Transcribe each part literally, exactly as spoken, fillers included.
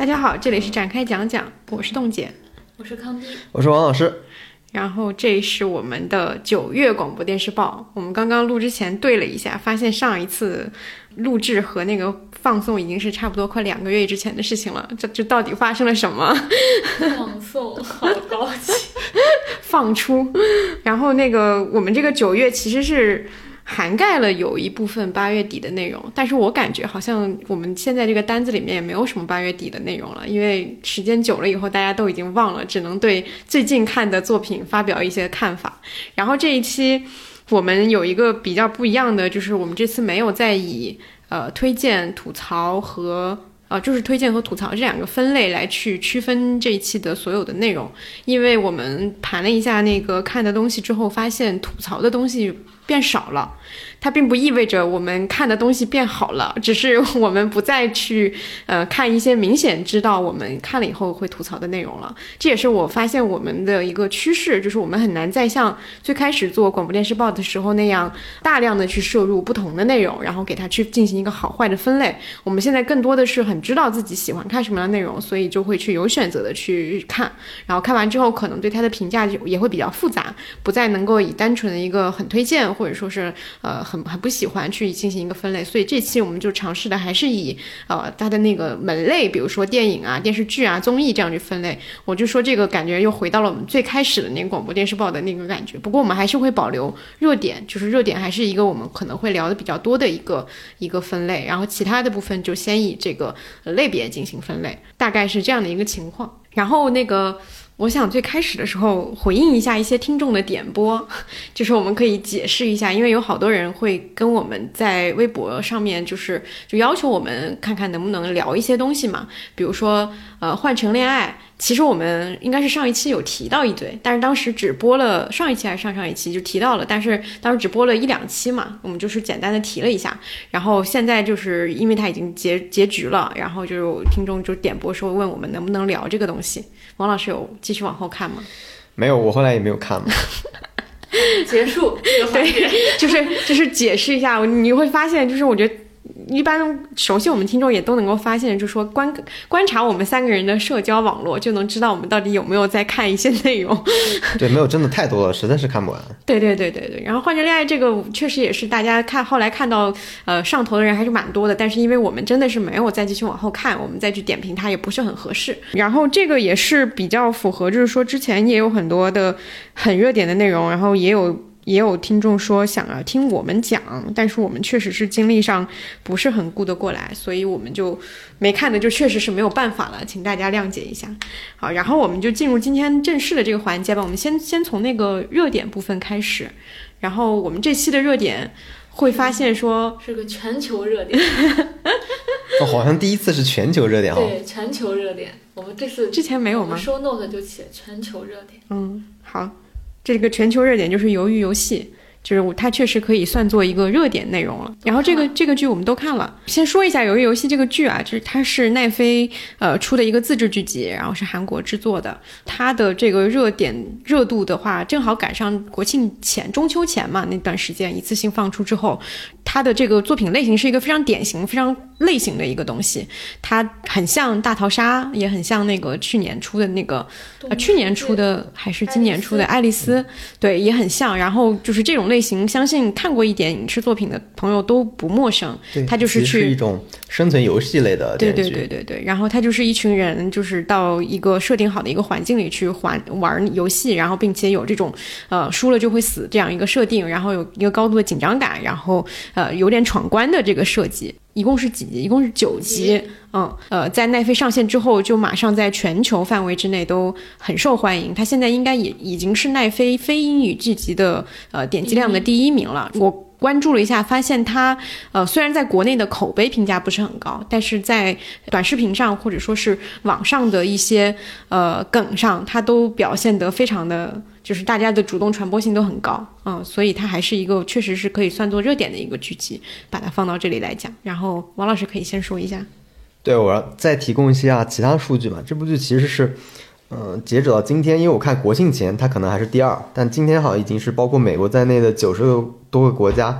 大家好，这里是展开讲讲，我是冻姐， 我是康迪， 我是王老师。 然后这是我们的九月广播电视报，我们刚刚录之前对了一下，发现上一次录制和那个放送已经是差不多快两个月之前的事情了，这这到底发生了什么？ 放送好高级， 放出。然后那个我们这个九月其实是涵盖了有一部分八月底的内容，但是我感觉好像我们现在这个单子里面也没有什么八月底的内容了，因为时间久了以后大家都已经忘了，只能对最近看的作品发表一些看法。然后这一期我们有一个比较不一样的，就是我们这次没有再以呃推荐、吐槽和呃，就是推荐和吐槽这两个分类来去区分这一期的所有的内容，因为我们盘了一下那个看的东西之后，发现吐槽的东西变少了。它并不意味着我们看的东西变好了，只是我们不再去呃看一些明显知道我们看了以后会吐槽的内容了。这也是我发现我们的一个趋势，就是我们很难再像最开始做广播电视报的时候那样大量的去摄入不同的内容，然后给它去进行一个好坏的分类。我们现在更多的是很知道自己喜欢看什么样的内容，所以就会去有选择的去看，然后看完之后可能对它的评价也会比较复杂，不再能够以单纯的一个很推荐或者说是呃很很不喜欢去进行一个分类。所以这期我们就尝试的还是以呃它的那个门类，比如说电影啊、电视剧啊、综艺这样去分类。我就说这个感觉又回到了我们最开始的那个广播电视报的那个感觉。不过我们还是会保留热点，就是热点还是一个我们可能会聊的比较多的一个一个分类，然后其他的部分就先以这个类别进行分类，大概是这样的一个情况。然后那个我想最开始的时候回应一下一些听众的点播，就是我们可以解释一下，因为有好多人会跟我们在微博上面就是就要求我们看看能不能聊一些东西嘛，比如说呃换乘恋爱，其实我们应该是上一期有提到一堆，但是当时只播了上一期还是上上一期就提到了，但是当时只播了一两期嘛，我们就是简单的提了一下。然后现在就是因为它已经结结局了，然后就有听众就点播说问我们能不能聊这个东西。王老师有继续往后看吗？ 没有，我后来也没有看嘛。 结束这个环节， 就是就是解释一下，你会发现，就是我觉得一般熟悉我们听众也都能够发现，就是说观观察我们三个人的社交网络，就能知道我们到底有没有在看一些内容。 对，没有真的太多了，实在是看不完。 对对对对对。然后换乘恋爱这个确实也是大家看后来看到呃上头的人还是蛮多的，但是因为我们真的是没有再继续往后看，我们再去点评它也不是很合适。然后这个也是比较符合，就是说之前也有很多的很热点的内容，然后也有。也有听众说想要听我们讲，但是我们确实是精力上不是很顾得过来，所以我们就没看的就确实是没有办法了，请大家谅解一下。好，然后我们就进入今天正式的这个环节吧。我们先先从那个热点部分开始，然后我们这期的热点会发现说是个全球热点。 哦，好像第一次是全球热点哦。 对，全球热点。我们这次之前没有吗？ 我们 show note 就写全球热点。 嗯，好。这个全球热点就是鱿鱼游戏，就是它确实可以算作一个热点内容了。然后这个这个剧我们都看了。先说一下鱿鱼游戏这个剧啊，就是它是奈飞呃出的一个自制剧集，然后是韩国制作的。它的这个热点热度的话，正好赶上国庆前、中秋前嘛，那段时间一次性放出之后，它的这个作品类型是一个非常典型、非常类型的一个东西。它很像大逃杀，也很像那个去年出的那个呃去年出的还是今年出的爱丽丝，对，也很像。然后就是这种类型，相信看过一点影视作品的朋友都不陌生。它就是去是一种生存游戏类的电视剧。 对对对对对。然后它就是一群人，就是到一个设定好的一个环境里去玩玩游戏，然后并且有这种呃输了就会死这样一个设定，然后有一个高度的紧张感，然后呃有点闯关的这个设计。一共是几集？一共是九集。嗯，呃，在奈飞上线之后，就马上在全球范围之内都很受欢迎。它现在应该也已经是奈飞非英语剧集的呃点击量的第一名了。我关注了一下，发现它呃虽然在国内的口碑评价不是很高，但是在短视频上或者说是网上的一些呃梗上，它都表现得非常的。就是大家的主动传播性都很高，嗯，所以它还是一个确实是可以算作热点的一个剧集，把它放到这里来讲。然后王老师可以先说一下。 对，我要再提供一下其他数据嘛。这部剧其实是，嗯、呃，截止到今天，因为我看国庆前它可能还是第二，但今天好像已经是包括美国在内的九十多个国家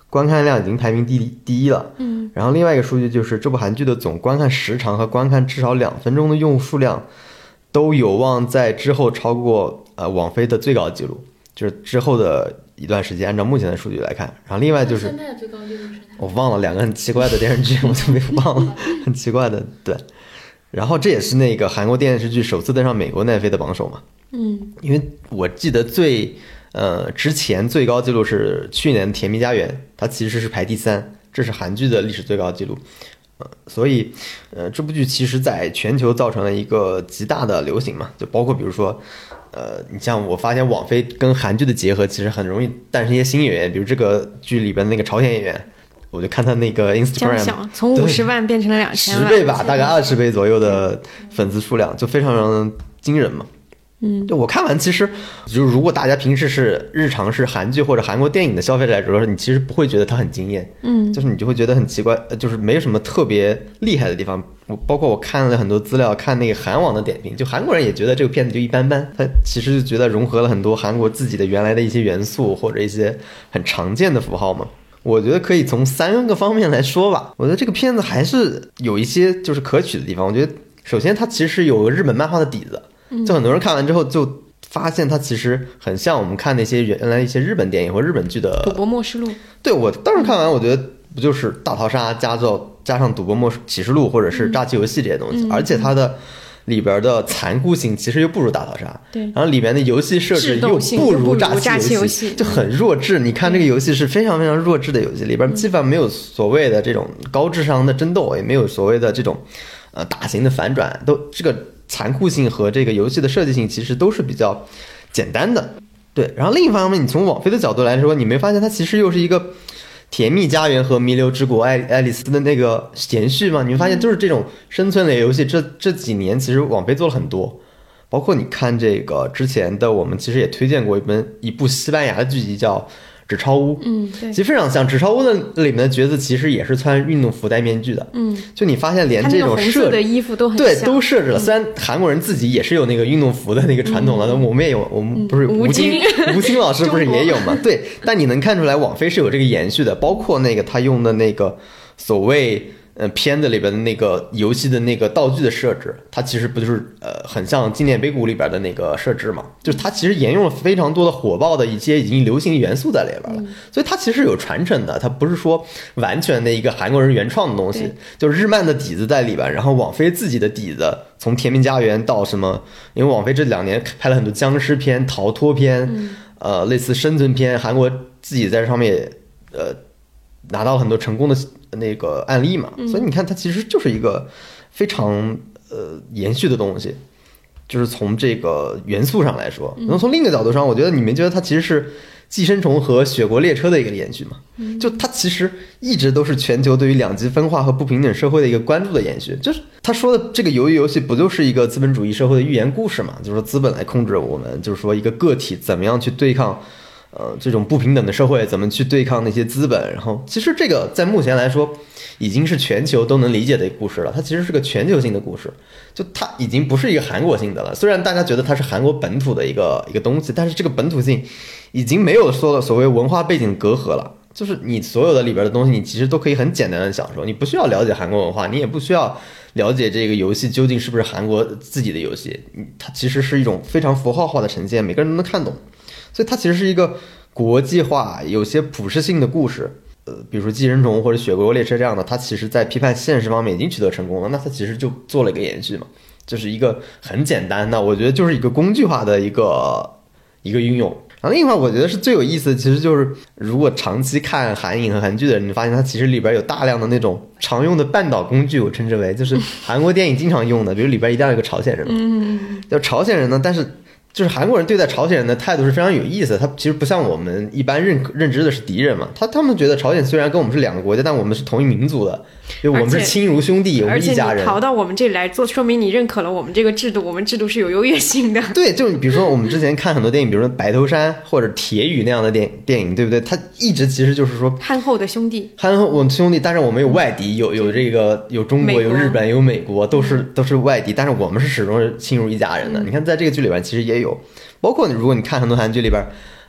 观看量已经排名第第一了。 嗯， 然后另外一个数据就是这部韩剧的总观看时长和观看至少两分钟的用户数量都有望在之后超过呃网飞的最高纪录，就是之后的一段时间，按照目前的数据来看。然后另外就是现在的最高纪录是哪？ 我忘了两个很奇怪的电视剧，我就没忘了，很奇怪的，对。然后这也是那个韩国电视剧首次登上美国奈飞的榜首嘛。 嗯， 因为我记得最呃之前最高纪录是去年的《甜蜜家园》，它其实是排第三，这是韩剧的历史最高纪录。呃，所以呃这部剧其实在全球造成了一个极大的流行嘛，就包括比如说呃你像我发现网飞跟韩剧的结合其实很容易诞生一些新演员，比如这个剧里边的那个朝鲜演员。我就看他那个 Instagram 从五十万变成了两千万， 十倍吧，大概二十倍左右的粉丝数量，就非常非常惊人嘛。 嗯， 就我看完，其实就是如果大家平时是日常是韩剧或者韩国电影的消费者来说，你其实不会觉得它很惊艳， 嗯， 就是你就会觉得很奇怪，就是没有什么特别厉害的地方。我包括我看了很多资料，看那个韩网的点评，就韩国人也觉得这个片子就一般般，他其实就觉得融合了很多韩国自己的原来的一些元素或者一些很常见的符号嘛。我觉得可以从三个方面来说吧。我觉得这个片子还是有一些就是可取的地方。我觉得首先它其实有个日本漫画的底子，就很多人看完之后就发现它其实很像我们看那些原来一些日本电影或日本剧的赌博默示录。 对，我当时看完我觉得不就是大逃杀加上加上赌博默启示录或者是诈欺游戏这些东西， 嗯、 而且它的里边的残酷性其实又不如大逃杀， 对， 然后里边的游戏设置又不如诈欺游戏，就很弱智。你看这个游戏是非常非常弱智的游戏，里边基本上没有所谓的这种高智商的争斗，也没有所谓的这种呃大型的反转，都这个残酷性和这个游戏的设计性其实都是比较简单的。对，然后另一方面，你从网飞的角度来说，你没发现它其实又是一个甜蜜家园和弥留之国爱爱丽丝的那个延续吗？你们发现就是这种生存类游戏，这这几年其实网飞做了很多，包括你看这个之前的，我们其实也推荐过一本一部西班牙的剧集叫《纸钞屋》， 嗯，对， 其实非常像《纸钞屋》的里面的角色，其实也是穿运动服戴面具的， 嗯， 就你发现连这种设置的衣服都很像， 对，都设置了。虽然韩国人自己也是有那个运动服的那个传统了，嗯、我们也有，我们不是吴京吴京老师不是也有嘛？对，但你能看出来网飞是有这个延续的，包括那个他用的那个所谓。呃，片子里边的那个游戏的那个道具的设置，它其实不就是呃很像经典碑谷里边的那个设置嘛？就是它其实沿用了非常多的火爆的一些已经流行元素在里边了，所以它其实有传承的，它不是说完全的一个韩国人原创的东西，就是日漫的底子在里边，然后网飞自己的底子，从《甜蜜家园》到什么，因为网飞这两年拍了很多僵尸片、逃脱片， 嗯、 呃，类似生存片，韩国自己在这上面也呃拿到了很多成功的。那个案例嘛，所以你看它其实就是一个非常呃延续的东西，就是从这个元素上来说。然后从另一个角度上，我觉得你们觉得它其实是寄生虫和雪国列车的一个延续嘛？就它其实一直都是全球对于两极分化和不平等社会的一个关注的延续。就是他说的这个鱿鱼游戏不就是一个资本主义社会的寓言故事嘛？就是说资本来控制我们，就是说一个个体怎么样去对抗。呃，这种不平等的社会怎么去对抗那些资本？然后，其实这个在目前来说，已经是全球都能理解的一个故事了。它其实是个全球性的故事，就它已经不是一个韩国性的了。虽然大家觉得它是韩国本土的一个一个东西，但是这个本土性已经没有说了所谓文化背景隔阂了。就是你所有的里边的东西，你其实都可以很简单的享受，你不需要了解韩国文化，你也不需要了解这个游戏究竟是不是韩国自己的游戏，它其实是一种非常符号化的呈现，每个人都能看懂。所以它其实是一个国际化、有些普适性的故事，呃，比如说《寄生虫》或者《雪国列车》这样的，它其实在批判现实方面已经取得成功了，那它其实就做了一个延续嘛，就是一个很简单的，我觉得就是一个工具化的一个一个运用。然后另外我觉得是最有意思的，其实就是如果长期看韩影和韩剧的人，你发现它其实里边有大量的那种常用的绊倒工具，我称之为就是韩国电影经常用的，比如里边一定要有个朝鲜人嘛， 嗯， 叫朝鲜人呢，但是。就是韩国人对待朝鲜人的态度是非常有意思的，他其实不像我们一般认认知的是敌人嘛，他他们觉得朝鲜虽然跟我们是两个国家，但我们是同一民族的，就我们是亲如兄弟，我们一家人。 而且你逃到我们这里来做，说明你认可了我们这个制度，我们制度是有优越性的。 对，就比如说我们之前看很多电影，比如说白头山或者铁雨那样的电电影，对不对？他一直其实就是说憨厚的兄弟， 憨厚我们兄弟，但是我们有外敌，有有这个有中国，有日本，有美国，都是都是外敌，但是我们是始终是亲如一家人的。 嗯、 你看在这个剧里边其实也有。包括如果你看很多韩剧里边，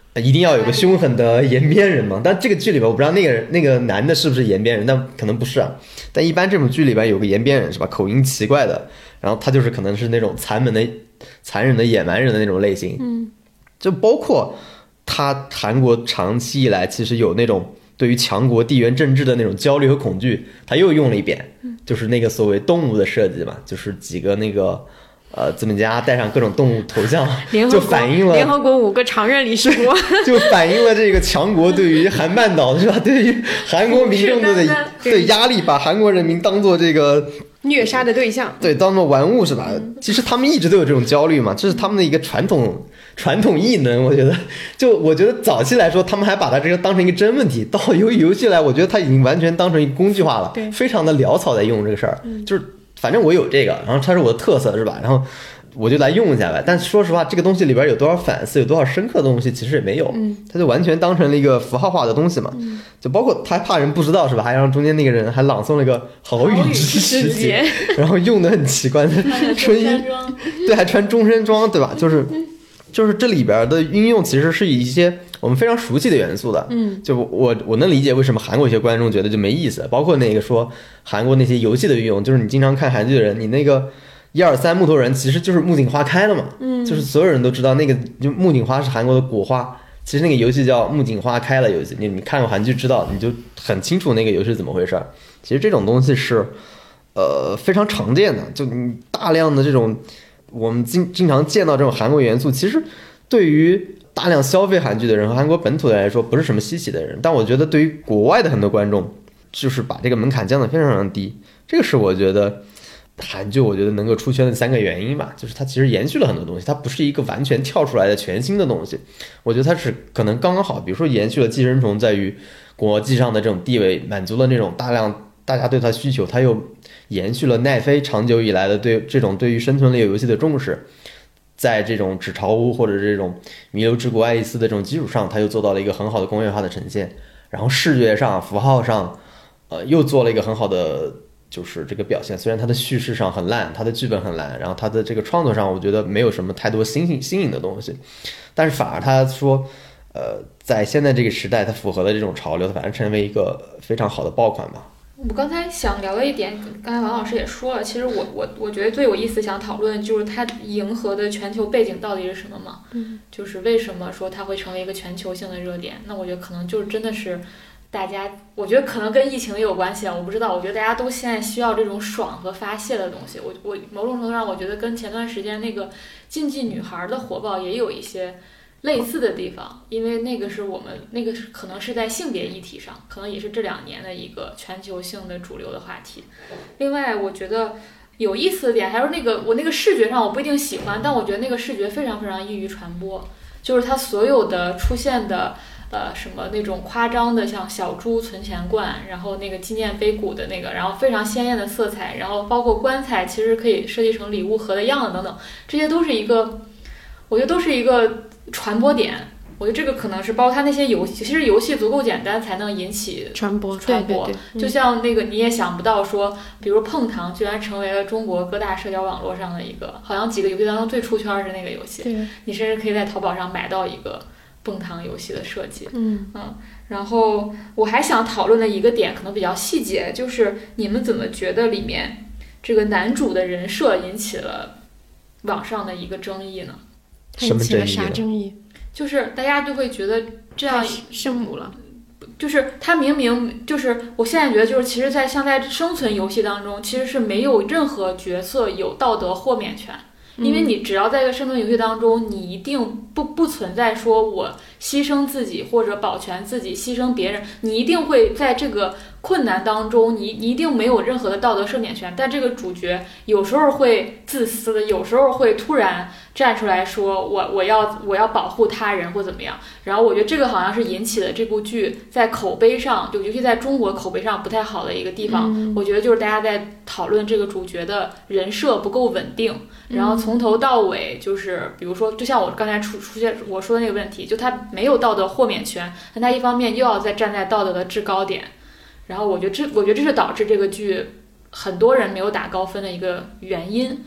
一定要有个凶狠的延边人嘛。但这个剧里边我不知道那个人那个男的是不是延边人，但可能不是啊。但一般这种剧里边有个延边人是吧，口音奇怪的，然后他就是可能是那种残忍的残忍的野蛮人的那种类型。 嗯， 就包括他韩国长期以来其实有那种对于强国地缘政治的那种焦虑和恐惧，他又用了一遍，就是那个所谓动物的设计嘛，就是几个那个呃资本家带上各种动物头像，就反映了联合国五个常任理事国， 就反映了这个强国对于韩半岛是吧？对于韩国民众的对压力，把韩国人民当做这个虐杀的对象， 对，当做玩物是吧？其实他们一直都有这种焦虑嘛，这是他们的一个传统传统异能。我觉得，就我觉得早期来说，他们还把它这个当成一个真问题，到由于游戏来，我觉得它已经完全当成一个工具化了， 对， 非常的潦草在用这个事儿，就是反正我有这个，然后它是我的特色是吧？然后我就来用一下呗。但说实话，这个东西里边有多少反思，有多少深刻的东西，其实也没有， 嗯， 它就完全当成了一个符号化的东西嘛。 嗯， 就包括他还怕人不知道是吧？还让中间那个人还朗诵了一个好雨知时节，然后用的很奇怪的春衣，对，还穿中山装，对吧？就是就是这里边的运用其实是一些我们非常熟悉的元素的。 嗯， 就我我能理解为什么韩国一些观众觉得就没意思，包括那个说韩国那些游戏的运用，就是你经常看韩剧的人，你那个一二三木头人其实就是木槿花开了嘛， 嗯， 就是所有人都知道那个就木槿花是韩国的国花。其实那个游戏叫木槿花开了游戏，你你看过韩剧知道，你就很清楚那个游戏是怎么回事。其实这种东西是呃非常常见的，就你大量的这种我们经经常见到这种韩国元素，其实对于大量消费韩剧的人和韩国本土的人来说不是什么稀奇的人，但我觉得对于国外的很多观众，就是把这个门槛降得非常非常低，这个是我觉得韩剧我觉得能够出圈的三个原因吧。就是它其实延续了很多东西，它不是一个完全跳出来的全新的东西，我觉得它是可能刚刚好，比如说延续了寄生虫在于国际上的这种地位，满足了那种大量大家对它需求，它又延续了奈飞长久以来的对这种对于生存类游戏的重视，在这种纸潮屋或者这种弥留之国爱丽丝的这种基础上，它又做到了一个很好的工业化的呈现，然后视觉上符号上呃又做了一个很好的就是这个表现。虽然它的叙事上很烂，它的剧本很烂，然后它的这个创作上我觉得没有什么太多新颖新颖的东西，但是反而他说呃在现在这个时代它符合了这种潮流，它反而成为一个非常好的爆款吧。 我刚才想聊的一点，刚才王老师也说了，其实我我我觉得最有意思想讨论就是它迎合的全球背景到底是什么嘛？ 嗯， 就是为什么说它会成为一个全球性的热点？那我觉得可能就是真的是大家，我觉得可能跟疫情也有关系啊，我不知道。我觉得大家都现在需要这种爽和发泄的东西。我我某种程度上，我觉得跟前段时间那个竞技女孩的火爆也有一些类似的地方，因为那个是我们那个可能是在性别议题上，可能也是这两年的一个全球性的主流的话题。另外，我觉得有意思的点还是那个我那个视觉上我不一定喜欢，但我觉得那个视觉非常非常易于传播，就是它所有的出现的呃什么那种夸张的像小猪存钱罐，然后那个纪念碑谷的那个，然后非常鲜艳的色彩，然后包括棺材其实可以设计成礼物盒的样子等等，这些都是一个我觉得都是一个传播点。我觉得这个可能是包括它那些游戏，其实游戏足够简单才能引起传播传播。 对对对， 就像那个你也想不到说，比如碰糖居然成为了中国各大社交网络上的一个，好像几个游戏当中最出圈是那个游戏。 对， 你甚至可以在淘宝上买到一个蹦糖游戏的设计。 嗯嗯，然后我还想讨论的一个点可能比较细节，就是你们怎么觉得里面这个男主的人设引起了网上的一个争议呢？ 什么争议？ 啥争议？ 就是大家就会觉得这样圣母了， 就是他明明就是我现在觉得就是其实在像在生存游戏当中其实是没有任何角色有道德豁免权，因为你只要在一个生存游戏当中，你一定不不存在说我牺牲自己或者保全自己牺牲别人，你一定会在这个困难当中你你一定没有任何的道德赦免权。但这个主角有时候会自私的，有时候会突然站出来说我我要我要保护他人或怎么样。然后我觉得这个好像是引起了这部剧在口碑上，就尤其在中国口碑上不太好的一个地方。 嗯、 我觉得就是大家在讨论这个主角的人设不够稳定，然后从头到尾就是比如说就像我刚才出出现我说的那个问题，就他没有道德豁免权，但他一方面又要再站在道德的制高点，然后我觉得这我觉得这是导致这个剧很多人没有打高分的一个原因。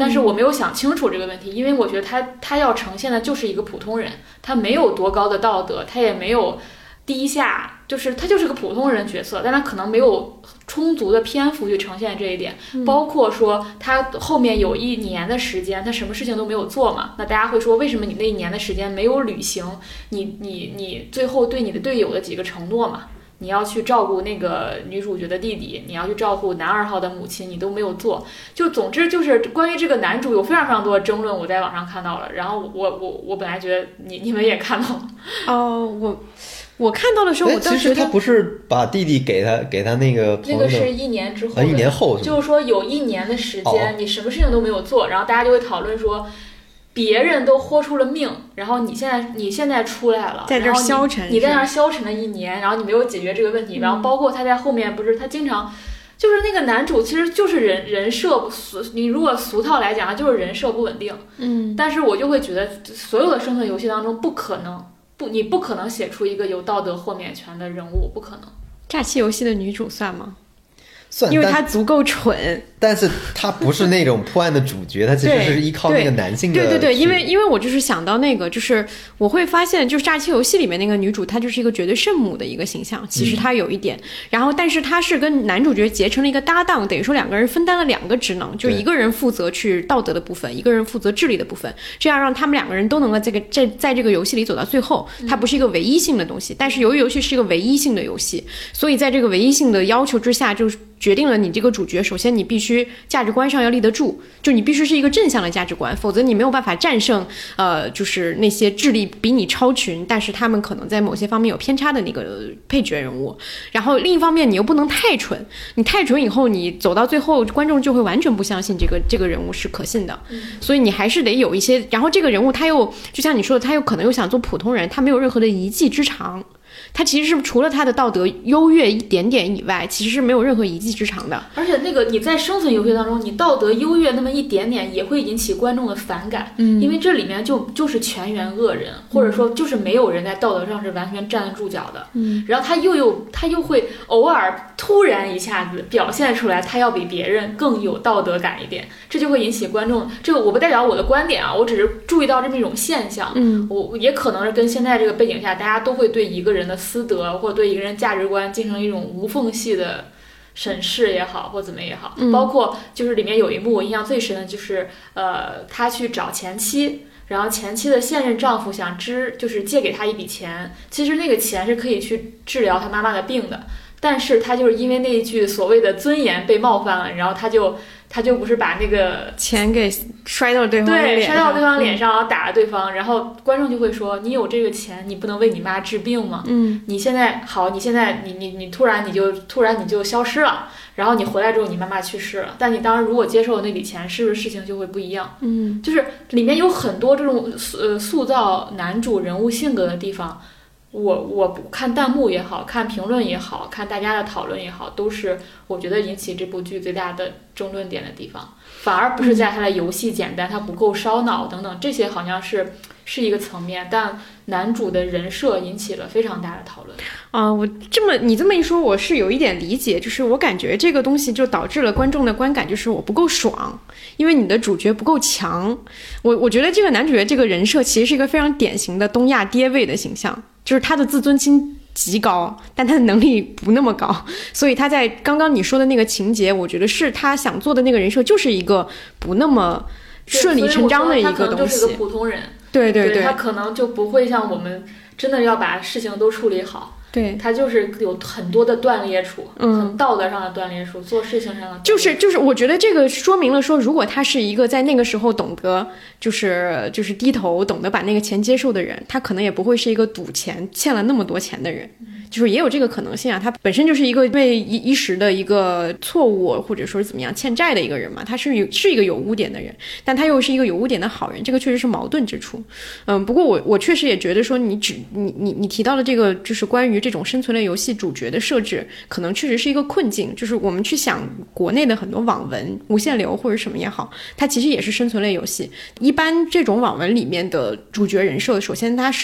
但是我没有想清楚这个问题，因为我觉得他他要呈现的就是一个普通人，他没有多高的道德，他也没有低下，就是他就是个普通人角色，但他可能没有充足的篇幅去呈现这一点， 嗯、 包括说他后面有一年的时间他什么事情都没有做嘛，那大家会说为什么你那一年的时间没有履行你你你最后对你的队友的几个承诺嘛，你要去照顾那个女主角的弟弟，你要去照顾男二号的母亲，你都没有做。就总之就是关于这个男主有非常非常多的争论，我在网上看到了。然后我我我本来觉得你你们也看到了。 哦，我我看到的时候，我当时其实他不是把弟弟给他给他那个那个是一年之后的、 啊，一年后是就是说有一年的时间、 哦、 你什么事情都没有做，然后大家就会讨论说。别人都豁出了命，然后你现在你现在出来了， 在这儿消沉， 你, 你在那儿消沉了一年，然后你没有解决这个问题， 嗯、 然后包括他在后面不是他经常，就是那个男主其实就是人人设俗，你如果俗套来讲，他就是人设不稳定。 嗯， 但是我就会觉得所有的生存游戏当中不可能不你不可能写出一个有道德豁免权的人物，不可能。 诈欺游戏的女主算吗？ 算， 因为她足够蠢， 但是她不是那种破案的主角，她其实是依靠那个男性的。 对对对，因为因为我就是想到那个，就是我会发现，就是诈欺游戏里面那个女主，她就是一个绝对圣母的一个形象，其实她有一点，嗯、然后但是她是跟男主角结成了一个搭档，等于说两个人分担了两个职能，就一个人负责去道德的部分，一个人负责智力的部分，这样让他们两个人都能够这个在在这个游戏里走到最后。它不是一个唯一性的东西，但是由于游戏是一个唯一性的游戏，所以在这个唯一性的要求之下，就是决定了你这个主角，首先你必须价值观上要立得住，就你必须是一个正向的价值观，否则你没有办法战胜呃，就是那些智力比你超群，但是他们可能在某些方面有偏差的那个配角人物。然后另一方面，你又不能太蠢，你太蠢以后，你走到最后，观众就会完全不相信这个这个人物是可信的。所以你还是得有一些，然后这个人物他又就像你说的，他又可能又想做普通人，他没有任何的一技之长。他其实是除了他的道德优越一点点以外，其实是没有任何一技之长的。 而且那个你在生存游戏当中，你道德优越那么一点点，也会引起观众的反感。嗯，因为这里面就就是全员恶人，或者说就是没有人在道德上是完全站得住脚的。嗯，然后他又有他又会偶尔突然一下子表现出来，他要比别人更有道德感一点，这就会引起观众。这个我不代表我的观点啊，我只是注意到这么一种现象。嗯，我也可能是跟现在这个背景下，大家都会对一个人的私德或对一个人价值观进行一种无缝隙的审视也好，或怎么也好，嗯、包括就是里面有一幕我印象最深的就是，呃，他去找前妻，然后前妻的现任丈夫想支就是借给他一笔钱，其实那个钱是可以去治疗他妈妈的病的，但是他就是因为那一句所谓的尊严被冒犯了，然后他就他就不是把那个钱给摔到对方脸上， 对，摔到对方脸上，然后打了对方，然后观众就会说：“你有这个钱，你不能为你妈治病吗？嗯，你现在好，你现在你你你突然你就突然你就消失了，然后你回来之后你妈妈去世了，但你当时如果接受了那笔钱，是不是事情就会不一样？嗯，就是里面有很多这种呃塑造男主人物性格的地方。”我我看弹幕也好看评论也好看大家的讨论也好，都是我觉得引起这部剧最大的争论点的地方，反而不是在它的游戏简单，它不够烧脑等等，这些好像是是一个层面，但男主的人设引起了非常大的讨论。 啊、呃，我这么你这么一说，我是有一点理解，就是我感觉这个东西就导致了观众的观感就是我不够爽，因为你的主角不够强。我我觉得这个男主角这个人设其实是一个非常典型的东亚爹味的形象。就是他的自尊心极高，但他的能力不那么高，所以他在刚刚你说的那个情节，我觉得是他想做的那个人设，就是一个不那么顺理成章的一个东西。他可能就是个普通人， 对对对, 对，他可能就不会像我们真的要把事情都处理好。 对， 他就是有很多的断裂处，嗯，很道德上的断裂处，做事情上的就是就是，我觉得这个说明了说，如果他是一个在那个时候懂得就是就是低头，懂得把那个钱接受的人，他可能也不会是一个赌钱欠了那么多钱的人。就是也有这个可能性啊，他本身就是一个为一一时的一个错误或者说是怎么样欠债的一个人嘛，他是有是一个有污点的人，但他又是一个有污点的好人，这个确实是矛盾之处。嗯，不过我我确实也觉得说你只你你你提到的这个就是关于这种生存类游戏主角的设置，可能确实是一个困境，就是我们去想国内的很多网文无限流或者什么也好，它其实也是生存类游戏。一般这种网文里面的主角人设，首先它是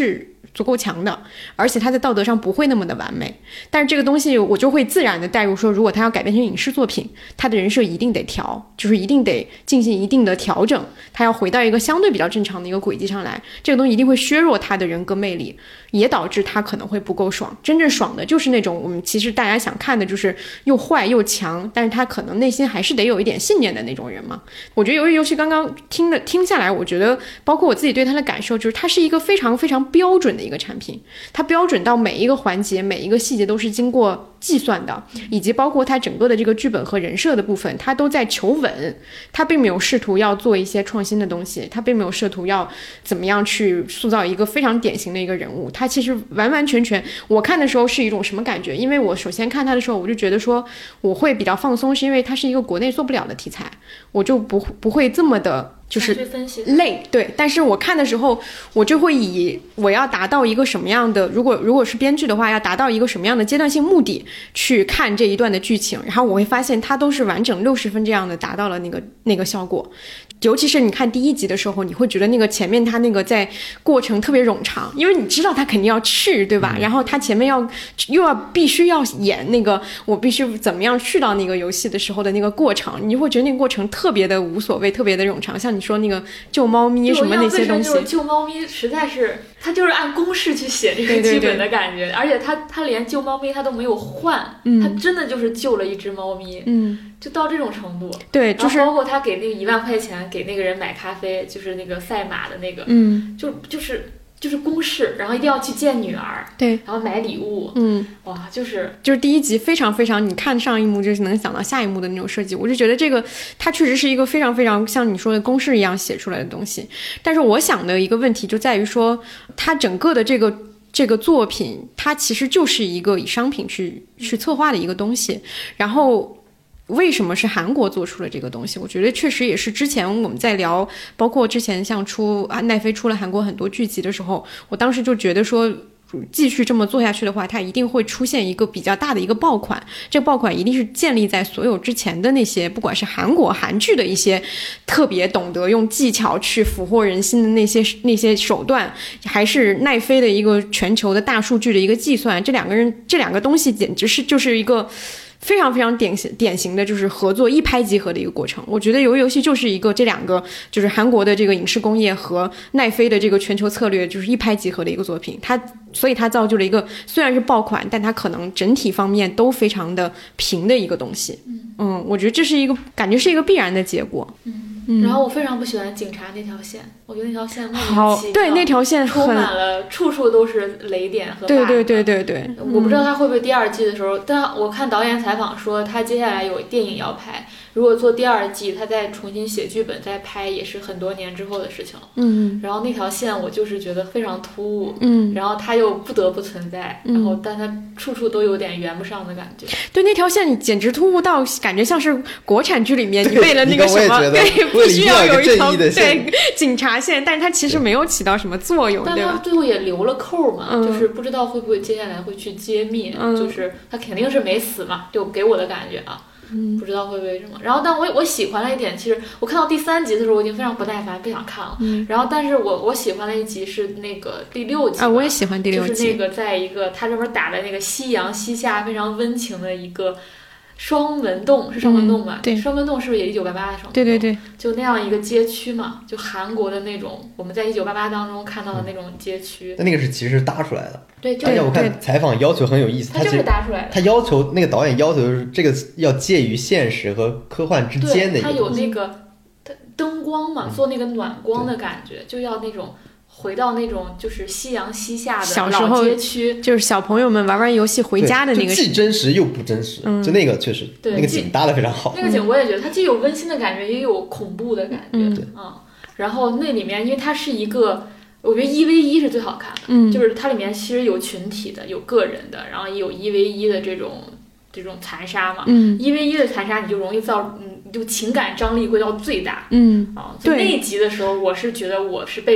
足够强的，而且他在道德上不会那么的完美。但是这个东西我就会自然的带入说，如果他要改编成影视作品，他的人设一定得调，就是一定得进行一定的调整，他要回到一个相对比较正常的一个轨迹上来，这个东西一定会削弱他的人格魅力，也导致他可能会不够爽。真正爽的就是那种我们其实大家想看的就是又坏又强，但是他可能内心还是得有一点信念的那种人嘛。我觉得鱿鱼游戏刚刚听的听下来，我觉得包括我自己对他的感受，就是它是一个非常非常标准的一个产品，它标准到每一个环节每一个细节都是经过计算的，以及包括它整个的这个剧本和人设的部分，它都在求稳，它并没有试图要做一些创新的东西，它并没有试图要怎么样去塑造一个非常典型的一个人物，它其实完完全全，我看的时候是一种什么感觉？因为我首先看它的时候，我就觉得说我会比较放松，是因为它是一个国内做不了的题材，我就不不会这么的就是累，对。但是我看的时候，我就会以我要达到一个什么样的，如果如果是编剧的话，要达到一个什么样的阶段性目的去看这一段的剧情，然后我会发现它都是完整六十分这样的达到了那个那个效果。尤其是你看第一集的时候，你会觉得那个前面他那个在过程特别冗长，因为你知道他肯定要去，对吧？然后他前面要又要必须要演那个我必须怎么样去到那个游戏的时候的那个过程，你会觉得那个过程特别的无所谓，特别的冗长。像你说那个救猫咪什么那些东西， 救猫咪实在是他就是按公式去写这个剧本的感觉，对对对，而且他他连救猫咪他都没有换，嗯，他真的就是救了一只猫咪，嗯，就到这种程度。 对，就是包括他给那个一万块钱给那个人买咖啡，就是那个赛马的那个， 嗯， 就就是就是公式，然后一定要去见女儿， 对， 然后买礼物， 嗯， 哇，就是就是第一集非常非常，你看上一幕就是能想到下一幕的那种设计，我就觉得这个它确实是一个非常非常像你说的公式一样写出来的东西。但是我想的一个问题就在于说，它整个的这个这个作品，它其实就是一个以商品去去策划的一个东西，然后。为什么是韩国做出了这个东西？我觉得确实也是之前我们在聊，包括之前像出啊奈飞出了韩国很多剧集的时候，我当时就觉得说继续这么做下去的话，它一定会出现一个比较大的一个爆款，这个爆款一定是建立在所有之前的那些不管是韩国韩剧的一些特别懂得用技巧去俘获人心的那些那些手段，还是奈飞的一个全球的大数据的一个计算，这两个人这两个东西简直是就是一个非常非常典型典型的就是合作一拍即合的一个过程。我觉得鱿鱼游戏就是一个这两个就是韩国的这个影视工业和奈飞的这个全球策略就是一拍即合的一个作品，它所以它造就了一个虽然是爆款，但它可能整体方面都非常的平的一个东西。嗯，我觉得这是一个感觉是一个必然的结果。 嗯。嗯、然后我非常不喜欢警察那条线，我觉得那条线莫名其妙， 对，那条线充满了处处都是雷点和 bug。 对对对对对， 我不知道他会不会第二季的时候，嗯、但我看导演采访说他接下来有电影要拍，如果做第二季，他再重新写剧本再拍，也是很多年之后的事情了。 嗯， 然后那条线我就是觉得非常突兀， 嗯， 然后他又不得不存在，嗯、然后但他处处都有点圆不上的感觉。 对，那条线你简直突兀到感觉像是国产剧里面你为了那个什么，对，必须要有一条对警察线，但是它其实没有起到什么作用， 但他最后也留了扣嘛， 嗯、 就是不知道会不会接下来会去揭秘，嗯、就是他肯定是没死嘛，就给我的感觉啊。 嗯， 不知道会为什么。然后，但我我喜欢了一点，其实我看到第三集的时候，我已经非常不耐烦，不想看了。 嗯， 然后，但是我我喜欢的一集是那个第六集啊，我也喜欢第六集， 就是那个在一个他这边打的那个夕阳西下，非常温情的一个双门洞，是双门洞吧？ 嗯、对， 双门洞是不是也一九八八的双门洞？ 对对对， 就那样一个街区嘛，就韩国的那种，我们在一九八八当中看到的那种街区。 但那个是其实搭出来的。 对， 而且我看采访要求很有意思， 他就是搭出来的。 他要求那个导演要求是这个要介于现实和科幻之间的一个。 他有那个灯光嘛，做那个暖光的感觉，就要那种回到那种就是夕阳西下的老街区， 就是小朋友们玩玩游戏回家的那个， 既真实又不真实。嗯、就那个确实，那个景搭的非常好。 那个景我也觉得，它既有温馨的感觉，也有恐怖的感觉。 嗯， 嗯然后那里面，因为它是一个。我觉得一 v 一是最好看的， 嗯， 就是它里面其实有群体的，有个人的，然后也有一 v 一的这种这种残杀嘛， 嗯， 一 v 一的残杀你就容易造，嗯，就情感张力会到最大， 嗯啊，所以那一集的时候，我是觉得我是被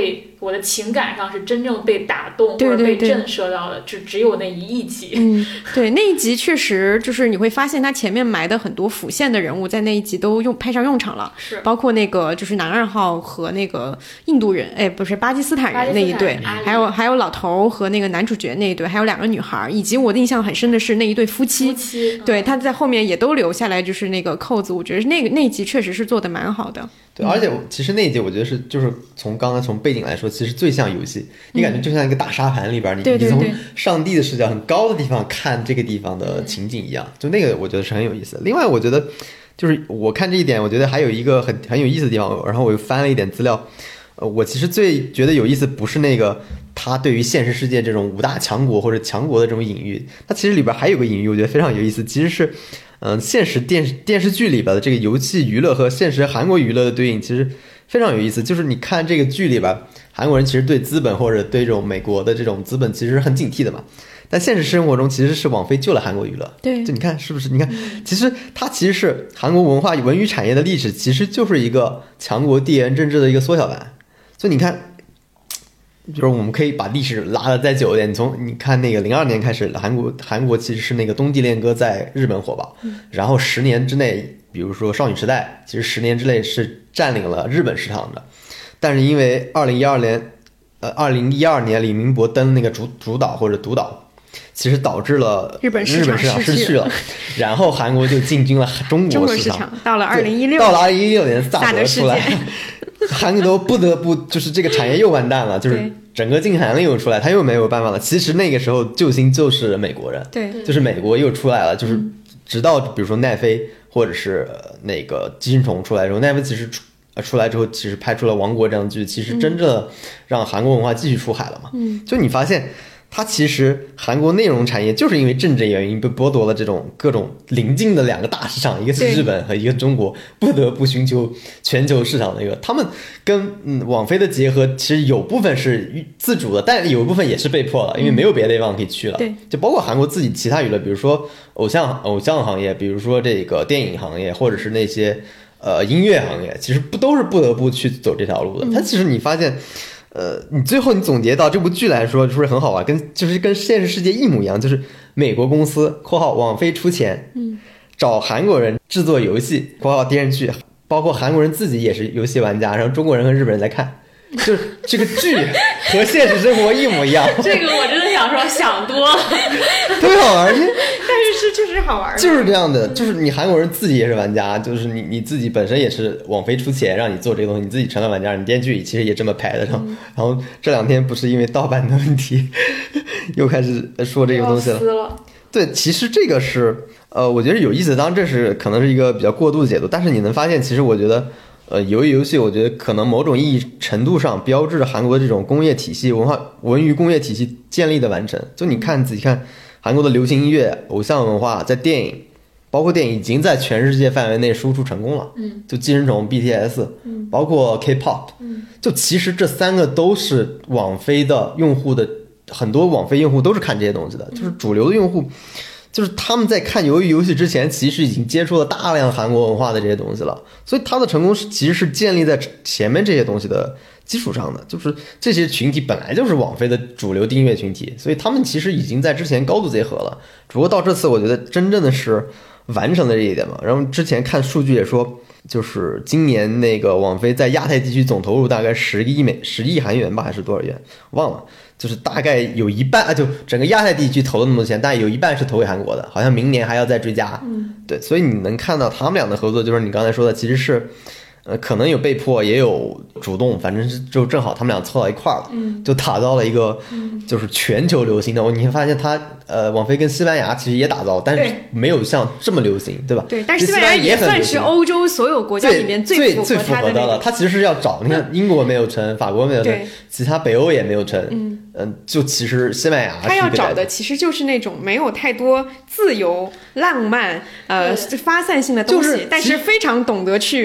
我的情感上是真正被打动对对对或者被震慑到的，只只有那一一集。 嗯，对，那一集确实就是你会发现他前面埋的很多辅线的人物在那一集都用派上用场了， 是包括那个就是男二号和那个印度人，哎，不是巴基斯坦人那一对，还有还有老头和那个男主角那一对，还有两个女孩，以及我的印象很深的是那一对夫妻， 夫妻对， 嗯、 他在后面也都留下来，就是那个扣子，我觉得那个那一集确实是做的蛮好的。 对，而且其实那一集我觉得是就是从刚刚从背景来说，其实最像游戏，你感觉就像一个大沙盘里边，你对对对你从上帝的视角很高的地方看这个地方的情景一样，就那个我觉得是很有意思的。另外，我觉得就是我看这一点，我觉得还有一个很很有意思的地方，然后我又翻了一点资料，呃，我其实最觉得有意思不是那个他对于现实世界这种五大强国或者强国的这种隐喻，它其实里边还有个隐喻，我觉得非常有意思，其实是。嗯，现实电视电视剧里边的这个游戏娱乐和现实韩国娱乐的对应，其实非常有意思。就是你看这个剧里边，韩国人其实对资本或者对这种美国的这种资本其实很警惕的嘛。但现实生活中其实是网飞救了韩国娱乐。 对， 就你看是不是？你看，其实它其实是韩国文化文娱产业的历史，其实就是一个强国地缘政治的一个缩小版。所以你看。就是我们可以把历史拉得再久一点，你从你看那个零二年开始，韩国韩国其实是那个冬季恋歌在日本火爆，嗯、然后十年之内，比如说少女时代，其实十年之内是占领了日本市场的，但是因为二零一二年，呃，二零一二年李明博登那个主主导或者独导，其实导致了日本市场失去了，然后韩国就进军了中国市场， 中国市场到了二零一六， 到了二零一六年萨德出来。韩国不得不就是这个产业又完蛋了，就是整个禁韩令又出来，他又没有办法了。其实那个时候救星就是美国人， 对， 就是美国又出来了，就是直到比如说奈飞或者是那个寄生虫出来之后，奈飞其实出出来之后，其实拍出了《王国》这样的剧，其实真正让韩国文化继续出海了嘛。嗯，就你发现。它其实韩国内容产业就是因为政治原因被剥夺了这种各种邻近的两个大市场，一个是日本和一个中国，不得不寻求全球市场的一个。他们跟嗯网飞的结合，其实有部分是自主的，但有一部分也是被迫了，因为没有别的地方可以去了。 对， 就包括韩国自己其他娱乐，比如说偶像偶像行业，比如说这个电影行业，或者是那些呃音乐行业，其实不都是不得不去走这条路的。它其实你发现。呃，你最后你总结到这部剧来说，是不是很好玩？跟就是跟现实世界一模一样，就是美国公司（括号网飞出钱），嗯，找韩国人制作游戏（括号电视剧），包括韩国人自己也是游戏玩家，然后中国人和日本人在看，就是这个剧和现实生活一模一样。 这个我真的想说想多了， 特别好玩，而且但是是确实好玩， 就是这样的，就是你韩国人自己也是玩家，就是你你自己本身也是网飞出钱让你做这个东西，你自己成了玩家，你电视剧其实也这么拍的，然后、嗯、然后这两天不是因为盗版的问题，又开始说这个东西了。 了对，其实这个是呃，我觉得有意思，当然这是可能是一个比较过度的解读，但是你能发现，其实我觉得。呃，游戏游戏，我觉得可能某种意义程度上标志着韩国的这种工业体系、文化文娱工业体系建立的完成。就你看，仔细看，韩国的流行音乐、偶像文化，在电影，包括电影，已经在全世界范围内输出成功了。嗯，就寄生虫、B T S， 嗯，包括 K-pop， 嗯，就其实这三个都是网飞的用户的，很多网飞用户都是看这些东西的，就是主流的用户。就是他们在看鱿鱼游戏之前，其实已经接触了大量韩国文化的这些东西了，所以它的成功是其实是建立在前面这些东西的基础上的。就是这些群体本来就是网飞的主流订阅群体，所以他们其实已经在之前高度结合了，只不过到这次我觉得真正的是完成了这一点嘛。然后之前看数据也说，就是今年那个网飞在亚太地区总投入大概十亿美十亿韩元吧，还是多少元忘了。就是大概有一半啊，就整个亚太地区投了那么多钱，但有一半是投给韩国的，好像明年还要再追加。嗯，对，所以你能看到他们俩的合作，就是你刚才说的，其实是，呃，可能有被迫，也有主动，反正是就正好他们俩凑到一块儿了，嗯，就打造了一个就是全球流行的。你会发现他呃，网飞跟西班牙其实也打造，但是没有像这么流行，对吧？ 对，但是西班牙也算是欧洲所有国家里面最符合他的、那个、 了。他其实是要找，你看英国没有成，法国没有成，其他北欧也没有成，嗯。嗯，就其实西班牙他要找的其实就是那种没有太多自由、浪漫、呃发散性的东西， 就是、 但是非常懂得去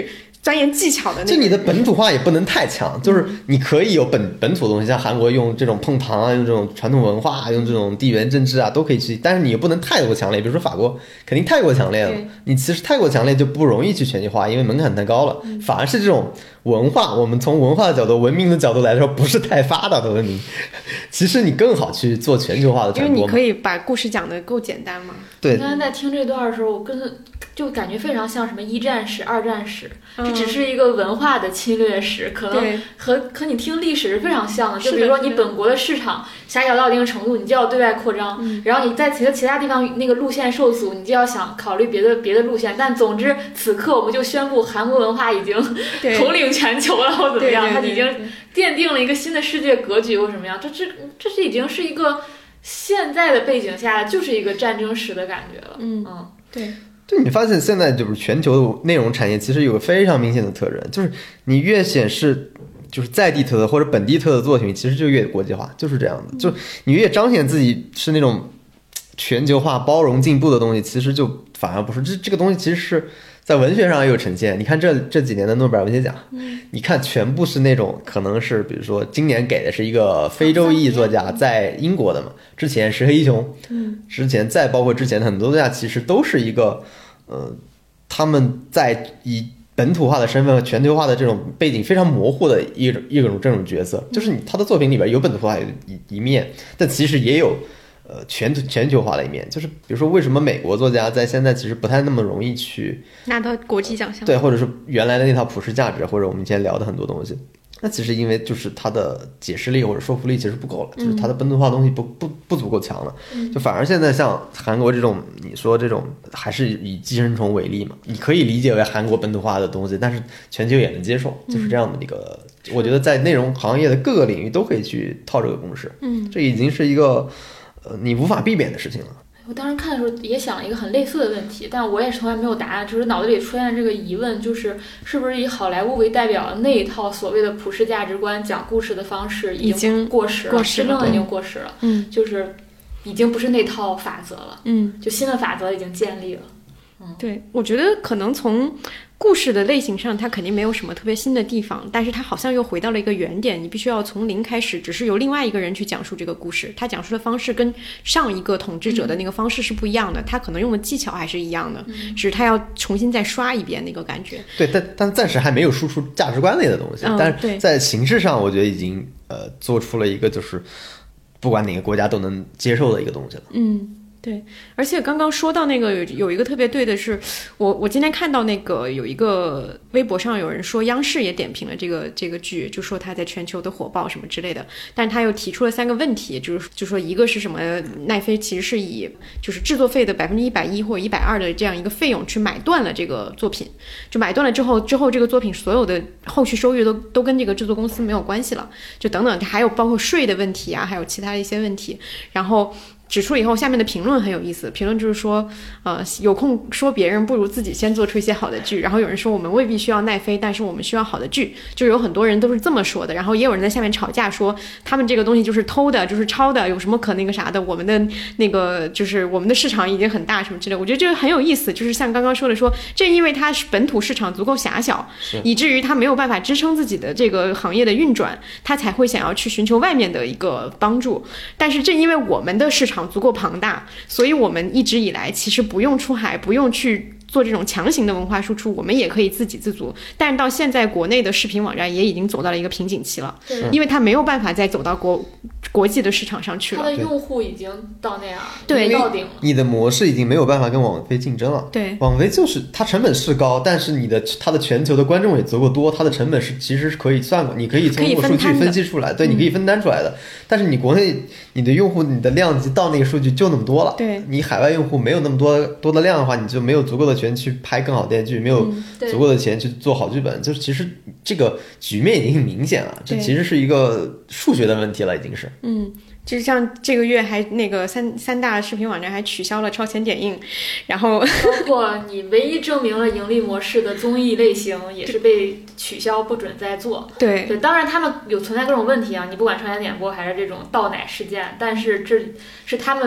钻研技巧的那种。 就你的本土化也不能太强，就是你可以有本本土的东西，像韩国用这种碰糖啊，用这种传统文化，用这种地缘政治啊，都可以去，但是你也不能太过强烈。比如说法国，肯定太过强烈了，你其实太过强烈就不容易去全球化，因为门槛太高了。 嗯、 反而是这种文化，我们从文化的角度、文明的角度来说，不是太发达的文明，其实你更好去做全球化的传播， 因为你可以把故事讲得够简单嘛。 对， 我刚才在听这段的时候，我跟就感觉非常像什么一战史、二战史，这、嗯、只是一个文化的侵略史，可能和和你听历史是非常像的。就比如说你本国的市场狭小到一定程度，你就要对外扩张， 嗯、 然后你在其他其他地方那个路线受阻，你就要想考虑别的别的路线。但总之，此刻我们就宣布韩国文化已经统领全球了，或怎么样，它已经奠定了一个新的世界格局，或什么样？这这这是已经是一个现在的背景下就是一个战争史的感觉了。 嗯嗯， 对。 对，你发现现在就是全球的内容产业其实有个非常明显的特征，就是你越显示就是在地特色或者本地特色的作品，其实就越国际化，就是这样的。就你越彰显自己是那种全球化、包容、进步的东西，其实就反而不是。这这个东西其实是在文学上也有呈现。你看这这几年的诺贝尔文学奖，你看全部是那种可能是，比如说今年给的是一个非洲裔作家，在英国的嘛，之前石黑一雄， 嗯， 之前再包括之前的很多作家，其实都是一个。呃，他们在以本土化的身份和全球化的这种背景非常模糊的一种一种这种角色，就是你他的作品里边有本土化一一面，但其实也有呃全全球化的一面。就是比如说，为什么美国作家在现在其实不太那么容易去拿到国际奖项？对， 或者说原来的那套普世价值，或者我们以前聊的很多东西。那其实因为就是它的解释力或者说服力其实不够了，就是它的本土化的东西不不不足够强了，就反而现在像韩国这种，你说这种还是以寄生虫为例嘛，你可以理解为韩国本土化的东西，但是全球也能接受，就是这样的一个，我觉得在内容行业的各个领域都可以去套这个公式， 嗯， 这已经是一个呃你无法避免的事情了。 我当时看的时候也想了一个很类似的问题，但我也从来没有答案，就是脑子里出现这个疑问，就是是不是以好莱坞为代表的那一套所谓的普世价值观讲故事的方式已经过时了， 过时了， 真正的已经过时了， 嗯， 就是已经不是那套法则了， 嗯， 就新的法则已经建立了。嗯， 对，我觉得可能从故事的类型上它肯定没有什么特别新的地方，但是它好像又回到了一个原点，你必须要从零开始，只是由另外一个人去讲述这个故事，他讲述的方式跟上一个统治者的那个方式是不一样的，他可能用的技巧还是一样的， 嗯， 只是他要重新再刷一遍那个感觉。 对，但但暂时还没有输出价值观类的东西， 嗯， 但是在形式上我觉得已经呃做出了一个就是不管哪个国家都能接受的一个东西了。 嗯，对，而且刚刚说到那个有有一个特别对的是，我我今天看到那个有一个微博上有人说央视也点评了这个这个剧，就说它在全球的火爆什么之类的，但他又提出了三个问题，就是就说一个是什么，奈飞其实是以就是制作费的百分之一百一或者一百二的这样一个费用去买断了这个作品，就买断了之后之后这个作品所有的后续收益都都跟这个制作公司没有关系了，就等等，还有包括税的问题啊，还有其他的一些问题，然后指出以后，下面的评论很有意思。评论就是说，呃，有空说别人，不如自己先做出一些好的剧。然后有人说，我们未必需要奈飞，但是我们需要好的剧。就有很多人都是这么说的。然后也有人在下面吵架说，他们这个东西就是偷的，就是抄的，有什么可那个啥的？我们的那个就是我们的市场已经很大，什么之类的。我觉得这个很有意思，就是像刚刚说的说，正因为它是本土市场足够狭小，以至于它没有办法支撑自己的这个行业的运转，它才会想要去寻求外面的一个帮助。但是正因为我们的市场足够庞大，所以我们一直以来其实不用出海，不用去做这种强行的文化输出，我们也可以自给自足。但是到现在国内的视频网站也已经走到了一个瓶颈期了，因为它没有办法再走到国国际的市场上去了， 它的用户已经到那样， 对， 到顶了， 你的模式已经没有办法跟网飞竞争了。 对， 网飞就是它成本是高，但是你的它的全球的观众也足够多，它的成本是其实是可以算过，你可以通过数据分析出来，对，你可以分担出来的。嗯，但是你国内你的用户你的量级到那个数据就那么多了， 对， 你海外用户没有那么多多的量的话，你就没有足够的钱去拍更好的电视剧，没有足够的钱去做好剧本，嗯，就是其实这个局面已经很明显了，这其实是一个数学的问题了，已经是。 嗯，就像这个月还那个三三大视频网站还取消了超前点映，然后包括你唯一证明了盈利模式的综艺类型也是被取消，不准再做。 对对，当然他们有存在各种问题啊，你不管超前点播还是这种倒奶事件，但是这是他们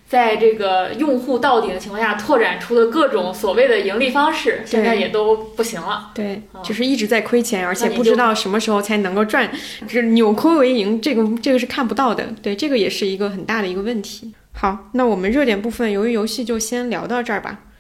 在这个用户到顶的情况下拓展出的各种所谓的盈利方式，现在也都不行了。 对， 嗯、 就是一直在亏钱，而且不知道什么时候才能够赚，就是扭亏为盈，这个这个是看不到的。对，这个也是一个很大的一个问题。好，那我们热点部分由于游戏就先聊到这儿吧。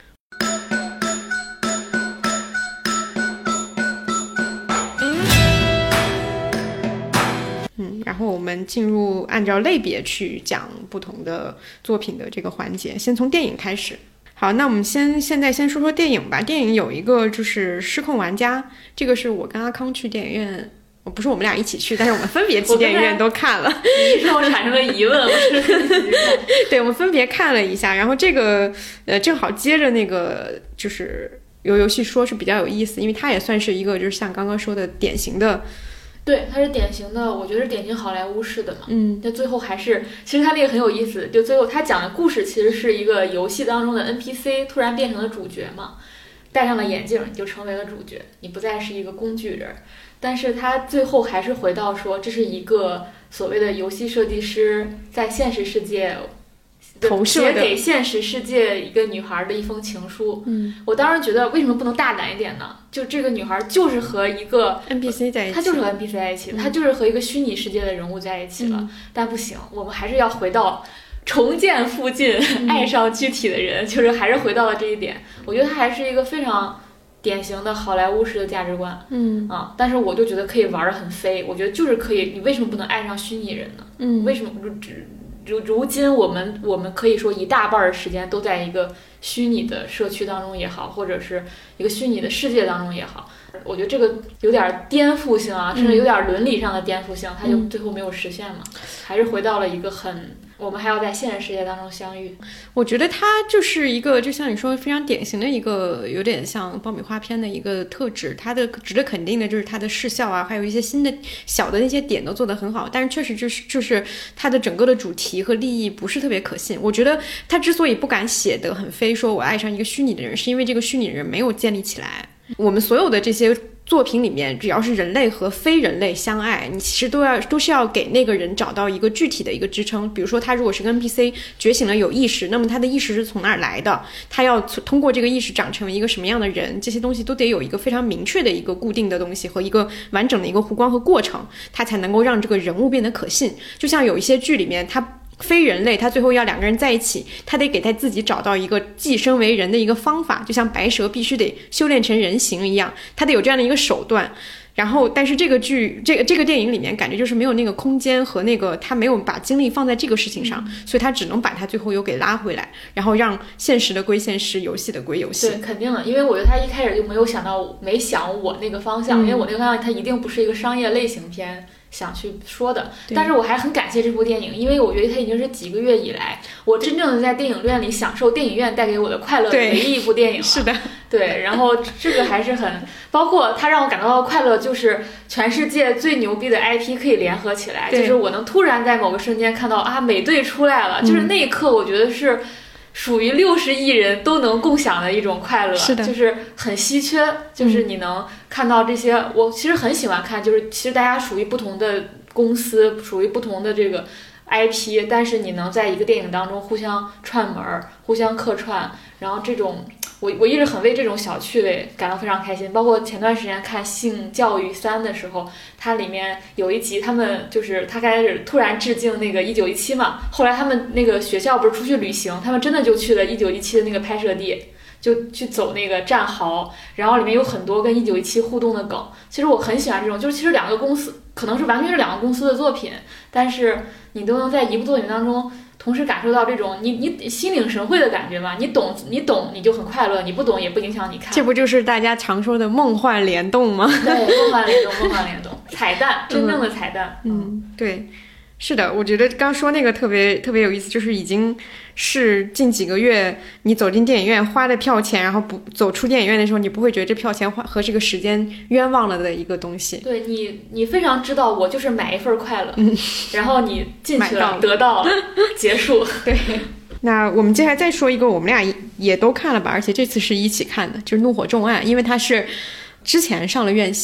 嗯，然后我们进入按照类别去讲不同的作品的这个环节，先从电影开始。好，那我们先现在先说说电影吧。电影有一个就是《失控玩家》，这个是我跟阿康去电影院，我不是我们俩一起去，但是我们分别去电影院都看了。 你让我产生了疑问，我是对，我们分别看了一下，然后这个呃正好接着那个就是有游戏说是比较有意思，因为它也算是一个就是像刚刚说的典型的。 对，它是典型的，我觉得是典型好莱坞式的嘛。 嗯， 就最后还是，其实它那个很有意思，就最后他讲的故事其实是一个游戏当中的 N P C 突然变成了主角嘛，戴上了眼镜你就成为了主角，你不再是一个工具人。但是他最后还是回到说，这是一个所谓的游戏设计师在现实世界投射的写给现实世界一个女孩的一封情书。 嗯， 我当时觉得为什么不能大胆一点呢？就这个女孩就是和一个 N P C 在一起， 她就是和 N P C 在一起， 嗯、 她就是和一个虚拟世界的人物在一起了。 嗯、 但不行，我们还是要回到重建附近，嗯、爱上具体的人，就是还是回到了这一点。我觉得它还是一个非常典型的好莱坞式的价值观。 嗯啊，但是我就觉得可以玩得很飞，我觉得就是可以，你为什么不能爱上虚拟人呢？ 嗯， 为什么只？如如今我们我们可以说一大半的时间都在一个虚拟的社区当中也好，或者是一个虚拟的世界当中也好，我觉得这个有点颠覆性啊，甚至有点伦理上的颠覆性，它就最后没有实现嘛，还是回到了一个很我们还要在现实世界当中相遇。 我觉得它就是一个就像你说非常典型的一个有点像爆米花片的一个特质，它的值得肯定的就是它的视效啊，还有一些新的小的那些点都做得很好，但是确实就是就是它的整个的主题和利益不是特别可信。我觉得它之所以不敢写得很飞，说我爱上一个虚拟的人，是因为这个虚拟人没有建立起来。我们所有的这些作品里面，只要是人类和非人类相爱，你其实都要都是要给那个人找到一个具体的一个支撑。比如说他如果是个 N P C 觉醒了有意识，那么他的意识是从哪儿来的，他要通过这个意识长成为一个什么样的人，这些东西都得有一个非常明确的一个固定的东西和一个完整的一个弧光和过程，它才能够让这个人物变得可信。就像有一些剧里面他非人类，他最后要两个人在一起，他得给他自己找到一个寄生为人的一个方法，就像白蛇必须得修炼成人形一样，他得有这样的一个手段。然后但是这个剧这个这个电影里面感觉就是没有那个空间和那个他没有把精力放在这个事情上、嗯、所以他只能把他最后又给拉回来，然后让现实的归现实，游戏的归游戏。 对，肯定的，因为我觉得他一开始就没有想到没想我那个方向、嗯、因为我那个方向它一定不是一个商业类型片想去说的。但是我还很感谢这部电影，因为我觉得它已经是几个月以来我真正的在电影院里享受电影院带给我的快乐的唯一一部电影了。 是的， 对，然后这个还是很包括它让我感到的快乐，就是全世界最牛逼的 I P 可以联合起来，就是我能突然在某个瞬间看到啊美队出来了、嗯、就是那一刻我觉得是属于六十亿人都能共享的一种快乐。 是的， 就是很稀缺，就是你能看到这些、嗯、我其实很喜欢看，就是其实大家属于不同的公司，属于不同的这个 I P， 但是你能在一个电影当中互相串门互相客串，然后这种我我一直很为这种小趣味感到非常开心。包括前段时间看《性教育三》的时候，它里面有一集他们就是他开始突然致敬那个一九一七嘛，后来他们那个学校不是出去旅行，他们真的就去了一九一七的那个拍摄地，就去走那个战壕，然后里面有很多跟一九一七互动的梗。其实我很喜欢这种，就是其实两个公司可能是完全是两个公司的作品，但是你都能在一部作品当中同时感受到这种你你心领神会的感觉吧。你懂你懂你就很快乐，你不懂也不影响你看。 这不就是大家常说的梦幻联动吗？ 对，梦幻联动，梦幻联动，彩蛋，真正的彩蛋。 嗯，嗯对。是的，我觉得刚说那个特别特别有意思，就是已经是近几个月你走进电影院花的票钱，然后不走出电影院的时候，你不会觉得这票钱花和这个时间冤枉了的一个东西。 对你，你非常知道我就是买一份快乐，嗯，然后你进去了，得到了，结束。 对。那我们接下来再说一个我们俩也都看了吧，而且这次是一起看的，就是《怒火重案》，因为它是之前上了院线，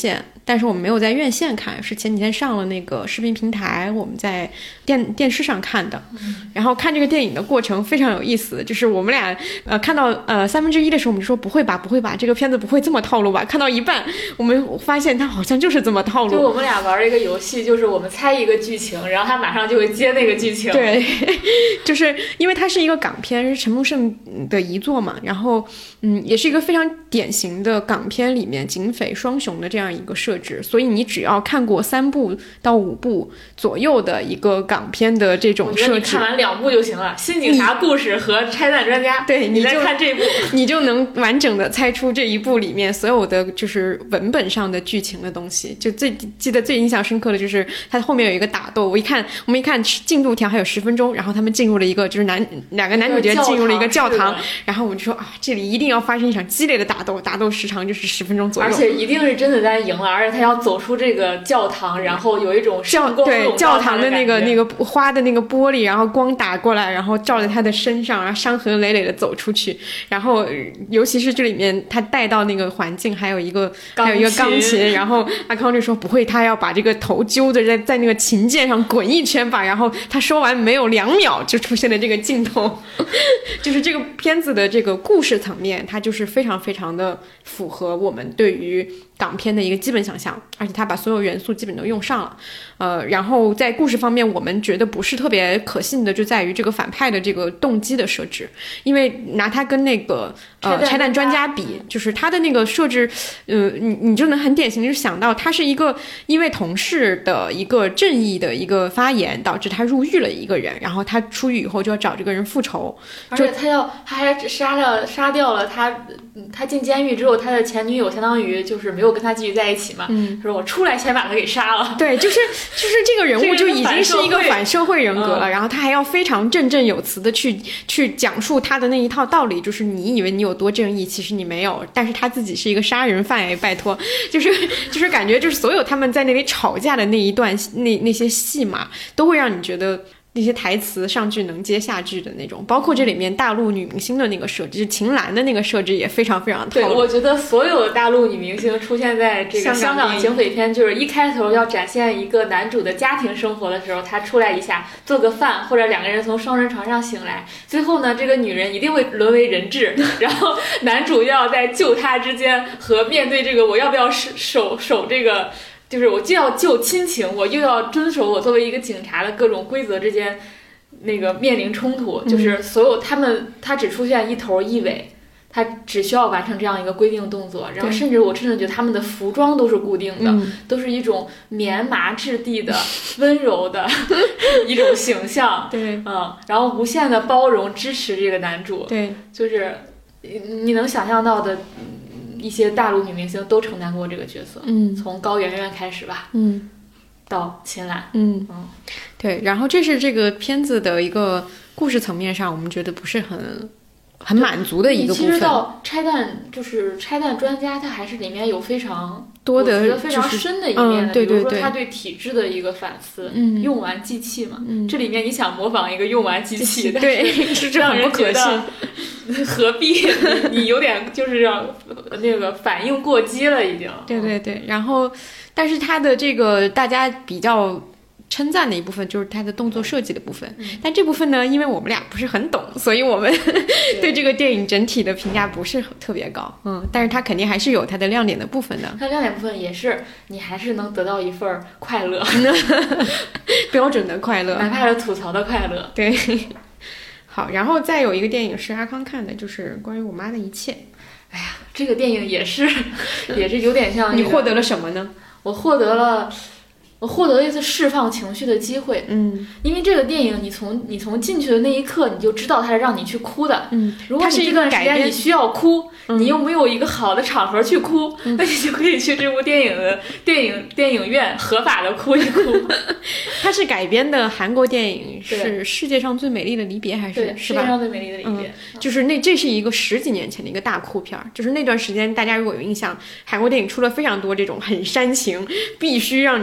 但是我们没有在院线看，是前几天上了那个视频平台，我们在电电视上看的。然后看这个电影的过程非常有意思，就是我们俩呃看到呃三分之一的时候，我们就说不会吧，不会吧，这个片子不会这么套路吧？看到一半，我们发现它好像就是这么套路。 就我们俩玩一个游戏，就是我们猜一个剧情，然后他马上就会接那个剧情。 对，就是因为它是一个港片，是陈木胜的遗作嘛，然后嗯，也是一个非常典型的港片里面警匪双雄的这样一个设置，所以你只要看过三部到五部左右的一个港片的这种设置， 我觉得你看完两部就行了，《新警察故事》和《拆弹专家》， 对， 你再看这部， 你就能完整的猜出这一部里面所有的就是文本上的剧情的东西。就最记得最印象深刻的就是它后面有一个打斗，我一看我们一看进度条还有十分钟，然后他们进入了一个就是男两个男主角进入了一个教堂，然后我们就说啊，这里一定要发生一场激烈的打斗，打斗时长就是十分钟左右， 而且一定是甄子丹赢了，而且他要走出这个教堂，然后有一种教对教堂的那个那个花的那个玻璃，然后光打过来，然后照在他的身上，然后伤痕累累的走出去，然后尤其是这里面他带到那个环境还有一个还有一个钢琴，然后阿康就说不会，他要把这个头揪着在在那个琴键上滚一圈吧，然后他说完没有两秒就出现了这个镜头，就是这个片子的这个故事层面，它就是非常非常的符合我们对于港片的一个基本想象，而且他把所有元素基本都用上了，呃，然后在故事方面，我们觉得不是特别可信的，就在于这个反派的这个动机的设置，因为拿他跟那个呃拆弹专家比，就是他的那个设置，呃，你你就能很典型的想到，他是一个因为同事的一个正义的一个发言，导致他入狱了一个人，然后他出狱以后就要找这个人复仇， 而且他要他还杀了杀掉了他，他进监狱之后，他的前女友相当于就是没有跟他继续在一起嘛，嗯，说我出来先把他给杀了。 对，就是就是这个人物就已经是一个反社会人格了，嗯、然后他还要非常振振有词的去去讲述他的那一套道理，就是你以为你有多正义，其实你没有，但是他自己是一个杀人犯哎，拜托，就是就是感觉就是所有他们在那里吵架的那一段那那些戏码，都会让你觉得。那些台词上句能接下句的那种，包括这里面大陆女明星的那个设置，秦岚的那个设置也非常非常套路。 对，我觉得所有的大陆女明星出现在这个香港警匪片，就是一开头要展现一个男主的家庭生活的时候，他出来一下做个饭，或者两个人从双人床上醒来，最后呢，这个女人一定会沦为人质，然后男主要在救她之间和面对这个我要不要守守这个。就是我既要救亲情，我又要遵守我作为一个警察的各种规则之间，那个面临冲突。嗯、就是所有他们，他只出现一头一尾，他只需要完成这样一个规定动作。然后甚至我甚至觉得他们的服装都是固定的，嗯、都是一种棉麻质地的、温柔的一种形象。 对， 嗯，然后无限的包容支持这个男主。 对， 就是你能想象到的。一些大陆女明星都承担过这个角色， 嗯， 从高圆圆开始吧， 嗯， 到秦岚， 嗯嗯，对，然后这是这个片子的一个故事层面上，我们觉得不是很很满足的一个部分。 其实到拆弹就是拆弹专家，他还是里面有非常多的， 我觉得非常深的一面的， 就是嗯、对对对， 比如说他对体制的一个反思， 嗯， 用完即弃嘛， 嗯， 这里面你想模仿一个用完即弃， 对，是这很不可信。 何必？你你有点就是要那个反应过激了，已经。 对对对，然后，但是他的这个大家比较称赞的一部分就是他的动作设计的部分， 嗯、 但这部分呢，因为我们俩不是很懂，所以我们对这个电影整体的评价不是特别高。嗯，但是它肯定还是有它的亮点的部分的。 它亮点部分也是你还是能得到一份快乐， 标准的快乐， 哪怕是吐槽的快乐。 对。好，然后再有一个电影是阿康看的，就是关于我妈的一切。 哎呀，这个电影也是，也是有点像、 你获得了什么呢？ 我获得了，我获得了一次释放情绪的机会。 嗯， 因为这个电影，你从你从进去的那一刻，你就知道它是让你去哭的。 嗯， 如果你这段时间你需要哭，嗯、你又没有一个好的场合去哭，嗯、那你就可以去这部电影的电影电影院合法的哭一哭。 它是改编的韩国电影，是《世界上最美丽的离别》还是对， 是吧？ 世界上最美丽的离别， 嗯、就是那这是一个十几年前的一个大哭片儿，就是那段时间大家如果有印象，韩国电影出了非常多这种很煽情，必须让你哭，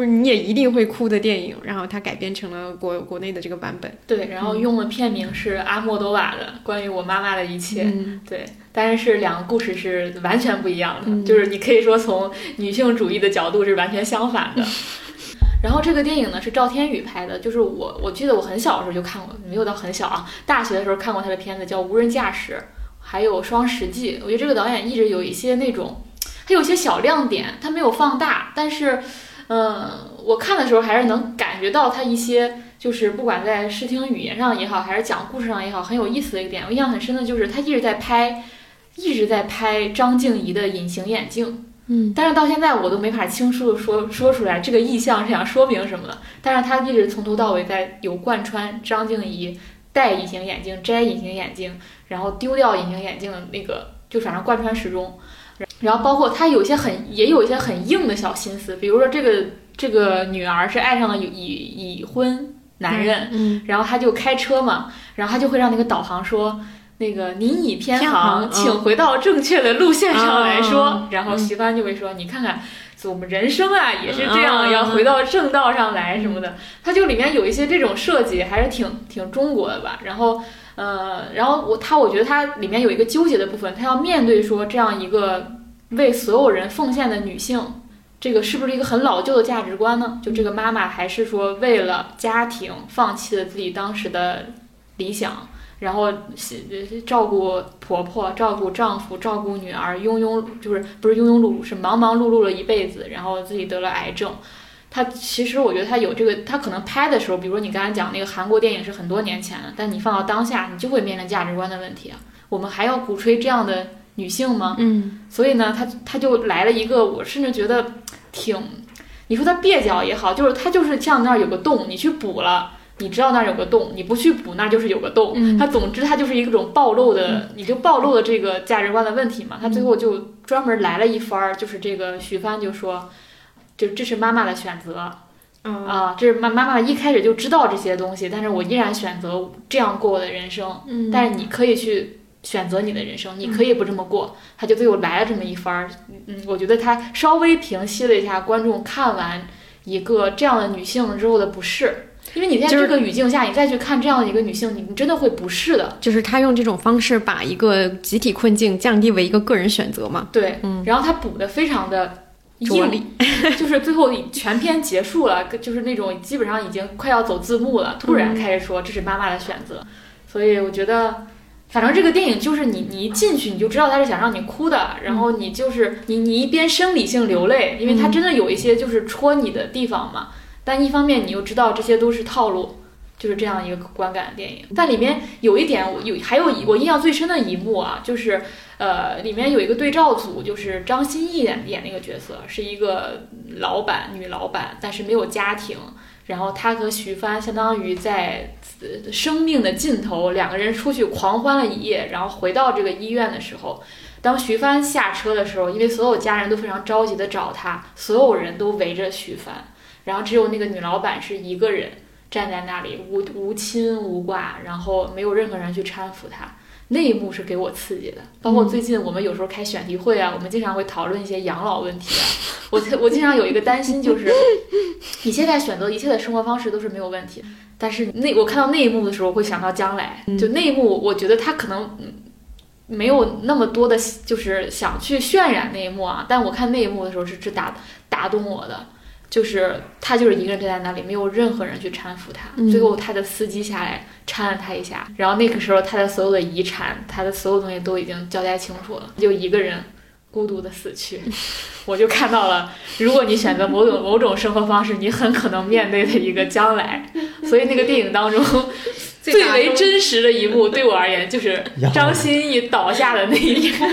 你也一定会哭的电影，然后它改编成了国国内的这个版本。 对，然后用的片名是阿莫多瓦的《关于我妈妈的一切》。 嗯， 对，但是两个故事是完全不一样的， 嗯、 就是你可以说从女性主义的角度是完全相反的。然后这个电影呢是赵天宇拍的，就是我我记得我很小的时候就看过，没有到很小啊，大学的时候看过他的片子叫《无人驾驶》，还有《双十记》。我觉得这个导演一直有一些那种，他有一些小亮点，他没有放大，但是，嗯，我看的时候还是能感觉到他一些，就是不管在视听语言上也好，还是讲故事上也好，很有意思的一个点。我印象很深的就是他一直在拍，一直在拍张静怡的隐形眼镜。 嗯， 但是到现在我都没法清楚的说说出来这个意象是想说明什么的。但是他一直从头到尾在有贯穿张静怡戴隐形眼镜、摘隐形眼镜，然后丢掉隐形眼镜的那个，就反正贯穿始终。然后包括他有一些很也有一些很硬的小心思，比如说这个这个女儿是爱上了已已已婚男人， 嗯， 然后他就开车嘛，然后他就会让那个导航说。那个您已偏航，请回到正确的路线上来说。 嗯、 然后徐帆就会说：“嗯、你看看，我们人生啊也是这样，嗯、要回到正道上来什么的。”它就里面有一些这种设计，还是挺挺中国的吧。然后，呃，然后我他我觉得它里面有一个纠结的部分，他要面对说这样一个为所有人奉献的女性，这个是不是一个很老旧的价值观呢？就这个妈妈还是说为了家庭放弃了自己当时的理想？然后照顾婆婆，照顾丈夫，照顾女儿，庸庸就是不是庸庸碌碌，是忙忙碌碌了一辈子，然后自己得了癌症。他其实我觉得他有这个，他可能拍的时候，比如说你刚才讲那个韩国电影是很多年前的，但你放到当下，你就会面临价值观的问题啊。我们还要鼓吹这样的女性吗？ 嗯， 所以呢，他他就来了一个，我甚至觉得挺，你说他蹩脚也好，就是他就是像那儿有个洞，你去补了。你知道那儿有个洞，你不去补那就是有个洞。 嗯， 它总之它就是一种暴露的，嗯、你就暴露了这个价值观的问题嘛。他最后就专门来了一番，就是这个徐帆就说，就这是妈妈的选择， 嗯、 啊，这是妈妈妈一开始就知道这些东西，但是我依然选择这样过我的人生。 嗯， 但是你可以去选择你的人生，你可以不这么过。他就最后来了这么一番，嗯，我觉得他稍微平息了一下观众看完一个这样的女性之后的不适。因为你在这个语境下，你再去看这样的一个女性，你真的会不适的。 就是他用这种方式把一个集体困境降低为一个个人选择嘛。 对， 嗯， 然后他补的非常的着力， 就是最后全片结束了，就是那种基本上已经快要走字幕了，突然开始说这是妈妈的选择。嗯、所以我觉得，反正这个电影就是你你一进去你就知道他是想让你哭的，然后你就是你你一边生理性流泪，因为他真的有一些就是戳你的地方嘛。但一方面你又知道这些都是套路，就是这样一个观感的电影。但里面有一点有还有我印象最深的一幕啊，就是呃里面有一个对照组，就是张歆艺演演那个角色是一个老板女老板，但是没有家庭。然后她和徐帆相当于在生命的尽头，两个人出去狂欢了一夜，然后回到这个医院的时候，当徐帆下车的时候，因为所有家人都非常着急的找他，所有人都围着徐帆。然后只有那个女老板是一个人站在那里，无无亲无挂，然后没有任何人去搀扶她。那一幕是给我刺激的。包括最近我们有时候开选题会啊，我们经常会讨论一些养老问题啊。我我经常有一个担心，就是你现在选择一切的生活方式都是没有问题，但是那我看到那一幕的时候，会想到将来。就那一幕，我觉得他可能没有那么多的，就是想去渲染那一幕啊。但我看那一幕的时候，是是打打动我的。就是他就是一个人站在那里，没有任何人去搀扶他。 嗯、 最后他的司机下来搀了他一下，然后那个时候他的所有的遗产，他的所有东西都已经交代清楚了，就一个人孤独的死去。我就看到了，如果你选择某种某种生活方式，你很可能面对的一个将来。所以那个电影当中最为真实的一幕，对我而言就是张歆艺倒下的那一幕。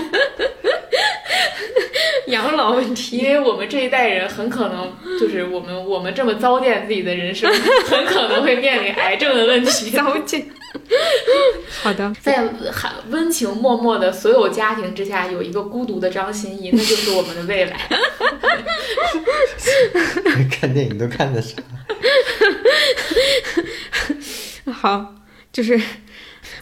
养老问题， 因为我们这一代人很可能就是我们我们这么糟践自己的人生，很可能会面临癌症的问题。 糟践。好的， 在温情脉脉的所有家庭之下，有一个孤独的张歆艺，那就是我们的未来。 看电影都看的啥？ 好，就是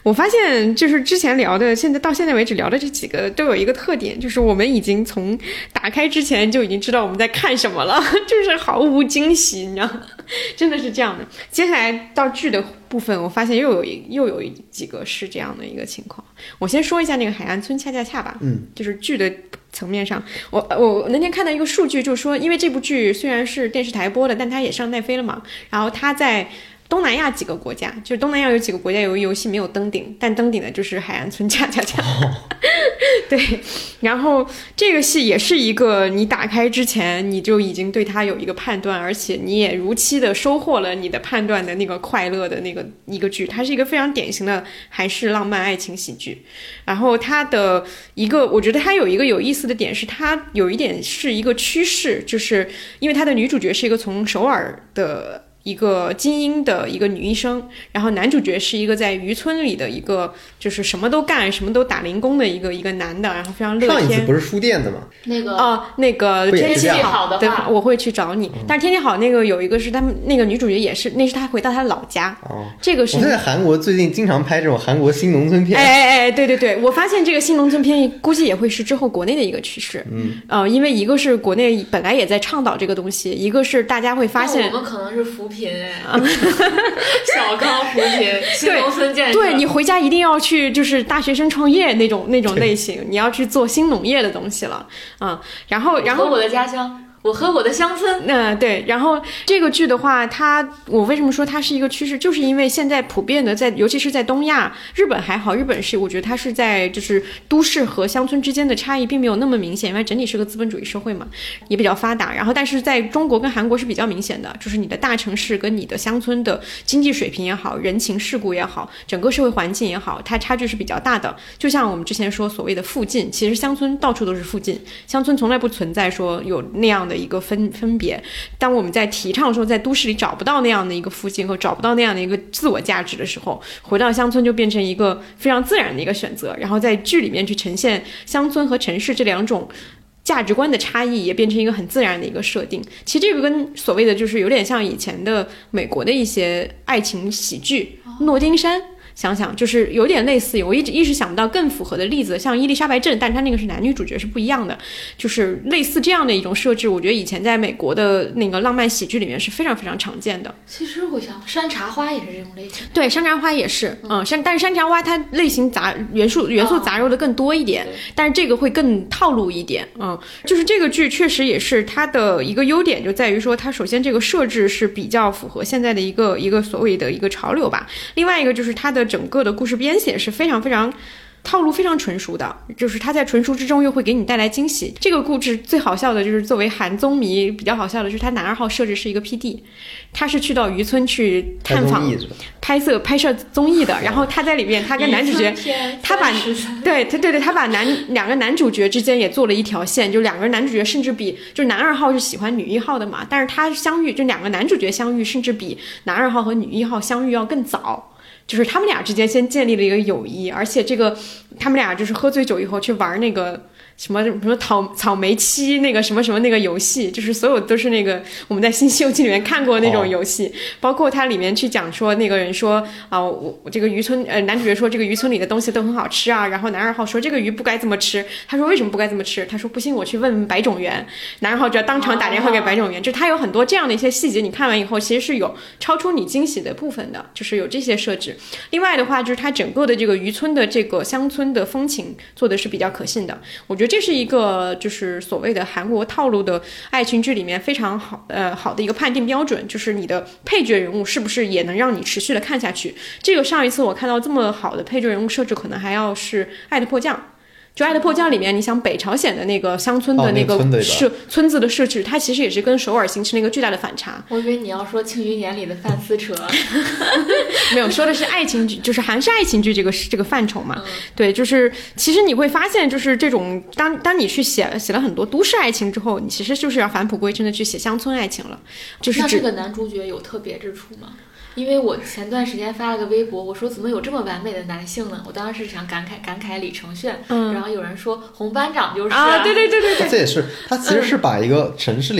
我发现就是之前聊的，现在到现在为止聊的这几个都有一个特点，就是我们已经从打开之前就已经知道我们在看什么了，就是毫无惊喜，你知道吗？真的是这样的。接下来到剧的部分，我发现又有一又有几个是这样的一个情况。我先说一下那个海岸村恰恰恰吧， 嗯， 就是剧的层面上，我我那天看到一个数据，就是说，因为这部剧虽然是电视台播的，但它也上奈飞了嘛，然后它在东南亚几个国家，就是东南亚有几个国家有游戏没有登顶，但登顶的就是海岸村恰恰恰。哦、对，然后这个戏也是一个你打开之前你就已经对它有一个判断，而且你也如期的收获了你的判断的那个快乐的那个一个剧，它是一个非常典型的韩式浪漫爱情喜剧。然后它的一个，我觉得它有一个有意思的点是，它有一点是一个趋势，就是因为它的女主角是一个从首尔的一个精英的一个女医生，然后男主角是一个在渔村里的一个就是什么都干什么都打零工的一个一个男的，然后非常乐天。 上一次不是书店的吗？ 那个哦，那个天气好的话， 我会去找你。嗯、但是天气好那个有一个是他们那个女主角也是，那是她回到她老家。哦，这个是我在韩国最近经常拍这种韩国新农村片。 哎哎哎，对对对，我发现这个新农村片估计也会是之后国内的一个趋势。嗯，呃，因为一个是国内本来也在倡导这个东西，一个是大家会发现我们可能是扶贫哎。小康扶贫，新农村建设。 对，对你回家一定要去，就是大学生创业那种那种类型，你要去做新农业的东西了，嗯，然后然后我的家乡。我和我的乡村， 那、呃、对，然后这个剧的话，它我为什么说它是一个趋势，就是因为现在普遍的在，尤其是在东亚，日本还好，日本是我觉得它是在就是都市和乡村之间的差异并没有那么明显，因为整体是个资本主义社会嘛，也比较发达。然后但是在中国跟韩国是比较明显的，就是你的大城市跟你的乡村的经济水平也好，人情世故也好，整个社会环境也好，它差距是比较大的。就像我们之前说所谓的附近，其实乡村到处都是附近，乡村从来不存在说有那样的一个分分别。当我们在提倡说在都市里找不到那样的一个附近和找不到那样的一个自我价值的时候，回到乡村就变成一个非常自然的一个选择，然后在剧里面去呈现乡村和城市这两种价值观的差异，也变成一个很自然的一个设定。其实这个跟所谓的就是有点像以前的美国的一些爱情喜剧，诺丁山想想就是有点类似，我一直一直想不到更符合的例子，像伊丽莎白镇，但它那个是男女主角是不一样的，就是类似这样的一种设置，我觉得以前在美国的那个浪漫喜剧里面是非常非常常见的。 其实我想山茶花也是这种类型， 对，山茶花也是，嗯，山但是山茶花它类型杂元素元素杂糅的更多一点，哦、但是这个会更套路一点，嗯，就是这个剧确实也是它的一个优点，就在于说它首先这个设置是比较符合现在的一个一个所谓的一个潮流吧，另外一个就是它的整个的故事编写是非常非常套路非常纯熟的，就是它在纯熟之中又会给你带来惊喜。这个故事最好笑的就是作为韩综迷比较好笑的就是他男二号设置是一个 P D， 他是去到渔村去探访拍摄拍摄综艺的，然后他在里面他跟男主角他把对对对对他把男两个男主角之间也做了一条线，就两个男主角甚至比就是男二号是喜欢女一号的嘛，但是他相遇就两个男主角相遇甚至比男二号和女一号相遇要更早，就是他们俩之间先建立了一个友谊，而且这个他们俩就是喝醉酒以后去玩那个什么什么草草莓七那个什么什么那个游戏，就是所有都是那个我们在新西游记里面看过那种游戏，哦、包括它里面去讲说那个人说啊，我我这个渔村呃男主角说这个渔村里的东西都很好吃啊，然后男二号说这个鱼不该这么吃，他说为什么不该这么吃？他说不信我去问问白种元，男二号就要当场打电话给白种元，哦、就他有很多这样的一些细节，你看完以后其实是有超出你惊喜的部分的，就是有这些设置。另外的话就是它整个的这个渔村的这个乡村的风情做的是比较可信的，我觉得这是一个就是所谓的韩国套路的爱情剧里面非常好呃好的一个判定标准，就是你的配角人物是不是也能让你持续的看下去。这个上一次我看到这么好的配角人物设置，可能还要是《爱的迫降》。就《爱的迫降》里面，你想北朝鲜的那个乡村的那个设、哦、村子的设置，它其实也是跟首尔形成了一个巨大的反差。 我以为你要说《庆余年》里的范思哲， 没有，说的是爱情剧，就是韩式爱情剧这个这个范畴嘛。嗯、对，就是其实你会发现，就是这种当当你去写写了很多都市爱情之后，你其实就是要返璞归真的去写乡村爱情了。就是那这个男主角有特别之处吗？因为我前段时间发了个微博，我说怎么有这么完美的男性呢？我当时是想感慨感慨李承铉，嗯，然后有人说红班长就是啊，对对对对对， 这也是他其实是把一个城市里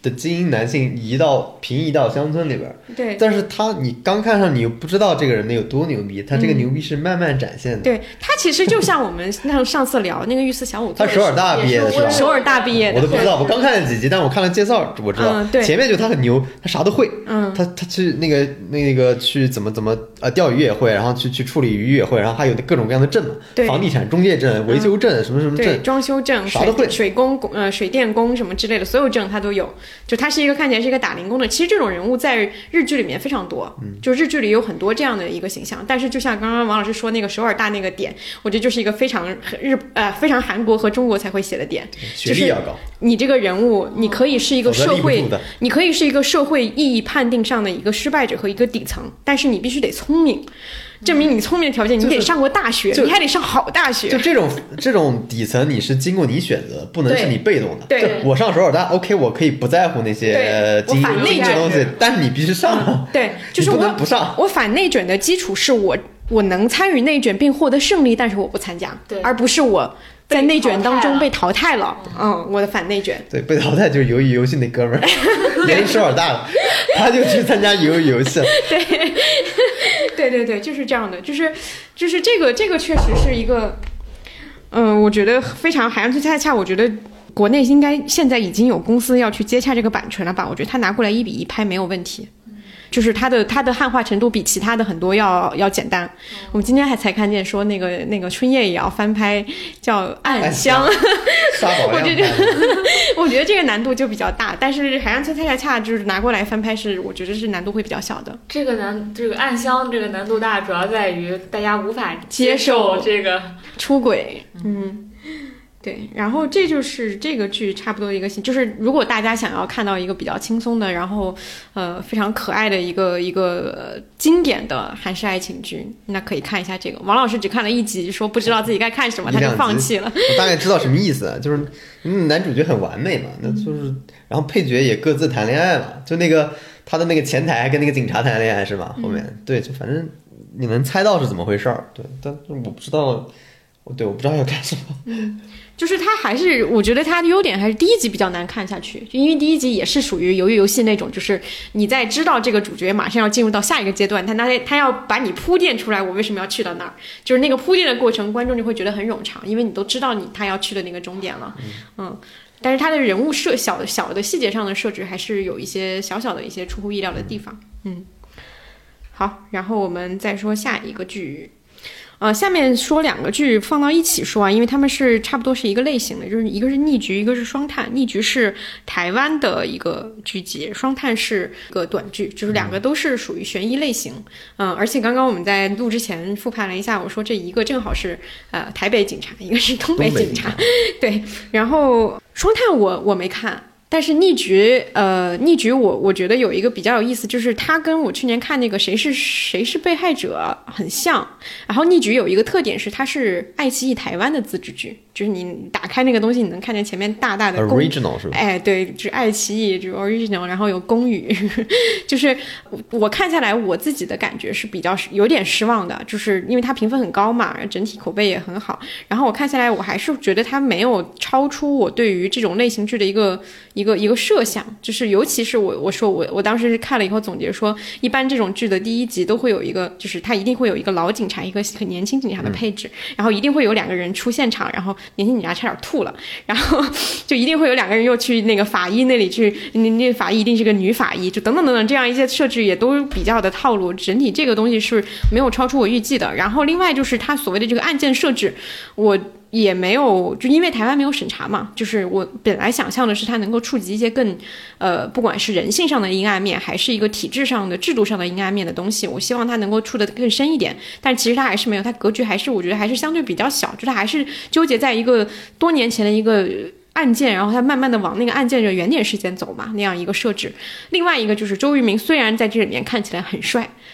的精英男性移到平移到乡村里边， 对， 但是他你刚看上你又不知道这个人有多牛逼，他这个牛逼是慢慢展现的。 嗯、对他其实就像我们那上次聊那个御赐小仵作， 他首尔大毕业的是吧？ 首尔大毕业的， 我都不知道，我刚看了几集，但我看了介绍，我知道。 嗯、对， 前面就他很牛，他啥都会。 嗯， 他他去那个那个去怎么怎么呃钓鱼也会，然后去去处理鱼也会，然后还有各种各样的证嘛，房地产中介证、维修证、嗯、什么什么证， 对，装修证、 啥都会， 水工呃水电工什么之类的所有证他都有。就他是一个看起来是一个打零工的，其实这种人物在日剧里面非常多，嗯，就日剧里有很多这样的一个形象。但是就像刚刚王老师说那个首尔大那个点，我觉得就是一个非常日呃非常韩国和中国才会写的点， 学历要高。 你这个人物，你可以是一个社会，你可以是一个社会意义判定上的一个失败者和一个底层，但是你必须得聪明。证明你聪明的条件，你得上过大学，你还得上好大学。 就这种这种底层，你是经过你选择，不能是你被动的。 对， 我上首尔大 ，OK， 我可以不在乎那些经济的东西，但是你必须上。 嗯、对，就是我不能不上。 我反内卷的基础是我我能参与内卷并获得胜利，但是我不参加， 对， 而不是我在内卷当中被淘汰了。嗯，我的反内卷。 对，被淘汰就是鱿鱼游戏那哥们儿，也是首尔大的，他就去参加鱿鱼游戏了。 对。对对对，就是这样的，就是就是这个这个确实是一个，嗯、呃，我觉得非常海洋最恰恰，我觉得国内应该现在已经有公司要去接洽这个版权了吧？我觉得他拿过来一比一拍没有问题。就是它的它的汉化程度比其他的很多要要简单。我们今天还才看见说那个那个春夜也要翻拍叫《暗香》，我觉得我觉得这个难度就比较大，但是海洋恰恰恰就是拿过来翻拍是我觉得是难度会比较小的。 这个难这个《暗香》这个难度大，主要在于大家无法接受这个出轨，嗯。对，然后这就是这个剧差不多一个，就是如果大家想要看到一个比较轻松的，然后呃非常可爱的一个一个、呃、经典的韩式爱情剧，那可以看一下这个。王老师只看了一集，说不知道自己该看什么，他就放弃了。 我大概知道什么意思，就是嗯男主角很完美嘛，那就是然后配角也各自谈恋爱嘛，就那个他的那个前台还跟那个警察谈恋爱是吧？后面、嗯、对，就反正你能猜到是怎么回事儿，对，但是我不知道。对，我不知道要干什么。 嗯，就是他还是，我觉得他的优点还是第一集比较难看下去，就因为第一集也是属于鱿鱼游戏那种，就是你在知道这个主角马上要进入到下一个阶段，他他他要把你铺垫出来，我为什么要去到那儿，就是那个铺垫的过程，观众就会觉得很冗长，因为你都知道你他要去的那个终点了。嗯。嗯，但是他的人物设小小的细节上的设置还是有一些小小的一些出乎意料的地方。嗯，好，然后我们再说下一个剧。呃，下面说两个剧放到一起说啊，因为他们是差不多是一个类型的，就是一个是逆局，一个是双探。逆局是台湾的一个剧集，双探是一个短剧，就是两个都是属于悬疑类型。嗯、呃，而且刚刚我们在录之前复盘了一下，我说这一个正好是呃台北警察，一个是东北警察，对。然后双探我我没看。但是逆局，呃，逆局我我觉得有一个比较有意思，就是它跟我去年看那个谁是谁是被害者很像。然后逆局有一个特点是，它是爱奇艺台湾的自制剧，就是你打开那个东西，你能看见前面大大的公 original 是吧？ 哎，对，就是爱奇艺，就是 original， 然后有公语，就是我看下来，我自己的感觉是比较有点失望的，就是因为它评分很高嘛，整体口碑也很好。然后我看下来，我还是觉得它没有超出我对于这种类型剧的一个一个一个设想，就是尤其是我我说我我当时看了以后总结说，一般这种剧的第一集都会有一个，就是它一定会有一个老警察，一个很年轻警察的配置，嗯、然后一定会有两个人出现场，然后年轻警察差点吐了，然后就一定会有两个人又去那个法医那里去，那那法医一定是个女法医，就等等等等，这样一些设置也都比较的套路，整体这个东西是没有超出我预计的。然后另外就是它所谓的这个案件设置，我也没有，就因为台湾没有审查嘛，就是我本来想象的是它能够触及一些更呃，不管是人性上的阴暗面，还是一个体制上的制度上的阴暗面的东西，我希望它能够触得更深一点，但其实它还是没有，它格局还是我觉得还是相对比较小，就它还是纠结在一个多年前的一个案件，然后他慢慢的往那个案件的原点事件走嘛，那样一个设置。另外一个就是周渝民虽然在这里面看起来很帅，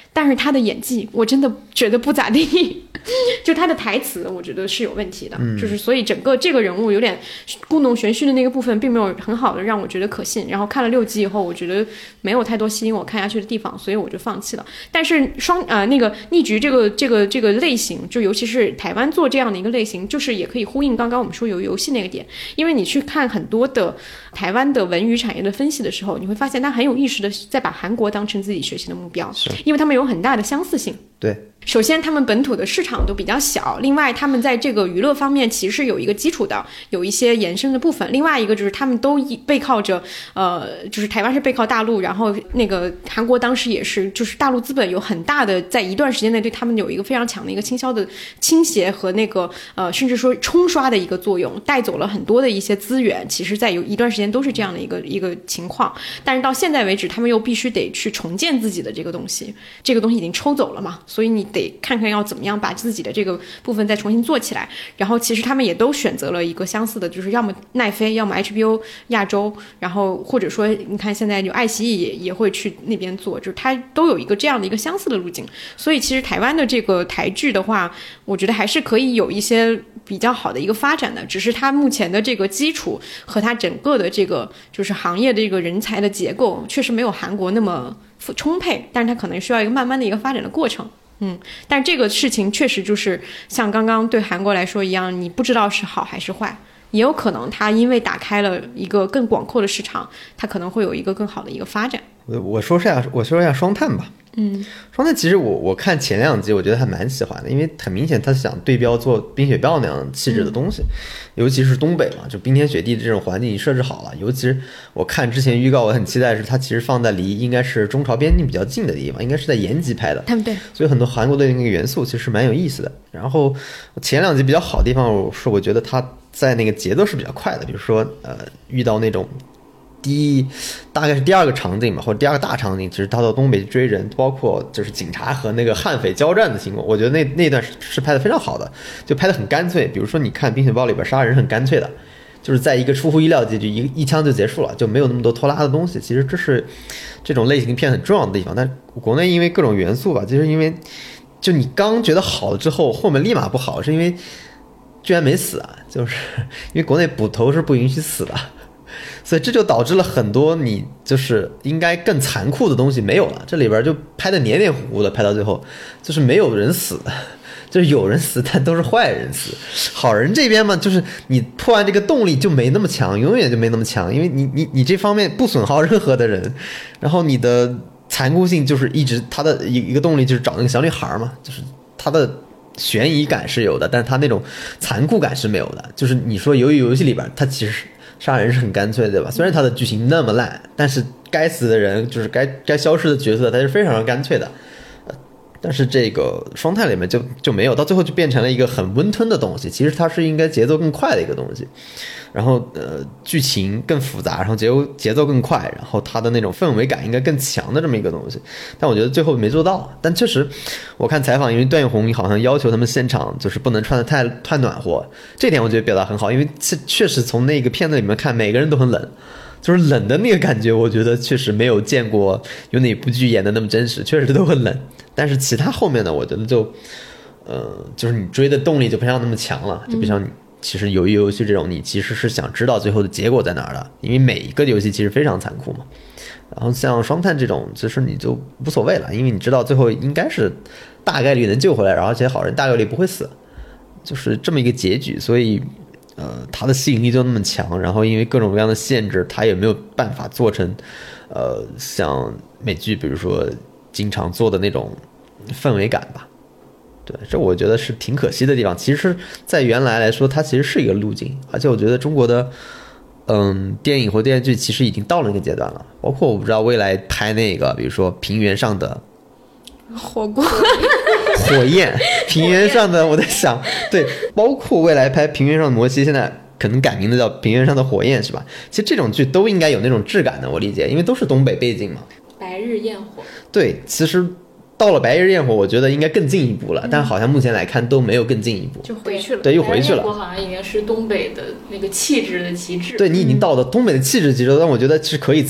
但是他的演技我真的觉得不咋地，就他的台词我觉得是有问题的，嗯、就是所以整个这个人物有点故弄玄虚的那个部分并没有很好的让我觉得可信。然后看了六集以后，我觉得没有太多吸引我看下去的地方，所以我就放弃了。但是双呃那个逆局这个这个这个类型，就尤其是台湾做这样的一个类型，就是也可以呼应刚刚我们说有游戏那个点，因为你去看很多的台湾的文娱产业的分析的时候，你会发现他很有意识的在把韩国当成自己学习的目标，因为他们有很大的相似性。 对， 首先他们本土的市场都比较小，另外他们在这个娱乐方面其实是有一个基础的，有一些延伸的部分。另外一个就是他们都背靠着呃，就是台湾是背靠大陆，然后那个韩国当时也是，就是大陆资本有很大的在一段时间内对他们有一个非常强的一个倾销的倾斜和那个呃，甚至说冲刷的一个作用，带走了很多的一些资源。其实在有一段时间都是这样的一个一个情况，但是到现在为止他们又必须得去重建自己的这个东西，这个东西已经抽走了嘛，所以你得看看要怎么样把自己的这个部分再重新做起来。然后其实他们也都选择了一个相似的，就是要么奈飞，要么 H B O 亚洲，然后或者说你看现在有爱奇艺也也会去那边做，就是它都有一个这样的一个相似的路径。所以其实台湾的这个台剧的话，我觉得还是可以有一些比较好的一个发展的，只是它目前的这个基础和它整个的这个就是行业的这个人才的结构确实没有韩国那么充沛，但是它可能需要一个慢慢的一个发展的过程。嗯，但这个事情确实就是像刚刚对韩国来说一样，你不知道是好还是坏，也有可能它因为打开了一个更广阔的市场，它可能会有一个更好的一个发展。 我我说一下，我说一下双探吧。 嗯， 双探其实我我看前两集，我觉得还蛮喜欢的，因为很明显他想对标做冰雪暴那样气质的东西，嗯、尤其是东北嘛，就冰天雪地的这种环境设置好了。尤其是我看之前预告，我很期待是它其实放在离应该是中朝边境比较近的地方，应该是在延吉拍的。 他们对， 所以很多韩国的那个元素其实蛮有意思的。然后前两集比较好的地方是，我觉得它在那个节奏是比较快的，比如说呃遇到那种。第一大概是第二个场景吧，或者第二个大场景，其实他到东北追人，包括就是警察和那个悍匪交战的情况，我觉得那那段是是拍的非常好的，就拍的很干脆。比如说你看《冰雪暴》里边杀人是很干脆的，就是在一个出乎意料的结局，一一枪就结束了，就没有那么多拖拉的东西。其实这是这种类型片很重要的地方。但国内因为各种元素吧，就是因为就你刚觉得好了之后，后面立马不好，是因为居然没死啊，就是因为国内捕头是不允许死的。所以这就导致了很多你就是应该更残酷的东西没有了，这里边就拍的黏黏糊糊的，拍到最后就是没有人死，就是有人死但都是坏人死。好人这边嘛，就是你破案这个动力就没那么强，永远就没那么强，因为你你你这方面不损耗任何的人，然后你的残酷性就是一直他的一个动力就是找那个小女孩嘛，就是他的悬疑感是有的，但他那种残酷感是没有的。就是你说鱿鱼游戏里边他其实杀人是很干脆，对吧？虽然他的剧情那么烂，但是该死的人就是该该消失的角色，他是非常干脆的。但是这个双探里面就就没有，到最后就变成了一个很温吞的东西。其实它是应该节奏更快的一个东西，然后呃剧情更复杂，然后节奏节奏更快，然后它的那种氛围感应该更强的这么一个东西。但我觉得最后没做到。但确实，我看采访，因为段奕宏好像要求他们现场就是不能穿得太太暖和，这点我觉得表达很好，因为确实从那个片子里面看，每个人都很冷。就是冷的那个感觉，我觉得确实没有见过有哪部剧演的那么真实，确实都很冷。但是其他后面的，我觉得就，呃，就是你追的动力就不像那么强了，就不像你其实鱿鱼游戏这种，你其实是想知道最后的结果在哪儿的，因为每一个游戏其实非常残酷嘛。然后像双探这种，其实你就无所谓了，因为你知道最后应该是大概率能救回来，然后而且好人大概率不会死，就是这么一个结局，所以。呃，它的吸引力就那么强，然后因为各种各样的限制，它也没有办法做成，呃，像美剧，比如说经常做的那种氛围感吧。对，这我觉得是挺可惜的地方。其实，在原来来说，它其实是一个路径，而且我觉得中国的，嗯，电影或电视剧其实已经到了那个阶段了。包括我不知道未来拍那个，比如说平原上的火锅。 火焰，平原上的，我在想，对，包括未来拍平原上的摩西，现在可能改名的叫平原上的火焰，是吧？其实这种剧都应该有那种质感的，我理解，因为都是东北背景嘛。 白日焰火， 对，其实到了白日焰火，我觉得应该更进一步了，嗯、但好像目前来看都没有更进一步， 就回去了。 对，又回去了。 白日焰火好像已经是东北的那个气质的极致。 对，你已经到了东北的气质极致，但我觉得是可以在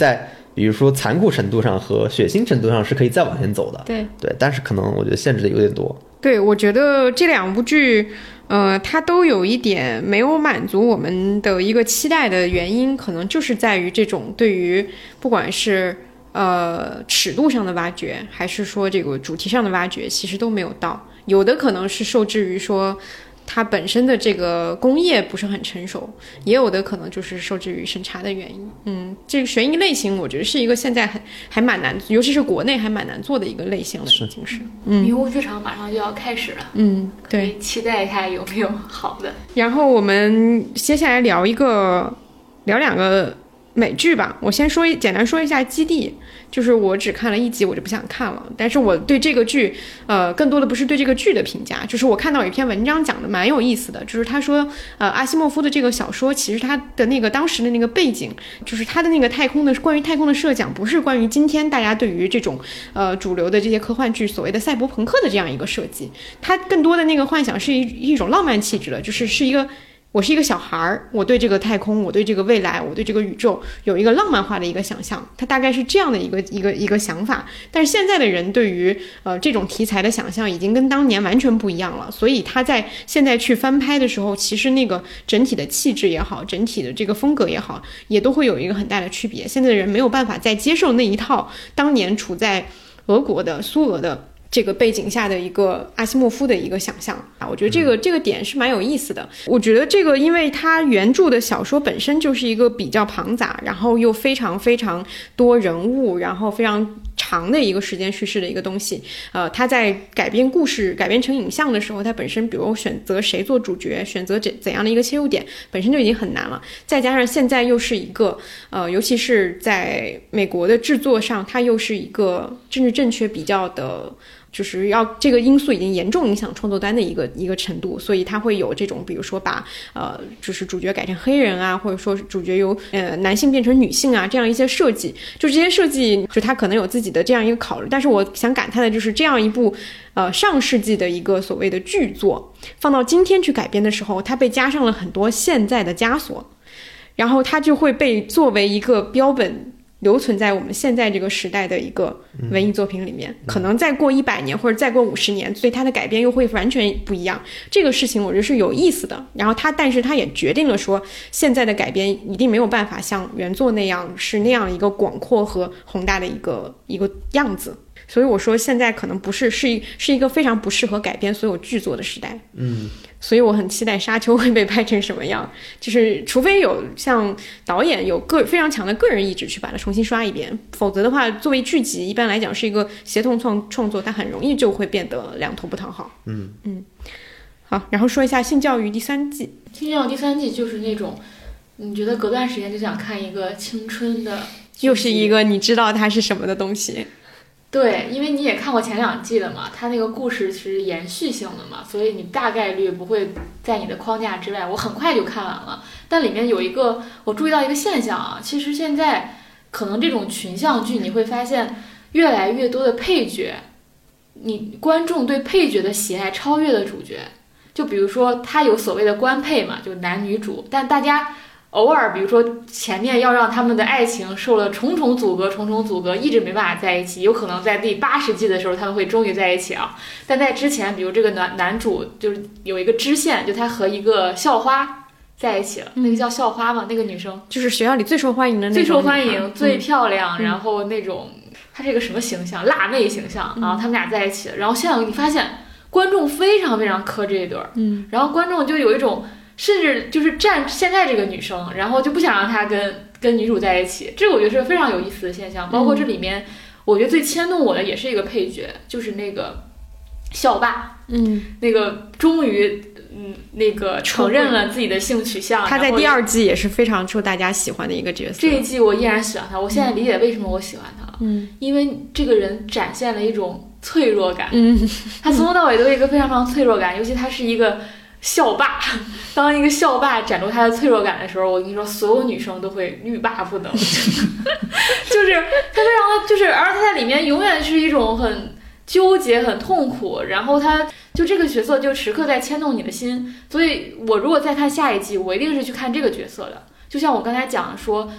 比如说残酷程度上和血腥程度上是可以再往前走的。 对对，但是可能我觉得限制的有点多。 对，我觉得这两部剧，呃，它都有一点没有满足我们的一个期待的原因，可能就是在于这种对于不管是呃尺度上的挖掘，还是说这个主题上的挖掘，其实都没有到。有的可能是受制于说它本身的这个工业不是很成熟，也有的可能就是受制于审查的原因。嗯，这个悬疑类型，我觉得是一个现在还还蛮难，尤其是国内还蛮难做的一个类型了，已经是。嗯， 迷雾剧场马上就要开始了。 嗯，对， 可以期待一下有没有好的。 然后我们接下来聊一个，聊两个美剧吧。我先说一简单说一下《基地》，就是我只看了一集，我就不想看了。但是我对这个剧，呃，更多的不是对这个剧的评价，就是我看到有一篇文章讲的蛮有意思的，就是他说，呃，阿西莫夫的这个小说，其实他的那个当时的那个背景，就是他的那个太空的关于太空的设想，不是关于今天大家对于这种呃主流的这些科幻剧所谓的赛博朋克的这样一个设计，他更多的那个幻想是一一种浪漫气质的，就是是一个。我是一个小孩儿，我对这个太空，我对这个未来，我对这个宇宙有一个浪漫化的一个想象，它大概是这样的一个一个一个想法。但是现在的人对于呃这种题材的想象已经跟当年完全不一样了，所以他在现在去翻拍的时候，其实那个整体的气质也好，整体的这个风格也好，也都会有一个很大的区别。现在的人没有办法再接受那一套当年处在俄国的苏俄的这个背景下的一个阿西莫夫的一个想象啊，我觉得这个这个点是蛮有意思的。我觉得这个，因为它原著的小说本身就是一个比较庞杂，然后又非常非常多人物，然后非常长的一个时间叙事的一个东西。呃，它在改编故事、改编成影像的时候，它本身比如选择谁做主角，选择怎怎样的一个切入点，本身就已经很难了。再加上现在又是一个呃，尤其是在美国的制作上，它又是一个政治正确比较的。就是要这个因素已经严重影响创作单的一个一个程度，所以它会有这种，比如说把呃，就是主角改成黑人啊，或者说主角由呃男性变成女性啊，这样一些设计，就这些设计，就它可能有自己的这样一个考虑。但是我想感叹的就是这样一部呃上世纪的一个所谓的剧作，放到今天去改编的时候，它被加上了很多现在的枷锁，然后它就会被作为一个标本。留存在我们现在这个时代的一个文艺作品里面，嗯、可能再过一百年或者再过五十年，所以它的改编又会完全不一样。这个事情我觉得是有意思的。然后它，但是它也决定了说，现在的改编一定没有办法像原作那样是那样一个广阔和宏大的一个一个样子。所以我说，现在可能不是是一是一个非常不适合改编所有剧作的时代。 嗯， 所以我很期待《沙丘》会被拍成什么样。就是除非有像导演有个非常强的个人意志去把它重新刷一遍，否则的话，作为剧集，一般来讲是一个协同创创作，它很容易就会变得两头不讨好。 嗯嗯。好，然后说一下《性教育》第三季。 《性教育》第三季就是那种，你觉得隔段时间就想看一个青春的， 又是一个你知道它是什么的东西。 对，因为你也看过前两季了嘛，它那个故事是延续性的嘛，所以你大概率不会在你的框架之外。我很快就看完了，但里面有一个我注意到一个现象啊，其实现在可能这种群像剧你会发现越来越多的配角，你观众对配角的喜爱超越了主角。就比如说他有所谓的官配嘛，就男女主，但大家偶尔比如说前面要让他们的爱情受了重重阻隔重重阻隔一直没办法在一起，有可能在第八十季的时候他们会终于在一起啊。但在之前比如这个男男主就是有一个支线，就他和一个校花在一起了，那个叫校花嘛，那个女生就是学校里最受欢迎的那种， 最受欢迎、 嗯、 最漂亮、 嗯、 然后那种她是一个什么形象，辣妹形象，然后他们俩在一起了、嗯、然后现在你发现观众非常非常磕这一对儿， 嗯， 然后观众就有一种甚至就是站现在这个女生，然后就不想让她跟跟女主在一起，这个我觉得是非常有意思的现象。包括这里面、嗯、我觉得最牵动我的也是一个配角，就是那个校霸， 嗯， 那个终于嗯那个承认了自己的性取向， 他在第二季也是非常受大家喜欢的一个角色。 这一季我依然喜欢他，我现在理解为什么我喜欢他了， 嗯， 因为这个人展现了一种脆弱感， 嗯， 他从头到尾都有一个非常非常脆弱感，尤其他是一个校霸，当一个校霸展露他的脆弱感的时候，我跟你说，所有女生都会欲罢不能，就是他非常的就是，而他在里面永远是一种很纠结、很痛苦，然后他就这个角色就时刻在牵动你的心，所以我如果再看下一季，我一定是去看这个角色的。就像我刚才讲的说，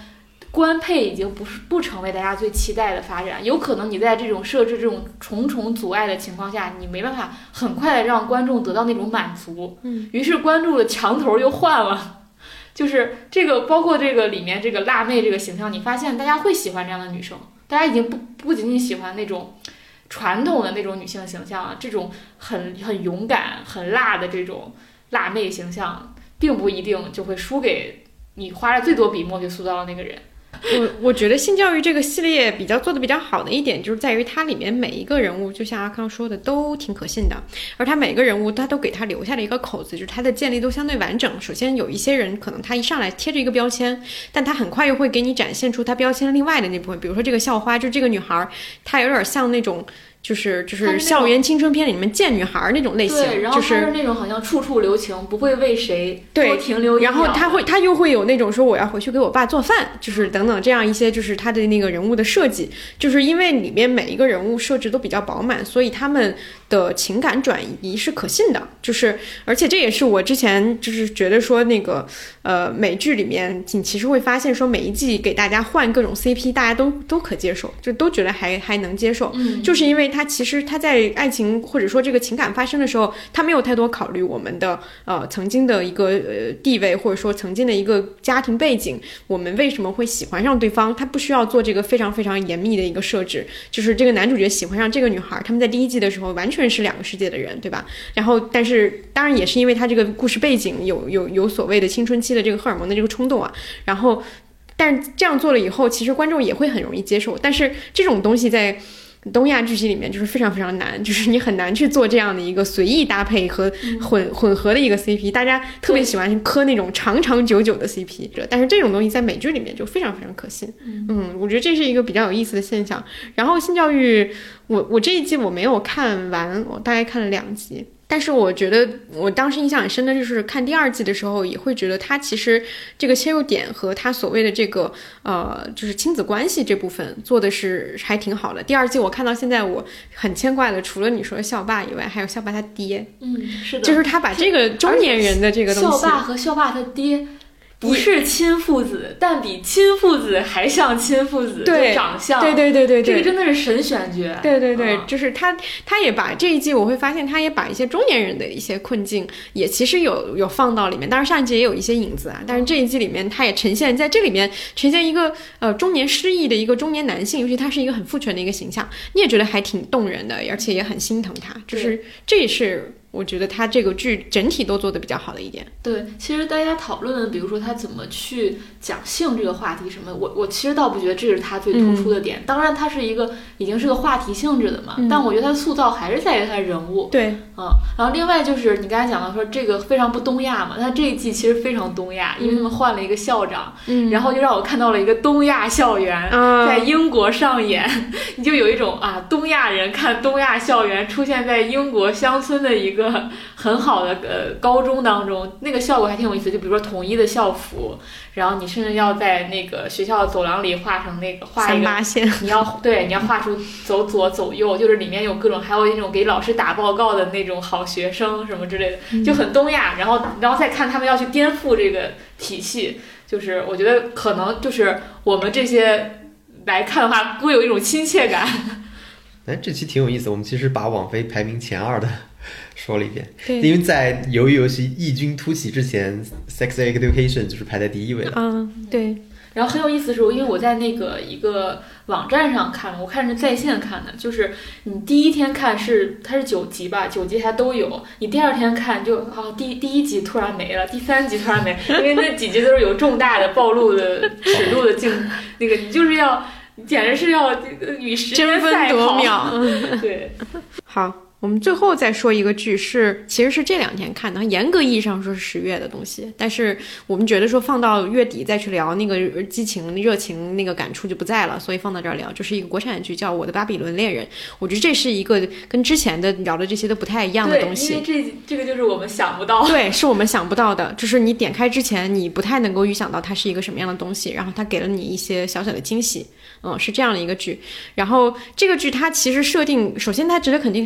官配已经不是不成为大家最期待的发展，有可能你在这种设置这种重重阻碍的情况下，你没办法很快的让观众得到那种满足， 嗯， 于是观众的墙头又换了。就是这个，包括这个里面这个辣妹这个形象，你发现大家会喜欢这样的女生，大家已经不不仅仅喜欢那种传统的那种女性形象啊，这种很很勇敢、很辣的这种辣妹形象，并不一定就会输给你花了最多笔墨去塑造的那个人。 我我觉得性教育这个系列比较做的比较好的一点，就是在于它里面每一个人物，就像阿康说的，都挺可信的，而他每个人物他都给他留下了一个口子，就是他的建立都相对完整。首先有一些人可能他一上来贴着一个标签，但他很快又会给你展现出他标签另外的那部分，比如说这个校花，就这个女孩，她有点像那种。就是就是校园青春片里面贱女孩那种类型， 对，然后就是那种好像处处留情，不会为谁多停留一秒。 然后他会，他又会有那种说我要回去给我爸做饭，就是等等这样一些，就是他的那个人物的设计，就是因为里面每一个人物设置都比较饱满，所以他们的情感转移是可信的。就是而且这也是我之前就是觉得说那个呃美剧里面，你其实会发现说每一季给大家换各种 C P， 大家都都可接受，就都觉得还还能接受， 嗯， 就是因为。他其实他在爱情或者说这个情感发生的时候，他没有太多考虑我们的呃曾经的一个呃地位，或者说曾经的一个家庭背景，我们为什么会喜欢上对方，他不需要做这个非常非常严密的一个设置。就是这个男主角喜欢上这个女孩，他们在第一季的时候完全是两个世界的人，对吧？然后但是当然也是因为他这个故事背景有有有所谓的青春期的这个荷尔蒙的这个冲动啊，然后但是这样做了以后，其实观众也会很容易接受。但是这种东西在东亚剧集里面就是非常非常难，就是你很难去做这样的一个随意搭配和混、嗯、混合的一个 C P， 大家特别喜欢磕那种长长久久的 C P， 但是这种东西在美剧里面就非常非常可信。嗯, 嗯我觉得这是一个比较有意思的现象。然后性教育，我我这一季我没有看完，我大概看了两集。但是我觉得我当时印象很深的就是看第二季的时候，也会觉得他其实这个切入点和他所谓的这个呃就是亲子关系这部分做的是还挺好的。第二季我看到现在我很牵挂的，除了你说的校霸以外，还有校霸他爹。 嗯，是的， 就是他把这个中年人的这个东西， 校霸和校霸他爹不是亲父子，但比亲父子还像亲父子的长相。 对对对对对， 这个真的是神选角。 对对对， 嗯、 就是他，他也把这一季我会发现，他也把一些中年人的一些困境也其实有有放到里面。当然上一季也有一些影子啊，但是这一季里面他也呈现在这里面呈现一个呃中年失意的一个中年男性，尤其他是一个很父权的一个形象，你也觉得还挺动人的，而且也很心疼他。就是这也是。我觉得他这个剧整体都做得比较好的一点。 对，其实大家讨论，比如说他怎么去讲性这个话题什么，我我其实倒不觉得这是他最突出的点。嗯、当然，他是一个已经是个话题性质的嘛，嗯、但我觉得他塑造还是在于他的人物。 对， 嗯，然后另外就是你刚才讲到说这个非常不东亚嘛，他这一季其实非常东亚，因为他们换了一个校长，嗯、然后就让我看到了一个东亚校园、嗯、在英国上演，你就有一种啊东亚人看东亚校园出现在英国乡村的一个。很好的呃高中当中，那个效果还挺有意思，就比如说统一的校服，然后你甚至要在那个学校走廊里画成那个画一个，你要对你要画出走左走右，就是里面有各种，还有那种给老师打报告的那种好学生什么之类的，就很东亚。然后然后再看他们要去颠覆这个体系，就是我觉得可能就是我们这些来看的话，会有一种亲切感。 哎，这期挺有意思，我们其实把网飞排名前二的说了一遍， 因为在鱿鱼游戏异军突起之前 Sex Education 就是排在第一位的。 嗯，对。 然后很有意思的是，因为我在那个一个网站上看了，我看是在线看的，就是你第一天看是它是九集吧，九集它都有，你第二天看就啊第第一集突然没了，第三集突然没了，因为那几集都是有重大的暴露的尺度的镜，那个你就是要简直是要与时间赛跑， 争分夺秒。 对， 好。我们最后再说一个剧，是其实是这两天看的，严格意义上说是十月的东西，但是我们觉得说放到月底再去聊那个激情热情那个感触就不在了，所以放到这儿聊，就是一个国产剧叫《我的巴比伦恋人》。我觉得这是一个跟之前的聊的这些都不太一样的东西， 对，因为这这个就是我们想不到， 对，是我们想不到的，就是你点开之前你不太能够预想到它是一个什么样的东西，然后它给了你一些小小的惊喜。嗯，是这样的一个剧。然后这个剧它其实设定，首先它值得肯定，它是一个纯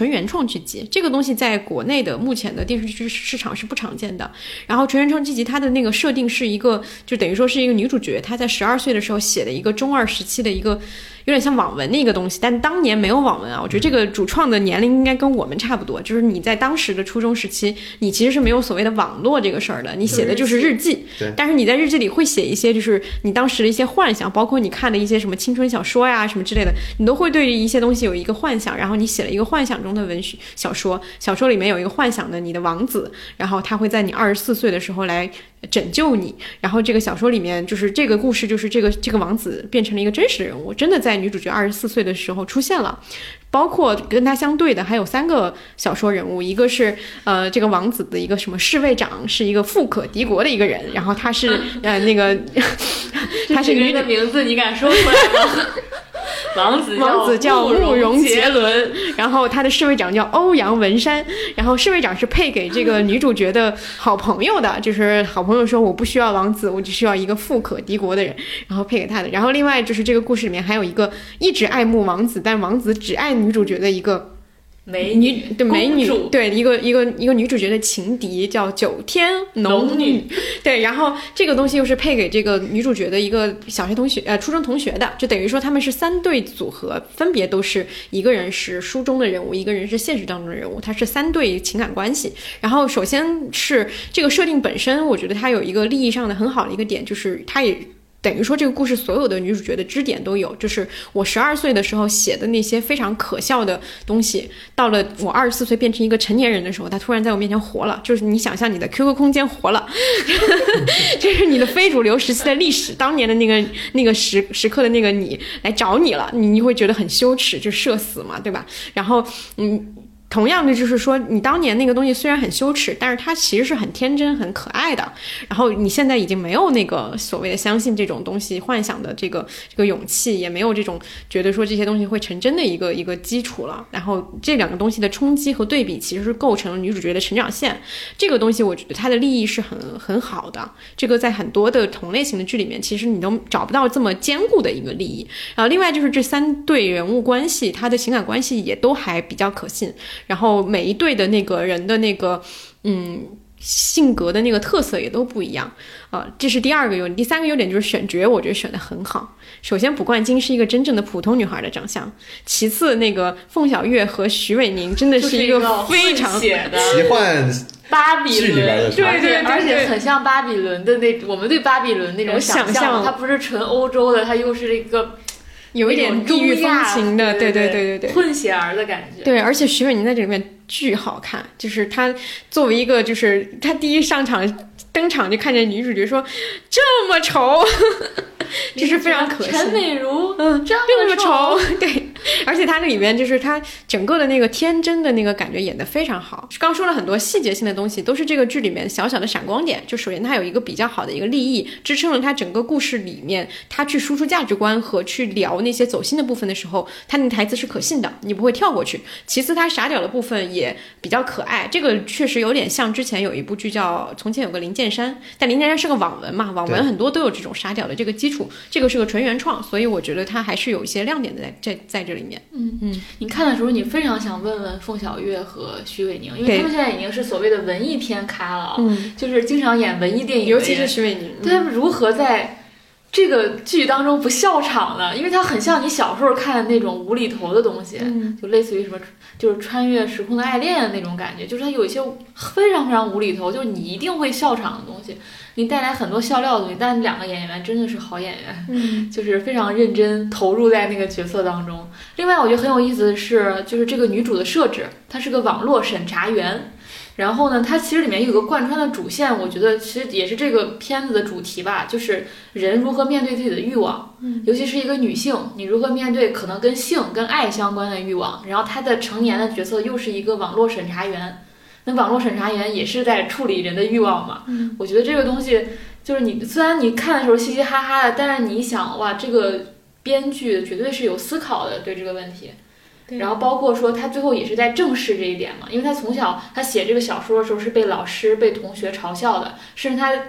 纯原创剧集，这个东西在国内的目前的电视剧市场是不常见的。然后纯原创剧集它的那个设定是一个，就等于说是一个女主角，她在十二岁的时候写的一个中二时期的一个有点像网文的一个东西，但当年没有网文啊。我觉得这个主创的年龄应该跟我们差不多，就是你在当时的初中时期，你其实是没有所谓的网络这个事儿的，你写的就是日记。但是你在日记里会写一些就是你当时的一些幻想，包括你看的一些什么青春小说呀什么之类的，你都会对一些东西有一个幻想，然后你写了一个幻想中的文学小说，小说里面有一个幻想的你的王子，然后他会在你二十四岁的时候来拯救你，然后这个小说里面就是这个故事就是这个这个王子变成了一个真实的人物，真的在女主角二十四岁的时候出现了。包括跟他相对的还有三个小说人物，一个是呃这个王子的一个什么侍卫长，是一个富可敌国的一个人，然后他是呃那个他是女的名字你敢说出来吗？王子王子叫慕容杰伦，然后他的侍卫长叫欧阳文山，然后侍卫长是配给这个女主角的好朋友的，就是好朋友说我不需要王子，我只需要一个富可敌国的人，然后配给他的。然后另外就是这个故事里面还有一个一直爱慕王子，但王子只爱女主角的一个美女， 对美女，对一个一个一个女主角的情敌叫九天龙女，对，然后这个东西又是配给这个女主角的一个小学同学呃初中同学的，就等于说他们是三对组合，分别都是一个人是书中的人物，一个人是现实当中的人物，它是三对情感关系。然后首先是这个设定本身，我觉得它有一个利益上的很好的一个点，就是它也等于说这个故事所有的女主角的支点都有，就是我十二岁的时候写的那些非常可笑的东西，到了我二十四岁变成一个成年人的时候，它突然在我面前活了，就是你想象你的 Q Q 空间活了就是你的非主流时期的历史，当年的那个那个时时刻的那个你来找你了，你你会觉得很羞耻，就社死嘛，对吧？然后嗯同样的就是说你当年那个东西虽然很羞耻，但是它其实是很天真很可爱的，然后你现在已经没有那个所谓的相信这种东西幻想的这个这个勇气，也没有这种觉得说这些东西会成真的一个一个基础了，然后这两个东西的冲击和对比其实是构成了女主角的成长线，这个东西我觉得它的利益是很很好的，这个在很多的同类型的剧里面其实你都找不到这么坚固的一个利益。然后另外就是这三对人物关系，它的情感关系也都还比较可信，然后每一对的那个人的那个嗯性格的那个特色也都不一样啊、呃，这是第二个优点。第三个优点就是选角，我觉得选得很好。首先卜冠金是一个真正的普通女孩的长相，其次那个凤小岳和徐伟宁真的是一个非常奇幻巴比伦， 对对对， 而且很像巴比伦的那我们对巴比伦那种想象，它不是纯欧洲的，它又是一个有一点异域风情的，对对对对对， 混血儿的感觉。 对，而且徐伟宁在这里面巨好看，就是他作为一个，就是他第一上场登场就看见女主角说这么丑就是非常可惜。 陈美如， 嗯， 这么丑，对。而且他那里面就是他整个的那个天真的那个感觉演得非常好。刚说了很多细节性的东西，都是这个剧里面小小的闪光点。就首先他有一个比较好的一个立意，支撑了他整个故事里面他去输出价值观和去聊那些走心的部分的时候，他那台词是可信的，你不会跳过去。其次他傻屌的部分也比较可爱，这个确实有点像之前有一部剧叫从前有个林剑山，但林剑山是个网文嘛，网文很多都有这种傻屌的这个基础，这个是个纯原创，所以我觉得它还是有一些亮点的在在在这里面。 嗯嗯，你看的时候你非常想问问凤小岳和徐伟宁，因为他们现在已经是所谓的文艺片咖了， 嗯， 就是经常演文艺电影， 尤其是徐伟宁， 他们如何在这个剧当中不笑场呢？因为它很像你小时候看的那种无厘头的东西， 嗯， 就类似于什么，就是穿越时空的爱恋的那种感觉，就是它有一些非常非常无厘头，就是你一定会笑场的东西，你带来很多笑料的东西。但两个演员真的是好演员， 嗯， 就是非常认真投入在那个角色当中。另外，我觉得很有意思的是，就是这个女主的设置，她是个网络审查员。然后呢，它其实里面有个贯穿的主线，我觉得其实也是这个片子的主题吧，就是人如何面对自己的欲望， 嗯， 尤其是一个女性，你如何面对可能跟性、跟爱相关的欲望。然后她的成年的角色又是一个网络审查员，那网络审查员也是在处理人的欲望嘛。 嗯， 我觉得这个东西就是你虽然你看的时候嘻嘻哈哈的，但是你想哇，这个编剧绝对是有思考的对这个问题。然后包括说他最后也是在正视这一点嘛，因为他从小他写这个小说的时候是被老师被同学嘲笑的，甚至他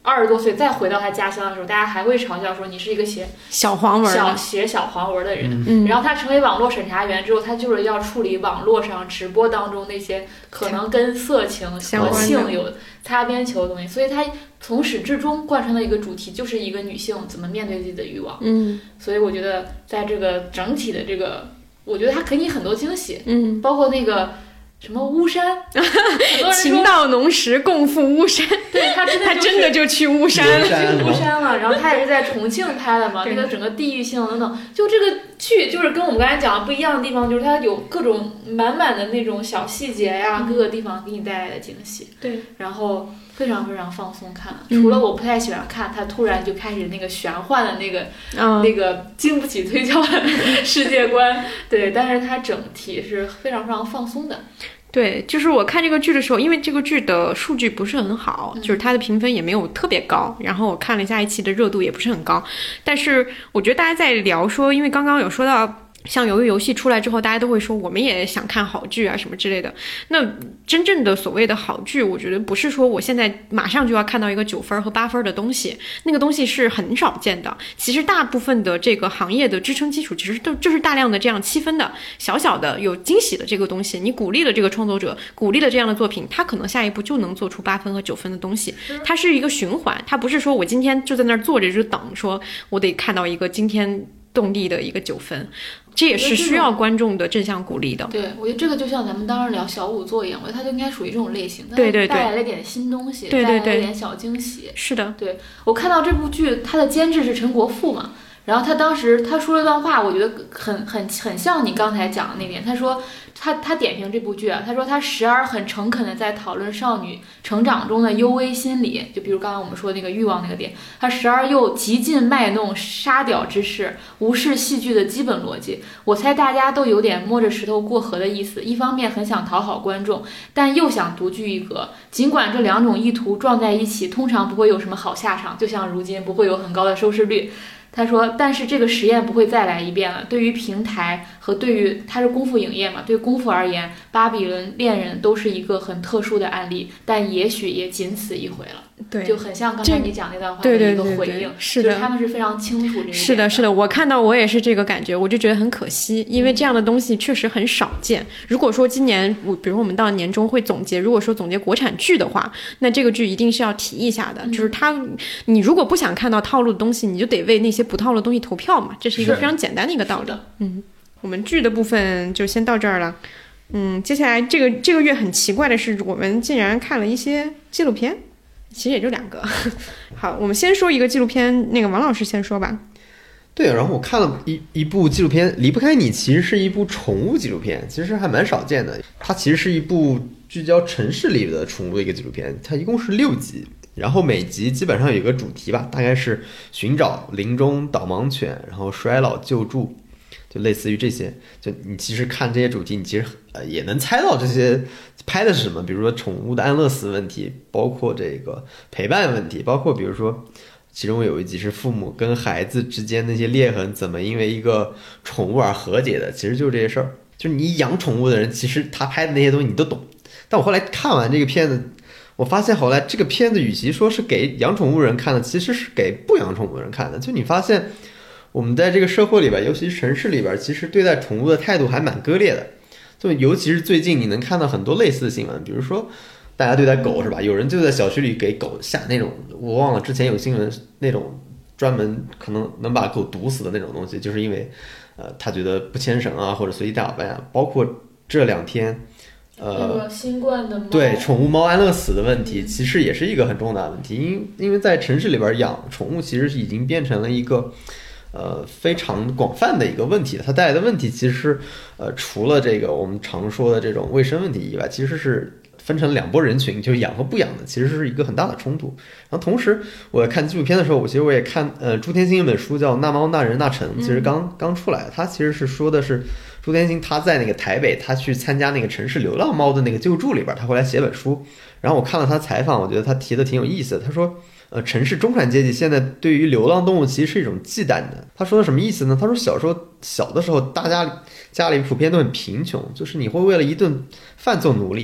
二十多岁再回到他家乡的时候，大家还会嘲笑说你是一个写小黄文小写小黄文的人。 嗯， 然后他成为网络审查员之后，他就是要处理网络上直播当中那些可能跟色情和性有擦边球的东西，所以他从始至终贯穿的一个主题就是一个女性怎么面对自己的欲望。 嗯， 所以我觉得在这个整体的这个，我觉得他给你很多惊喜。 嗯， 包括那个什么巫山， 情到浓时共赴巫山。 对，他真的、就是、 他真的就去巫山了， 去巫山了。然后他也是在重庆拍的嘛，那个整个地域性等等，就这个剧就是跟我们刚才讲的不一样的地方，就是它有各种满满的那种小细节呀，嗯、各个地方给你带来的惊喜。 对， 然后非常非常放松看。除了我不太喜欢看他突然就开始那个玄幻的那个、嗯、那个经不起推敲的世界观，对，但是它整体是非常非常放松的。 对，就是我看这个剧的时候，因为这个剧的数据不是很好，就是它的评分也没有特别高，然后我看了一下一期的热度也不是很高，但是我觉得大家在聊说，因为刚刚有说到像鱿鱼游戏出来之后，大家都会说我们也想看好剧啊什么之类的。那真正的所谓的好剧，我觉得不是说我现在马上就要看到一个九分和八分的东西，那个东西是很少见的。其实大部分的这个行业的支撑基础，其实都就是大量的这样七分的小小的有惊喜的这个东西。你鼓励了这个创作者，鼓励了这样的作品，他可能下一步就能做出八分和九分的东西。它是一个循环，它不是说我今天就在那儿坐着就等，说我得看到一个惊天动地的一个九分。这也是需要观众的正向鼓励的。 对，我觉得这个就像咱们当时聊小仵作一样，我觉得它就应该属于这种类型， 对对对， 带来了一点新东西， 对对对， 带来了一点小惊喜。 是的， 对，我看到这部剧，它的监制是陈国富嘛，然后他当时他说了一段话，我觉得很很很像你刚才讲的那点。他说他他点评这部剧啊，他说他时而很诚恳的在讨论少女成长中的幽微心理，就比如刚刚我们说的那个欲望那个点，他时而又极尽卖弄沙雕之势，无视戏剧的基本逻辑。我猜大家都有点摸着石头过河的意思，一方面很想讨好观众，但又想独具一格。尽管这两种意图撞在一起，通常不会有什么好下场，就像如今不会有很高的收视率。他说，但是这个实验不会再来一遍了。对于平台和对于它是功夫影业嘛，对功夫而言，巴比伦恋人都是一个很特殊的案例，但也许也仅此一回了。 对， 就很像刚才你讲那段话的一个回应。 对对对对，是的， 就是他们是非常清楚这个。 是的，是的，我看到我也是这个感觉，我就觉得很可惜，因为这样的东西确实很少见。如果说今年，我比如我们到年终会总结，如果说总结国产剧的话，那这个剧一定是要提一下的。嗯、就是它，你如果不想看到套路的东西，你就得为那些不套路的东西投票嘛，这是一个非常简单的一个道理。嗯，我们剧的部分就先到这儿了。嗯，接下来这个这个月很奇怪的是，我们竟然看了一些纪录片。其实也就两个。好，我们先说一个纪录片，那个王老师先说吧。 对，然后我看了一一部纪录片，离不开你，其实是一部宠物纪录片，其实还蛮少见的。它其实是一部聚焦城市里的宠物的一个纪录片，它一共是六集，然后每集基本上有一个主题吧，大概是寻找临终导盲犬，然后衰老救助，就类似于这些。就你其实看这些主题，你其实呃也能猜到这些拍的是什么，比如说宠物的安乐死问题，包括这个陪伴问题，包括比如说其中有一集是父母跟孩子之间那些裂痕怎么因为一个宠物而和解的，其实就是这些事儿。就是你养宠物的人，其实他拍的那些东西你都懂。但我后来看完这个片子，我发现后来这个片子与其说是给养宠物人看的，其实是给不养宠物人看的。就你发现我们在这个社会里边，尤其是城市里边，其实对待宠物的态度还蛮割裂的。就尤其是最近你能看到很多类似的新闻，比如说大家对待狗是吧，有人就在小区里给狗下那种，我忘了之前有新闻那种专门可能能把狗毒死的那种东西，就是因为呃他觉得不牵绳啊或者随地大小便啊。包括这两天呃新冠的猫， 对宠物猫安乐死的问题，其实也是一个很重大的问题。因因为在城市里边养宠物其实已经变成了一个呃，非常广泛的一个问题，它带来的问题其实是，呃，除了这个我们常说的这种卫生问题以外，其实是分成两拨人群，就是养和不养的，其实是一个很大的冲突。然后同时，我看纪录片的时候，我其实我也看，呃，朱天心一本书叫《那猫那人那城》，其实刚、嗯、刚出来，它其实是说的是朱天心他在那个台北，他去参加那个城市流浪猫的那个救助里边，他回来写本书。然后我看了他采访，我觉得他提的挺有意思的，他说。呃，城市中产阶级现在对于流浪动物其实是一种忌惮的。他说的什么意思呢？他说小时候小的时候，大家家里普遍都很贫穷，就是你会为了一顿饭做奴隶。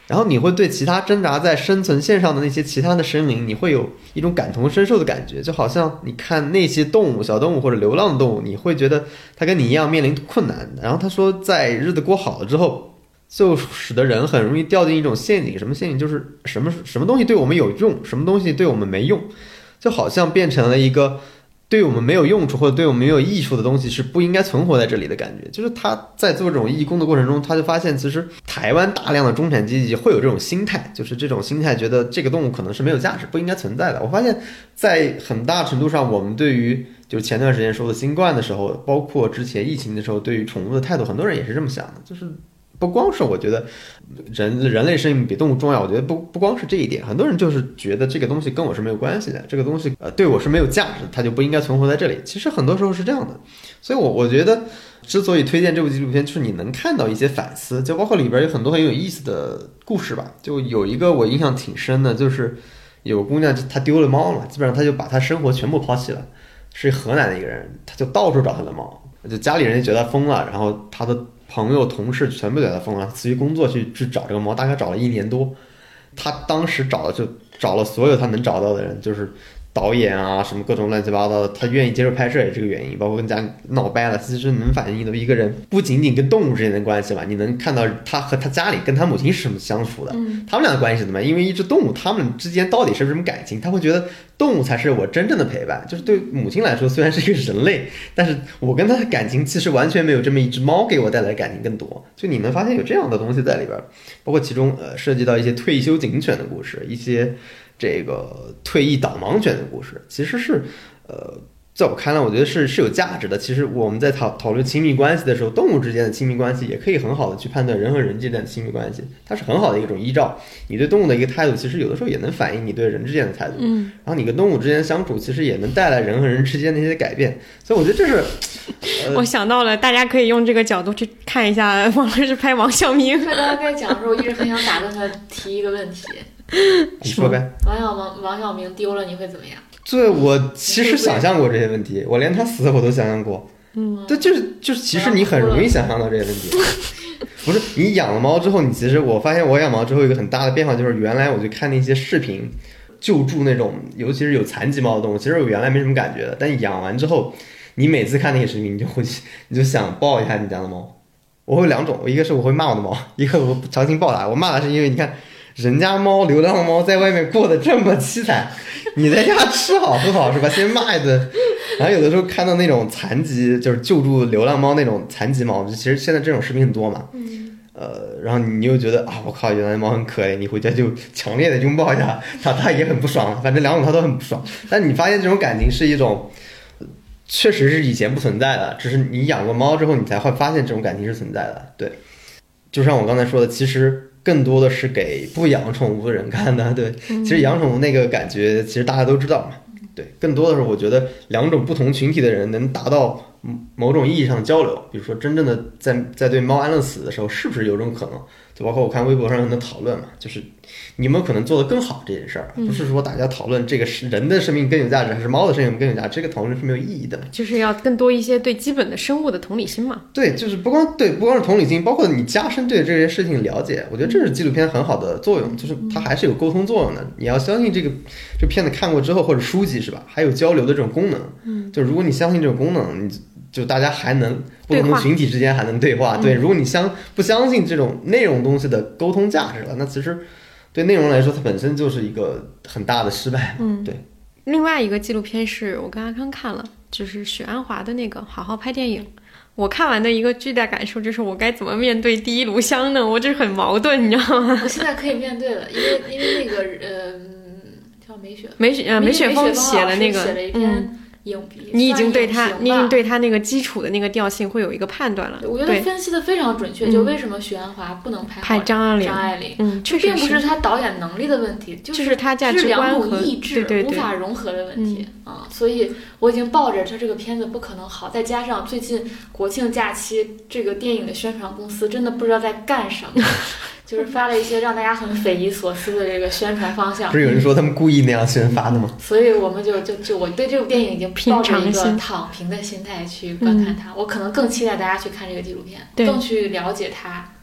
然后你会对其他挣扎在生存线上的那些其他的生灵，你会有一种感同身受的感觉，就好像你看那些动物，小动物或者流浪的动物，你会觉得它跟你一样面临困难。然后他说，在日子过好了之后，就使得人很容易掉进一种陷阱。什么陷阱？就是什么什么东西对我们有用，什么东西对我们没用，就好像变成了一个对我们没有用处或者对我们没有益处的东西是不应该存活在这里的感觉。就是他在做这种义工的过程中，他就发现其实台湾大量的中产阶级会有这种心态，就是这种心态觉得这个动物可能是没有价值，不应该存在的。我发现在很大程度上，我们对于就是前段时间说的新冠的时候，包括之前疫情的时候，对于宠物的态度，很多人也是这么想的，就是不光是我觉得人人类生命比动物重要，我觉得不不光是这一点，很多人就是觉得这个东西跟我是没有关系的，这个东西呃对我是没有价值，它就不应该存活在这里。其实很多时候是这样的，所以我我觉得之所以推荐这部纪录片，就是你能看到一些反思，就包括里边有很多很有意思的故事吧。就有一个我印象挺深的，就是有个姑娘她丢了猫了，基本上她就把她生活全部抛弃了，是河南的一个人，她就到处找她的猫，就家里人就觉得她疯了，然后她的朋友同事全部觉得她疯了，辞去工作去去找这个猫，大概找了一年多。她当时找就找了所有她能找到的人，就是导演啊什么各种乱七八糟的，他愿意接受拍摄也是这个原因，包括跟家闹掰了，其实能反映的一个人不仅仅跟动物之间的关系吧，你能看到他和他家里跟他母亲是什么相处的， 嗯、 他们俩的关系怎么样？因为一只动物他们之间到底是什么感情，他会觉得动物才是我真正的陪伴。就是对母亲来说虽然是一个人类，但是我跟他的感情其实完全没有这么一只猫给我带来的感情更多。就你能发现有这样的东西在里边，包括其中呃涉及到一些退休警犬的故事，一些这个退役导盲犬的故事，其实是呃在我看来我觉得是是有价值的。其实我们在讨讨论亲密关系的时候，动物之间的亲密关系也可以很好的去判断人和人之间的亲密关系，它是很好的一种依照。你对动物的一个态度其实有的时候也能反映你对人之间的态度， 嗯， 然后你跟动物之间的相处其实也能带来人和人之间的一些改变。所以我觉得这是、 呃、我想到了，大家可以用这个角度去看一下王老师拍王晓明。 在刚才讲的时候，我一直很想打断他提一个问题， 你说呗。 王小王王小明丢了你会怎么样？ 对，我其实想象过这些问题，我连他死我都想象过。 嗯， 对，就是就是，其实你很容易想象到这些问题。不是你养了猫之后，你其实我发现我养猫之后有一个很大的变化，就是原来我就看那些视频救助那种，尤其是有残疾猫的动物，其实我原来没什么感觉的，但养完之后，你每次看那些视频，你就会你就想抱一下你家的猫。我会有两种，一个是我会骂我的猫，一个我强行抱它。我骂它是因为你看。人家猫流浪猫在外面过得这么凄惨，你在家吃好喝好是吧？先骂一顿，然后有的时候看到那种残疾，就是救助流浪猫那种残疾猫，其实现在这种视频很多嘛。 嗯， 呃，然后你又觉得啊，我靠，原来猫很可怜，你回家就强烈的拥抱一下它，它也很不爽，反正两种它都很不爽。但你发现这种感情是一种，确实是以前不存在的，只是你养过猫之后，你才会发现这种感情是存在的。对，就像我刚才说的，其实。更多的是给不养宠物的人看的，对，其实养宠物那个感觉，其实大家都知道嘛，对，更多的是我觉得两种不同群体的人能达到某种意义上的交流，比如说真正的在在对猫安乐死的时候，是不是有这种可能？就包括我看微博上很多讨论嘛，就是你有没有可能做得更好这件事儿，不是说大家讨论这个是人的生命更有价值还是猫的生命更有价值，这个讨论是没有意义的， 就是要更多一些对基本的生物的同理心嘛。 对，就是不光对不光是同理心，包括你加深对这些事情了解，我觉得这是纪录片很好的作用，就是它还是有沟通作用的。你要相信这个这片子看过之后，或者书籍是吧，还有交流的这种功能。嗯，就如果你相信这种功能，你就大家还能不同的群体之间还能对话。对，如果你相不相信这种内容东西的沟通价值了，那其实对内容来说，它本身就是一个很大的失败。 嗯， 对。 另外一个纪录片是我刚刚看了，就是许鞍华的那个《好好拍电影》。我看完的一个巨大感受就是，我该怎么面对第一炉香呢？我这很矛盾，你知道吗？ 我现在可以面对了，因为因为那个呃，叫梅雪梅雪呃梅雪峰写了那个写了一篇。影笔， 你已经对他，你已经对他那个基础的那个调性会有一个判断了。 我觉得分析的非常准确，就为什么许鞍华不能拍拍张爱玲？ 张爱玲， 嗯，确实并不是他导演能力的问题， 就是他价值观和意志无法融合的问题啊。所以我已经抱着他这个片子不可能好，再加上最近国庆假期，这个电影的宣传公司真的不知道在干什么。就是发了一些让大家很匪夷所思的这个宣传方向， 不是有人说他们故意那样宣发的吗？ 所以我们就就就我对这部电影已经抱着一个躺平的心态去观看它，嗯、我可能更期待大家去看这个纪录片，更去了解它。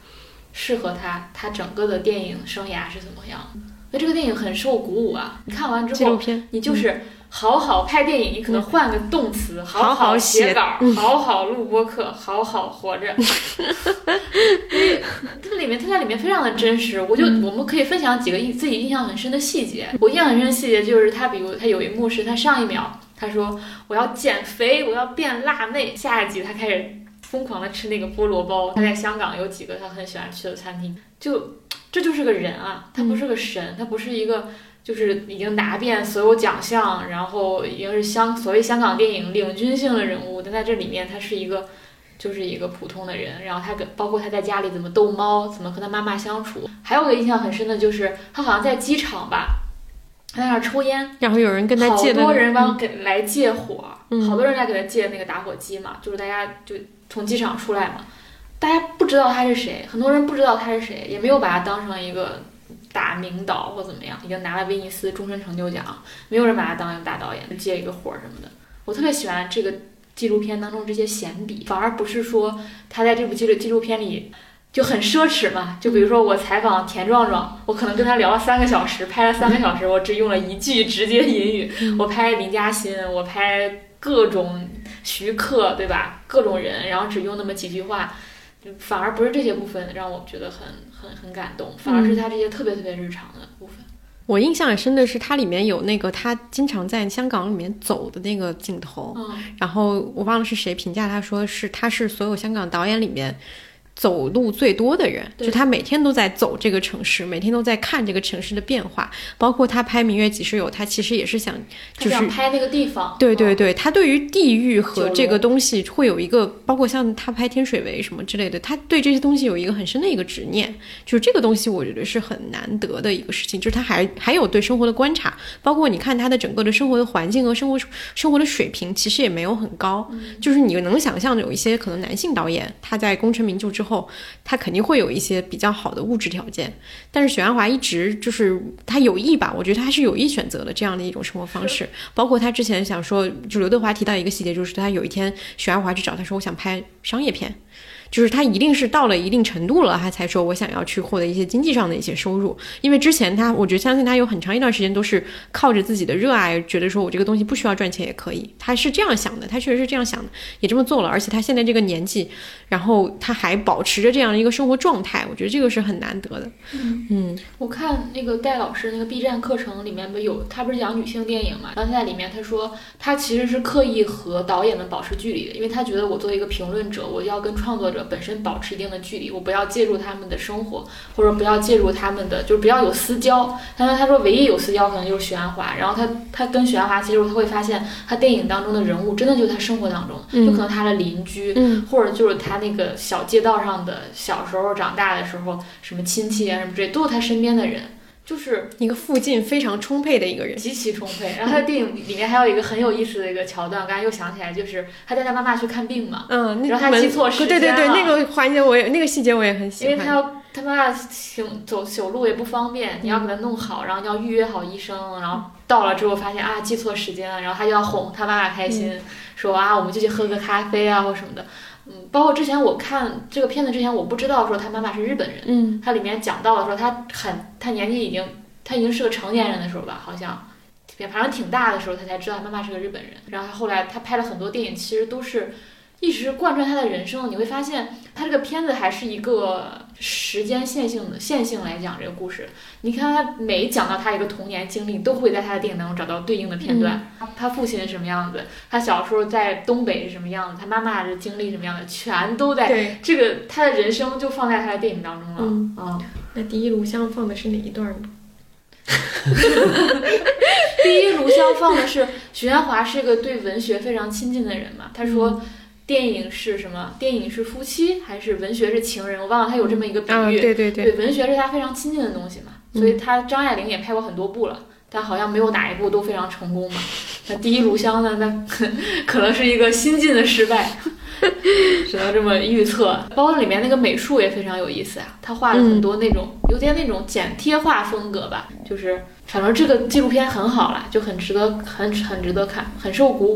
适合他他整个的电影生涯是怎么样。那这个电影很受鼓舞啊！你看完之后，你就是好好拍电影，你可能换个动词，嗯、好好写稿， 嗯、 好好录播客，好好活着。因为它里面，它在里面非常的真实。我就、嗯、我们可以分享几个自己印象很深的细节。我印象很深的细节就是他，比如他有一幕是他上一秒他说我要减肥，我要变辣妹，下一集他开始疯狂的吃那个菠萝包。他在香港有几个他很喜欢去的餐厅，就。这就是个人啊，他不是个神，他不是一个就是已经拿遍所有奖项，然后已经是香所谓香港电影领军性的人物，但在这里面他是一个就是一个普通的人。然后他跟包括他在家里怎么逗猫，怎么和他妈妈相处。还有个印象很深的就是他好像在机场吧，他在那儿抽烟， 然后有人跟他借， 好多人帮给来借火、 嗯， 好多人来给他借那个打火机嘛，就是大家就从机场出来嘛。大家不知道他是谁，很多人不知道他是谁，也没有把他当成一个大名导或怎么样，已经拿了威尼斯终身成就奖，没有人把他当一个大导演，接一个活什么的。我特别喜欢这个纪录片当中这些闲笔，反而不是说他在这部纪录纪录片里就很奢侈嘛。就比如说我采访田壮壮，我可能跟他聊了三个小时，拍了三个小时，我只用了一句直接引语。我拍林嘉欣，我拍各种徐克，对吧？各种人，然后只用那么几句话。反而不是这些部分让我觉得很很很感动，反而是他这些特别特别日常的部分。 我印象很深的是它里面有那个他经常在香港里面走的那个镜头、 嗯、 然后我忘了是谁评价他说是他是所有香港导演里面走路最多的人，就他每天都在走这个城市，每天都在看这个城市的变化。包括他拍《明月几时有》，他其实也是想就是他想拍那个地方。 对对对、嗯、他对于地域和这个东西会有一个，包括像他拍天水围什么之类的，他对这些东西有一个很深的一个执念。就是这个东西我觉得是很难得的一个事情，就是他还还有对生活的观察，包括你看他的整个的生活的环境和生活生活的水平其实也没有很高、嗯、就是你能想象的有一些可能男性导演他在功成名就之后他肯定会有一些比较好的物质条件，但是许鞍华一直就是他有意吧，我觉得他是有意选择了这样的一种生活方式。包括他之前想说，就刘德华提到一个细节，就是他有一天许鞍华去找他说我想拍商业片，就是他一定是到了一定程度了，他才说我想要去获得一些经济上的一些收入。因为之前他我觉得相信他有很长一段时间都是靠着自己的热爱，觉得说我这个东西不需要赚钱也可以，他是这样想的，他确实是这样想的，也这么做了。而且他现在这个年纪，然后他还保持着这样的一个生活状态，我觉得这个是很难得的。 嗯嗯，我看那个戴老师那个 B 站课程里面不有，他不是讲女性电影嘛，然后他在里面他说他其实是刻意和导演们保持距离的，因为他觉得我作为一个评论者，我要跟创作者本身保持一定的距离，我不要介入他们的生活，或者不要介入他们的，就是不要有私交。他说他说唯一有私交可能就是许鞍华，然后他他跟许鞍华接触，他会发现他电影当中的人物真的就是他生活当中， 嗯、 就可能他的邻居、嗯，或者就是他那个小街道上的小时候长大的时候什么亲戚啊什么之类，都是他身边的人。就是一个附近非常充沛的一个人， 极其充沛。然后他的电影里面还有一个很有意思的一个桥段，我刚才又想起来，就是他带他妈妈去看病嘛， 嗯， 然后他记错时间了， 对对对，那个环节我也那个细节我也很喜欢， 因为他要他妈妈行走走路也不方便，你要给他弄好，然后你要预约好医生，然后到了之后发现啊记错时间了，然后他就要哄他妈妈开心，嗯、说啊我们就去喝个咖啡啊或什么的。嗯，包括之前我看这个片子之前，我不知道说他妈妈是日本人。 嗯， 他里面讲到了说他很他年纪已经他已经是个成年人的时候吧，好像反正挺大的时候，他才知道他妈妈是个日本人。然后他后来他拍了很多电影，其实都是一直贯穿他的人生。你会发现他这个片子还是一个时间线性的线性来讲这个故事。你看他每讲到他一个童年经历，都会在他的电影当中找到对应的片段。嗯、他父亲是什么样子，他小时候在东北是什么样子，他妈妈的经历什么样的，全都在这个他的人生就放在他的电影当中了。 嗯，嗯那第一炉香放的是哪一段呢？ 第一炉香放的是许鞍华是个对文学非常亲近的人嘛，他说。嗯电影是什么？电影是夫妻还是文学是情人？我忘了，他有这么一个比喻。 嗯、对对对，对，文学是他非常亲近的东西嘛，所以他张爱玲也拍过很多部了，但好像没有哪一部都非常成功嘛。那第一炉香呢？那可能是一个新晋的失败，只能这么预测。包括里面那个美术也非常有意思啊，他画了很多那种、嗯、有点那种剪贴画风格吧，就是反正这个纪录片很好啦，就很值得很很值得看，很受鼓舞。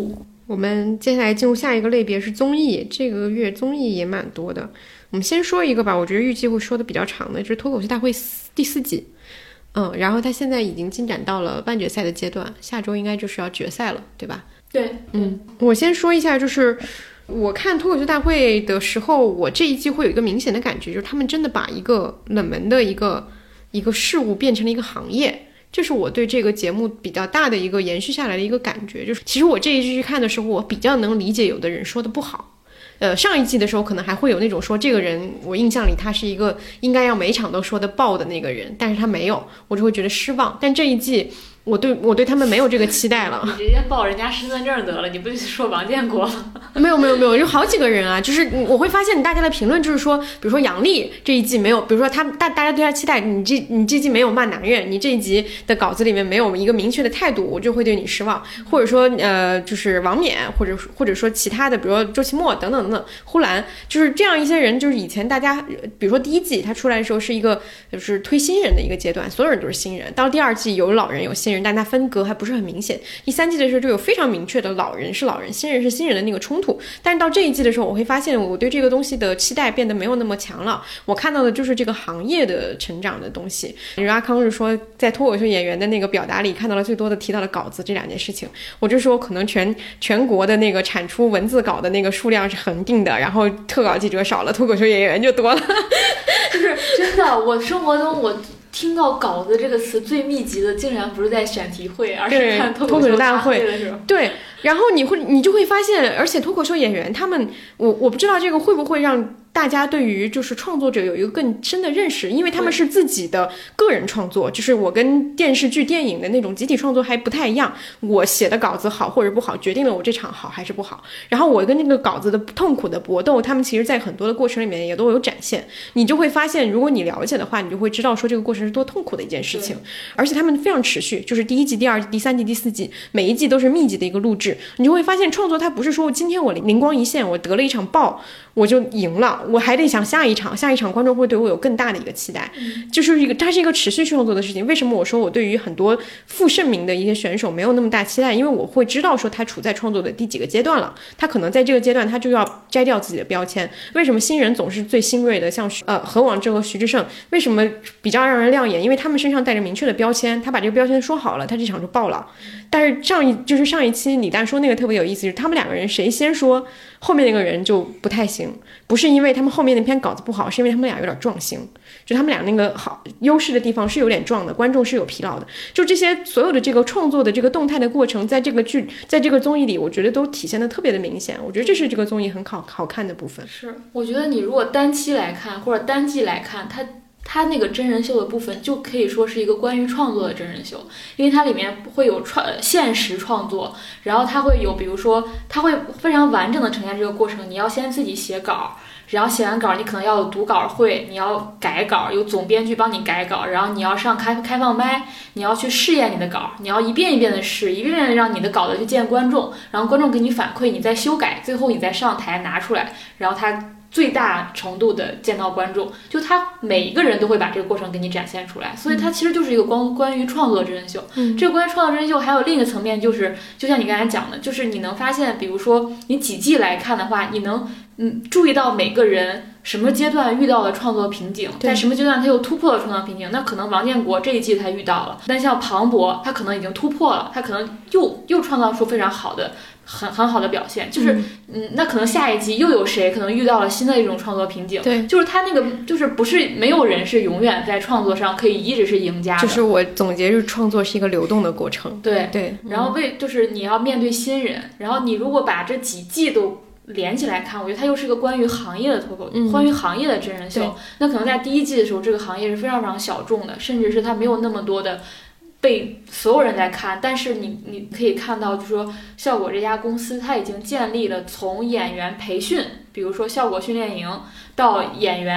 我们接下来进入下一个类别是综艺，这个月综艺也蛮多的。我们先说一个吧，我觉得预计会说的比较长的，就是脱口秀大会第四季。嗯，然后它现在已经进展到了半决赛的阶段，下周应该就是要决赛了，对吧？ 对， 嗯，我先说一下，就是我看脱口秀大会的时候，我这一季会有一个明显的感觉，就是他们真的把一个冷门的一个一个事物变成了一个行业。这是我对这个节目比较大的一个延续下来的一个感觉，就是其实我这一季去看的时候，我比较能理解有的人说的不好。呃，上一季的时候可能还会有那种说这个人，我印象里他是一个应该要每场都说的爆的那个人，但是他没有，我就会觉得失望。但这一季我对我对他们没有这个期待了。 你直接报人家身份证得了，你不就说王建国吗？ 没有没有没有，有好几个人啊，就是我会发现大家的评论就是说，比如说杨笠这一季没有，比如说他大大家对他期待，你这你这季没有骂男人，你这一集的稿子里面没有一个明确的态度，我就会对你失望。或者说呃，就是王冕，或者或者说其他的，比如说周奇墨等等等等，呼兰，就是这样一些人，就是以前大家比如说第一季他出来的时候是一个就是推新人的一个阶段，所有人都是新人，到第二季有老人有新人，但他分隔还不是很明显。第三季的时候就有非常明确的老人是老人，新人是新人的那个冲突。但是到这一季的时候，我会发现我对这个东西的期待变得没有那么强了。我看到的就是这个行业的成长的东西。比如阿康是说，在脱口秀演员的那个表达里看到了最多的提到了稿子这两件事情。我就说，可能全全国的那个产出文字稿的那个数量是恒定的，然后特稿记者少了，脱口秀演员就多了。 就是真的，我生活中我。听到稿子这个词最密集的，竟然不是在选题会，而是看脱口秀大会的时候。 对，然后你会你就会发现，而且脱口秀演员他们，我我不知道这个会不会让大家对于就是创作者有一个更深的认识，因为他们是自己的个人创作，就是我跟电视剧、电影的那种集体创作还不太一样。我写的稿子好或者不好，决定了我这场好还是不好。然后我跟那个稿子的痛苦的搏斗，他们其实在很多的过程里面也都有展现。你就会发现，如果你了解的话，你就会知道说这个过程是多痛苦的一件事情。而且他们非常持续，就是第一季、第二季、第三季、第四季，每一季都是密集的一个录制。你就会发现，创作它不是说今天我灵光一现，我得了一场爆我就赢了，我还得想下一场，下一场观众会对我有更大的一个期待，嗯、就是一个它是一个持续创作的事情。为什么我说我对于很多负盛名的一些选手没有那么大期待？因为我会知道说他处在创作的第几个阶段了，他可能在这个阶段他就要摘掉自己的标签。为什么新人总是最新锐的？像呃何广智和徐志胜，为什么比较让人亮眼？因为他们身上带着明确的标签，他把这个标签说好了，他这场就爆了。但是上一就是上一期李诞说那个特别有意思，是他们两个人谁先说，后面那个人就不太行。不是因为他们后面那篇稿子不好，是因为他们俩有点撞型，就他们俩那个好优势的地方是有点撞的，观众是有疲劳的。就这些所有的这个创作的这个动态的过程，在这个剧在这个综艺里，我觉得都体现的特别的明显。我觉得这是这个综艺很好好看的部分。 是，我觉得你如果单期来看或者单季来看，它它那个真人秀的部分就可以说是一个关于创作的真人秀，因为它里面会有创现实创作，然后它会有比如说它会非常完整的呈现这个过程。你要先自己写稿，然后写完稿你可能要有读稿会，你要改稿，有总编剧帮你改稿，然后你要上开开放麦，你要去试验你的稿，你要一遍一遍的试，一遍遍的让你的稿子去见观众，然后观众给你反馈，你再修改，最后你再上台拿出来，然后他最大程度的见到观众，就他每一个人都会把这个过程给你展现出来，所以它其实就是一个光关于创作真人秀。嗯，这个关于创作真人秀还有另一个层面，就是就像你刚才讲的，就是你能发现，比如说你几季来看的话，你能嗯注意到每个人什么阶段遇到了创作瓶颈，在什么阶段他又突破了创作瓶颈。那可能王建国这一季他遇到了，但像庞博他可能已经突破了，他可能又又创造出非常好的很很好的表现，就是嗯, 嗯，那可能下一季又有谁可能遇到了新的一种创作瓶颈。 对， 就是他那个就是不是没有人是永远在创作上可以一直是赢家的。 就是我总结，就是创作是一个流动的过程。 对对， 然后为就是你要面对新人，然后你如果把这几季都连起来看，我觉得它又是个关于行业的脱口、嗯、关于行业的真人秀。那可能在第一季的时候，这个行业是非常非常小众的，甚至是它没有那么多的被所有人在看，但是你你可以看到，就是说效果这家公司它已经建立了从演员培训，比如说效果训练营，到演员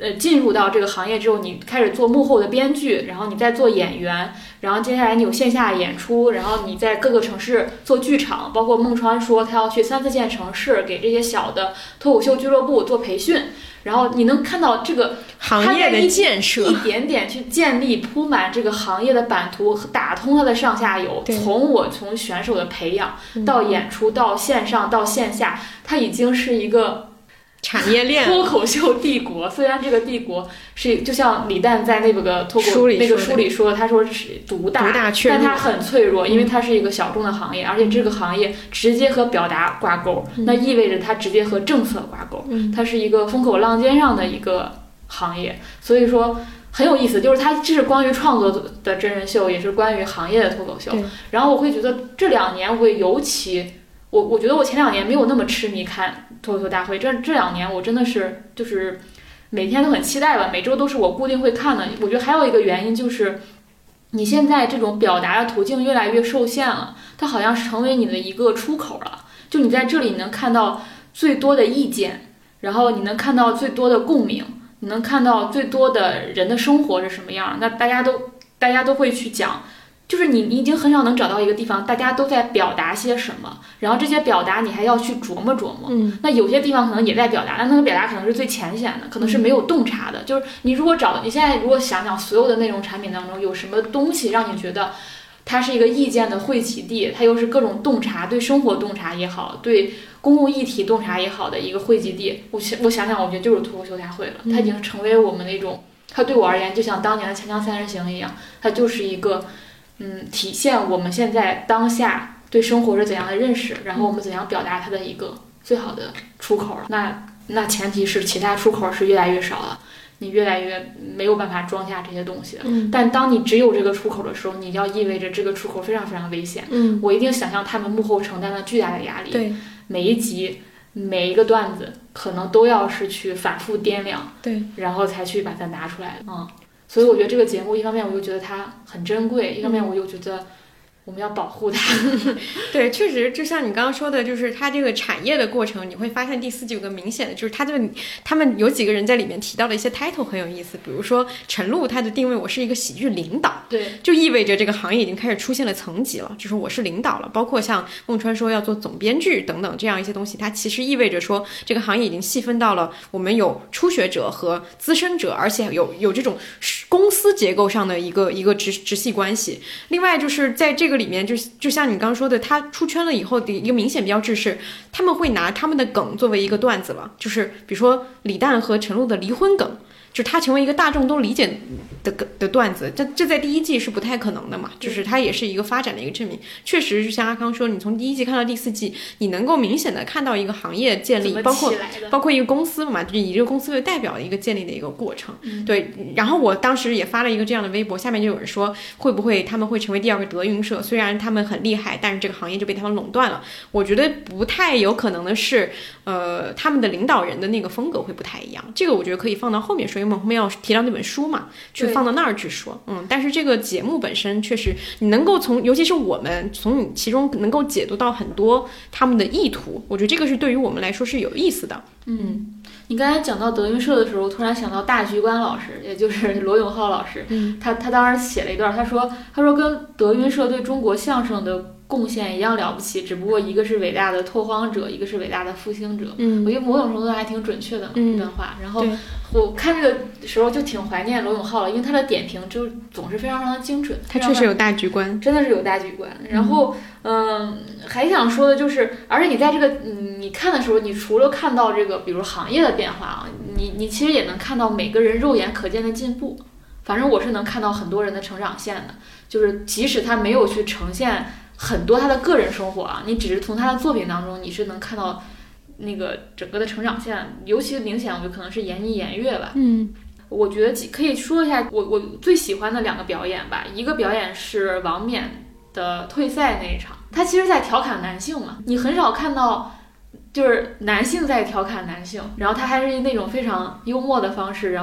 呃进入到这个行业之后，你开始做幕后的编剧，然后你再做演员，然后接下来你有线下演出，然后你在各个城市做剧场，包括孟川说他要去三四线城市给这些小的脱口秀俱乐部做培训，然后你能看到这个行业的建设， 一点点去建立铺满这个行业的版图，打通它的上下游。从我从选手的培养到演出到线上到线下，它已经是一个产业链脱口秀帝国。虽然这个帝国是就像李诞在那个脱口那个书里说，他说是独大， 独大但它很脆弱，因为它是一个小众的行业，而且这个行业直接和表达挂钩，那意味着它直接和政策挂钩，它是一个风口浪尖上的一个行业。所以说很有意思，就是它这是关于创作的真人秀，也是关于行业的脱口秀。然后我会觉得这两年我会尤其，我我觉得我前两年没有那么痴迷看脱口秀大会，这这两年我真的是就是每天都很期待吧，每周都是我固定会看的。我觉得还有一个原因就是，你现在这种表达的途径越来越受限了，它好像是成为你的一个出口了。就你在这里能看到最多的意见，然后你能看到最多的共鸣，你能看到最多的人的生活是什么样，那大家都大家都会去讲。就是你，你已经很少能找到一个地方，大家都在表达些什么，然后这些表达你还要去琢磨琢磨。嗯，那有些地方可能也在表达，但那个表达可能是最浅显的，可能是没有洞察的。嗯、就是你如果找，你现在如果想想所有的内容产品当中有什么东西让你觉得它是一个意见的汇集地，它又是各种洞察，对生活洞察也好，对公共议题洞察也好的一个汇集地，我我想想，我觉得就是脱口秀大会了。它已经成为我们那种，它对我而言就像当年的《锵锵三人行》一样，它就是一个。嗯，体现我们现在当下对生活是怎样的认识，然后我们怎样表达它的一个最好的出口。那那前提是其他出口是越来越少了，你越来越没有办法装下这些东西了。嗯，但当你只有这个出口的时候，你要意味着这个出口非常非常危险。嗯，我一定想象他们幕后承担了巨大的压力。对，每一集每一个段子可能都要是去反复掂量，对，然后才去把它拿出来。嗯。所以我觉得这个节目，一方面我又觉得它很珍贵，一方面我又觉得我们要保护它。 对，确实，就像你刚刚说的，就是它这个产业的过程，你会发现第四季有个明显的，就是它这个他们有几个人在里面提到的一些 title 很有意思，比如说陈露，他的定位我是一个喜剧领导，对，就意味着这个行业已经开始出现了层级了，就是我是领导了。包括像孟川说要做总编剧等等这样一些东西，它其实意味着说这个行业已经细分到了我们有初学者和资深者，而且有有这种公司结构上的一个一个直直系关系。另外就是在这个里面，就就像你刚刚说的，他出圈了以后的一个明显标志是，他们会拿他们的梗作为一个段子了，就是比如说李诞和陈露的离婚梗。就它成为一个大众都理解的的段子，这这在第一季是不太可能的嘛，就是它也是一个发展的一个证明。确实就像阿康说，你从第一季看到第四季，你能够明显的看到一个行业建立，包括包括一个公司嘛，就以这个公司为代表的一个建立的一个过程。嗯、对，然后我当时也发了一个这样的微博，下面就有人说会不会他们会成为第二个德云社？虽然他们很厉害，但是这个行业就被他们垄断了。我觉得不太有可能的是，呃，他们的领导人的那个风格会不太一样。这个我觉得可以放到后面说。因为我们后面要提到那本书嘛，去放到那儿去说，嗯，但是这个节目本身确实，你能够从，尤其是我们从你其中能够解读到很多他们的意图，我觉得这个是对于我们来说是有意思的。 嗯，你刚才讲到德云社的时候，突然想到大局观老师，也就是罗永浩老师，嗯，他他当时写了一段，他说他说跟德云社对中国相声的贡献一样了不起，只不过一个是伟大的拓荒者，一个是伟大的复兴者。嗯，我觉得某种程度上还挺准确的一段话。嗯、然后我看这个时候就挺怀念罗永浩了，因为他的点评就总是非常非常精准。 他确实有大局观， 真的是有大局观。然后，嗯、呃，还想说的就是，而且你在这个你看的时候，你除了看到这个，比如行业的变化啊，你你其实也能看到每个人肉眼可见的进步。反正我是能看到很多人的成长线的，就是即使他没有去呈现很多他的个人生活啊，你只是从他的作品当中，你是能看到那个整个的成长线，尤其明显，我觉得可能是言一言月吧。嗯，我觉得可以说一下我我最喜欢的两个表演吧。一个表演是王冕的退赛那一场，他其实在调侃男性嘛，你很少看到就是男性在调侃男性，然后他还是那种非常幽默的方式，然后他。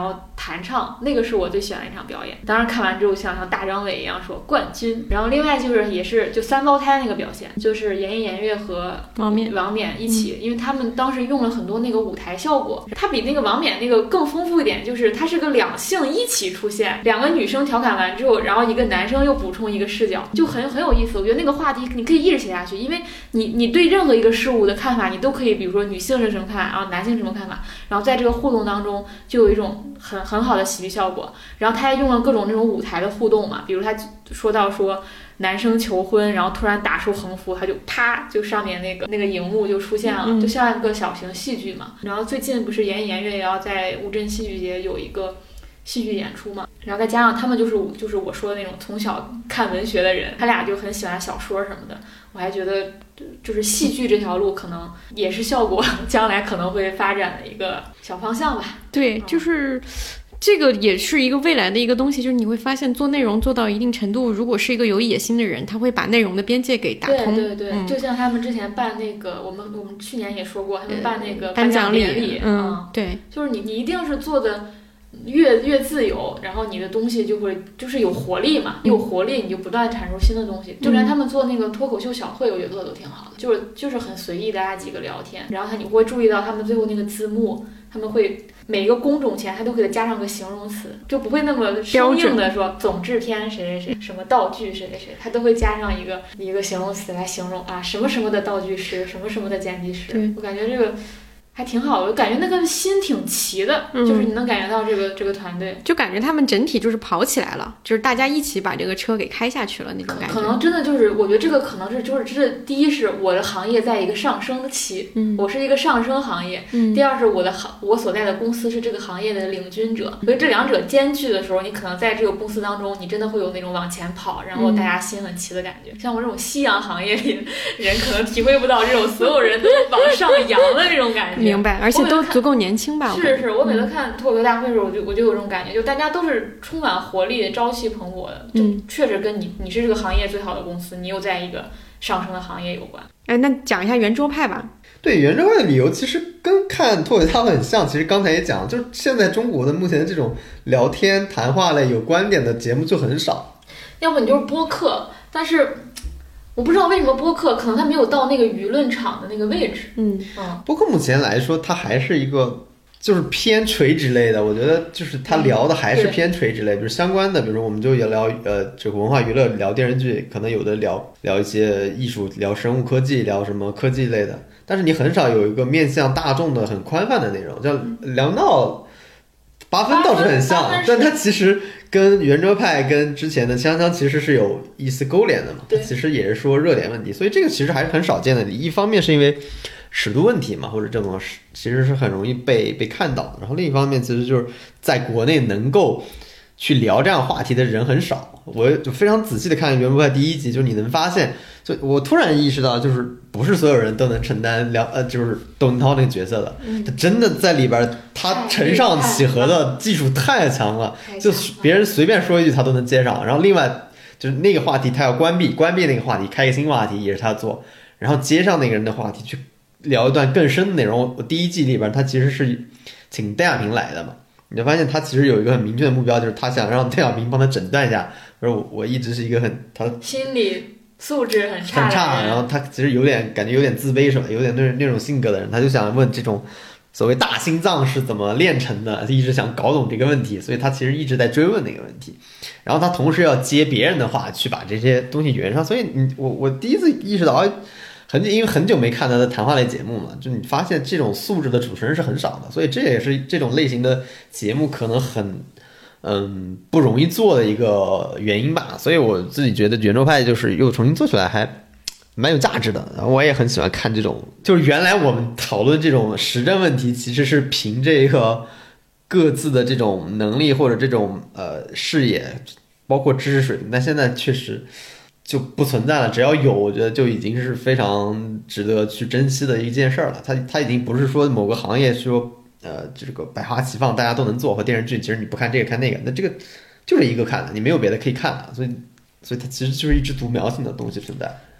弹唱，那个是我最喜欢的一场表演。当然看完之后像像大张伟一样说冠军。然后另外就是也是就三胞胎那个表现，就是严艺严悦和王冕王冕一起、嗯，因为他们当时用了很多那个舞台效果，它比那个王冕那个更丰富一点，就是它是个两性一起出现，两个女生调侃完之后，然后一个男生又补充一个视角，就很很有意思。我觉得那个话题你可以一直写下去，因为你你对任何一个事物的看法，你都可以，比如说女性是什么看法，然后男性什么看法，然后在这个互动当中就有一种很很好的喜剧效果。然后他还用了各种那种舞台的互动嘛，比如他说到说男生求婚，然后突然打出横幅，他就啪就上面那个那个荧幕就出现了，就像一个小型戏剧嘛。然后最近不是严艺严悦也要在乌镇戏剧节有一个戏剧演出嘛，然后再加上他们就是就是我说的那种从小看文学的人，他俩就很喜欢小说什么的，我还觉得就是戏剧这条路可能也是效果将来可能会发展的一个小方向吧。 对，就是这个也是一个未来的一个东西，就是你会发现做内容做到一定程度，如果是一个有野心的人，他会把内容的边界给打通。 对对对、 嗯、 就像他们之前办那个我们我们去年也说过，他们办那个颁奖典礼， 嗯， 嗯对， 就是你你一定是做的越越自由，然后你的东西就会就是有活力嘛，有活力你就不断产出新的东西。就连他们做那个脱口秀小会，我觉得做的都挺好的，就是就是很随意，大家几个聊天，然后他你会注意到他们最后那个字幕，他们会每一个工种前他都会加上个形容词，就不会那么生硬的说总制片谁谁谁，什么道具谁谁谁，他都会加上一个一个形容词来形容啊什么什么的道具师，什么什么的剪辑师。我感觉这个还挺好的，我感觉那个心挺齐的、嗯、就是你能感觉到这个这个团队， 就感觉他们整体就是跑起来了，就是大家一起把这个车给开下去了那种感觉。 可能真的就是我觉得这个可能是就是这第一是我的行业在一个上升的期、嗯、我是一个上升行业、嗯、第二是我的行我所在的公司是这个行业的领军者，所以这两者兼具的时候，你可能在这个公司当中你真的会有那种往前跑，然后大家心很齐的感觉、嗯、像我这种夕阳行业里人可能体会不到这种所有人都往上扬的这种感觉。 明白，而且都足够年轻吧？ 是是，我每次看脱口秀大会的时候，我就我就有这种感觉，就大家都是充满活力、朝气蓬勃的，就确实跟你你是这个行业最好的公司，你又在一个上升的行业有关。 哎，那讲一下圆桌派吧。 对，圆桌派的理由其实跟看脱口秀大会很像，其实刚才也讲，就是现在中国的目前的这种聊天谈话类有观点的节目就很少， 要不你就是播客，但是我不知道为什么播客可能它没有到那个舆论场的那个位置。 嗯嗯， 播客目前来说它还是一个就是偏垂直类的，我觉得就是他聊的还是偏垂直类、嗯、比如相关的，比如说我们就也聊呃这个文化娱乐，聊电视剧，可能有的聊聊一些艺术，聊生物科技，聊什么科技类的，但是你很少有一个面向大众的很宽泛的内容。叫梁闹八分倒是很像，但它其实跟圆桌派跟之前的锵锵其实是有一丝勾连的嘛，其实也是说热点问题，所以这个其实还是很少见的。一方面是因为尺度问题嘛，或者这种其实是很容易被被看到，然后另一方面其实就是在国内能够去聊这样话题的人很少。我就非常仔细的看圆桌派第一集，就是你能发现，就我突然意识到，就是不是所有人都能承担梁呃就是窦文涛那个角色的，嗯、他真的在里边他承上启合的技术太强了，就别人随便说一句他都能接上。然后另外就是那个话题他要关闭关闭那个话题，开一个新话题也是他做，然后接上那个人的话题去聊一段更深的内容。我第一季里边他其实是请邓亚萍来的嘛，你就发现他其实有一个很明确的目标，就是他想让邓亚萍帮他诊断一下，而我我一直是一个很他心理素质很差很差，然后他其实有点感觉有点自卑是吧，有点那那种性格的人，他就想问这种所谓大心脏是怎么炼成的，他一直想搞懂这个问题，所以他其实一直在追问那个问题，然后他同时要接别人的话去把这些东西圆上。所以你我我第一次意识到，很久因为很久没看他的谈话类节目嘛，就你发现这种素质的主持人是很少的，所以这也是这种类型的节目可能很嗯不容易做的一个原因吧。所以我自己觉得圆桌派就是又重新做起来还蛮有价值的，然后我也很喜欢看这种，就是原来我们讨论这种时政问题其实是凭这个各自的这种能力或者这种呃视野包括知识水平，但现在确实就不存在了，只要有我觉得就已经是非常值得去珍惜的一件事了。它它已经不是说某个行业说呃这个百花齐放大家都能做，和电视剧其实你不看这个看那个，那这个就是一个看的，你没有别的可以看的，所以所以它其实就是一只独苗性的东西存在。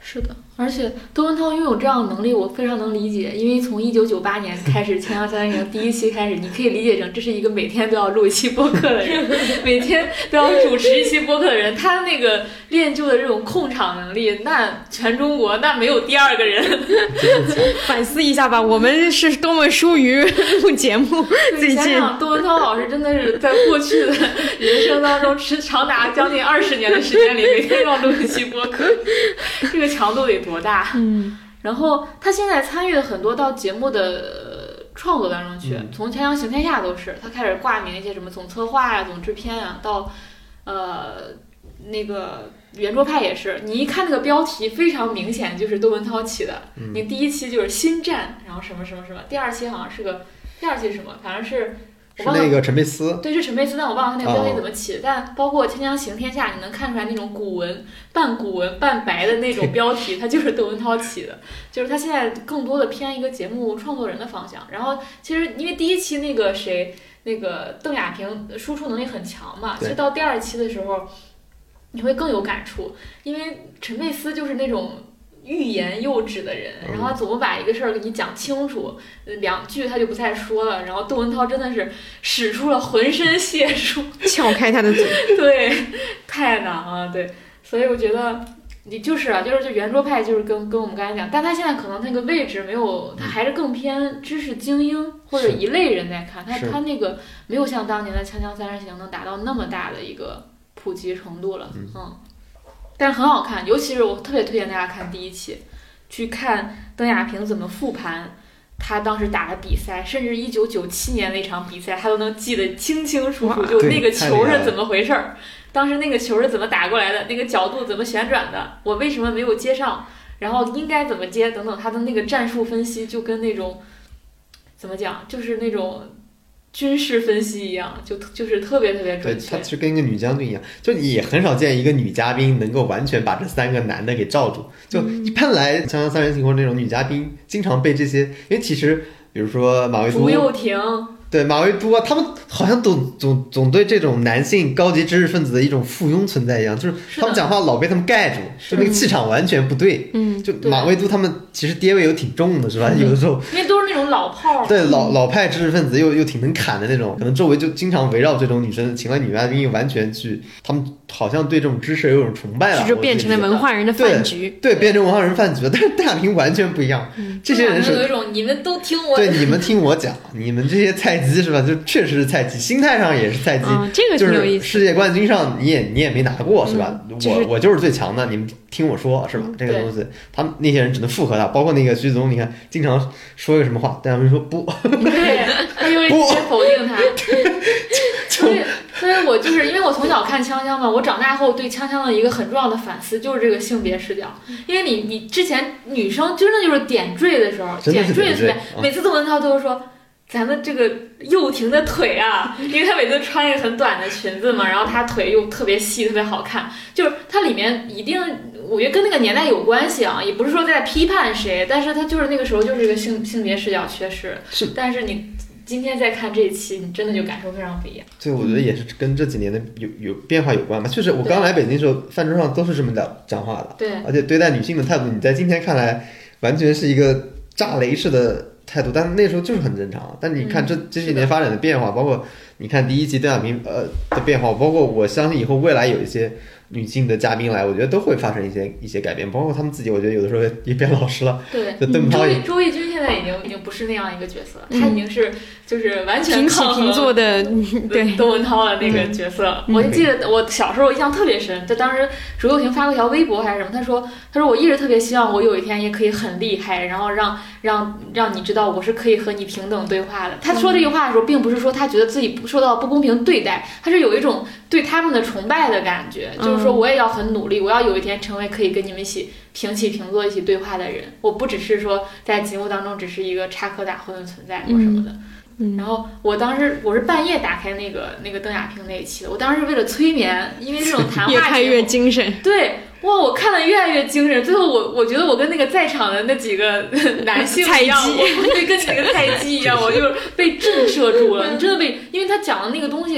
是的，而且窦文涛拥有这样的能力，我非常能理解。因为从一九九八年开始，《锵锵三人行》第一期开始，你可以理解成这是一个每天都要录一期播客的人，每天都要主持一期播客的人。他那个练就的这种控场能力，那全中国那没有第二个人。 反思一下吧，我们是多么疏于录节目。最近， 想想窦文涛老师真的是在过去的人生当中，持长达将近二十年的时间里，每天要录一期播客，这个强度得多大？嗯，然后他现在参与了很多到节目的创作当中去， 嗯、 从《锵锵行天下》都是他开始挂名一些什么总策划啊、总制片啊，到呃那个圆桌派也是，你一看那个标题非常明显就是窦文涛起的。嗯、你第一期就是新战，然后什么什么什么，第二期好像是个第二期是什么，反正是。 是那个陈佩斯， 对，是陈佩斯，但我忘了他那个标题怎么起的。哦、但包括《锵锵行天下》，你能看出来那种古文、半古文、半白的那种标题，它就是窦文涛起的。就是他现在更多的偏一个节目创作人的方向。然后其实因为第一期那个谁，那个邓亚萍输出能力很强嘛，其实到第二期的时候，你会更有感触，因为陈佩斯就是那种。欲言又止的人，然后他总不把一个事儿给你讲清楚，两句他就不再说了。然后窦文涛真的是使出了浑身解数， 撬开他的嘴， 对，太难了，对。所以我觉得你就是啊，就是就圆桌派，就是跟跟我们刚才讲，但他现在可能那个位置没有，他还是更偏知识精英或者一类人在看，他他那个没有像当年的《锵锵三人行》能达到那么大的一个普及程度了，嗯。嗯但是很好看，尤其是我特别推荐大家看第一期，去看邓亚萍怎么复盘他当时打的比赛，甚至一九九七年那场比赛，他都能记得清清楚楚，就那个球是怎么回事儿，当时那个球是怎么打过来的，那个角度怎么旋转的，我为什么没有接上，然后应该怎么接等等，他的那个战术分析就跟那种怎么讲，就是那种。军事分析一样，就就是特别特别准确。 对，她就跟一个女将军一样，就你也很少见一个女嘉宾能够完全把这三个男的给罩住。就一般来《锵锵三人行》或者那种女嘉宾，经常被这些，因为其实比如说马未都、 朱又廷， 对马未都啊，他们好像总总总对这种男性高级知识分子的一种附庸存在一样，就是他们讲话老被他们盖住，就那个气场完全不对。嗯，就马未都他们其实爹味又挺重的，是吧？有的时候因为都是那种老炮， 对老老派知识分子又又挺能砍的那种，可能周围就经常围绕这种女生，请了女嘉宾又完全去，他们好像对这种知识有种崇拜了， 就变成了文化人的饭局， 对，对变成文化人饭局了。但是邓亚萍完全不一样，嗯、这些人是有一种你们都听我， 对你们听我讲，你们这些菜鸡是吧？就确实是菜鸡，心态上也是菜鸡。 嗯、这个挺有意思。 就是世界冠军上你也你也没拿过是吧？ 嗯就是、 我我就是最强的，你们听我说是吧？这个东西，他们那些人只能附和他，包括那个徐子东，你看经常说一个什么话，邓亚萍说不， 对，他就会直接否定他。所以，所以我就是因为我从小看锵锵嘛，我长大后对锵锵的一个很重要的反思就是这个性别视角，因为你你之前女生真的就是点缀的时候，点缀的时候，每次窦文涛都会说。咱的这个又婷的腿啊，因为她每次穿一个很短的裙子嘛，然后她腿又特别细，特别好看，就是它里面一定，我觉得跟那个年代有关系啊，也不是说在批判谁，但是它就是那个时候就是一个性性别视角缺失。是，但是你今天再看这一期，你真的就感受非常不一样。 对，我觉得也是跟这几年的有有变化有关吧。确实，我刚来北京的时候，饭桌上都是这么讲话的。 对， 而且对待女性的态度，你在今天看来完全是一个炸雷式的态度，但是那时候就是很正常。但你看这这些年发展的变化，包括你看第一期邓亚萍呃的变化，包括我相信以后未来有一些女性的嘉宾来，我觉得都会发生一些一些改变，包括他们自己，我觉得有的时候也变老实了。 对， 就邓周轶周轶君现在已经已经不是那样一个角色，嗯、他已经是就是完全平起平坐的对窦文涛的那个角色。嗯、我记得我小时候印象特别深，就当时朱又廷发过条微博还是什么，他说他说我一直特别希望我有一天也可以很厉害，然后让让让你知道我是可以和你平等对话的。他说这句话的时候，并不是说他觉得自己不受到不公平对待，他是有一种对他们的崇拜的感觉，嗯、就是说我也要很努力，我要有一天成为可以跟你们一起平起平坐一起对话的人，我不只是说在节目当中只是一个插科打诨的存在或什么的。嗯、然后我当时我是半夜打开那个那个邓亚萍那一期的，我当时是为了催眠，因为这种谈话越看越精神。 对，哇，我看了越来越精神，最后我我觉得我跟那个在场的那几个男性一样，我对跟几个菜鸡一样，我就被震慑住了。你真的被，因为他讲的那个东西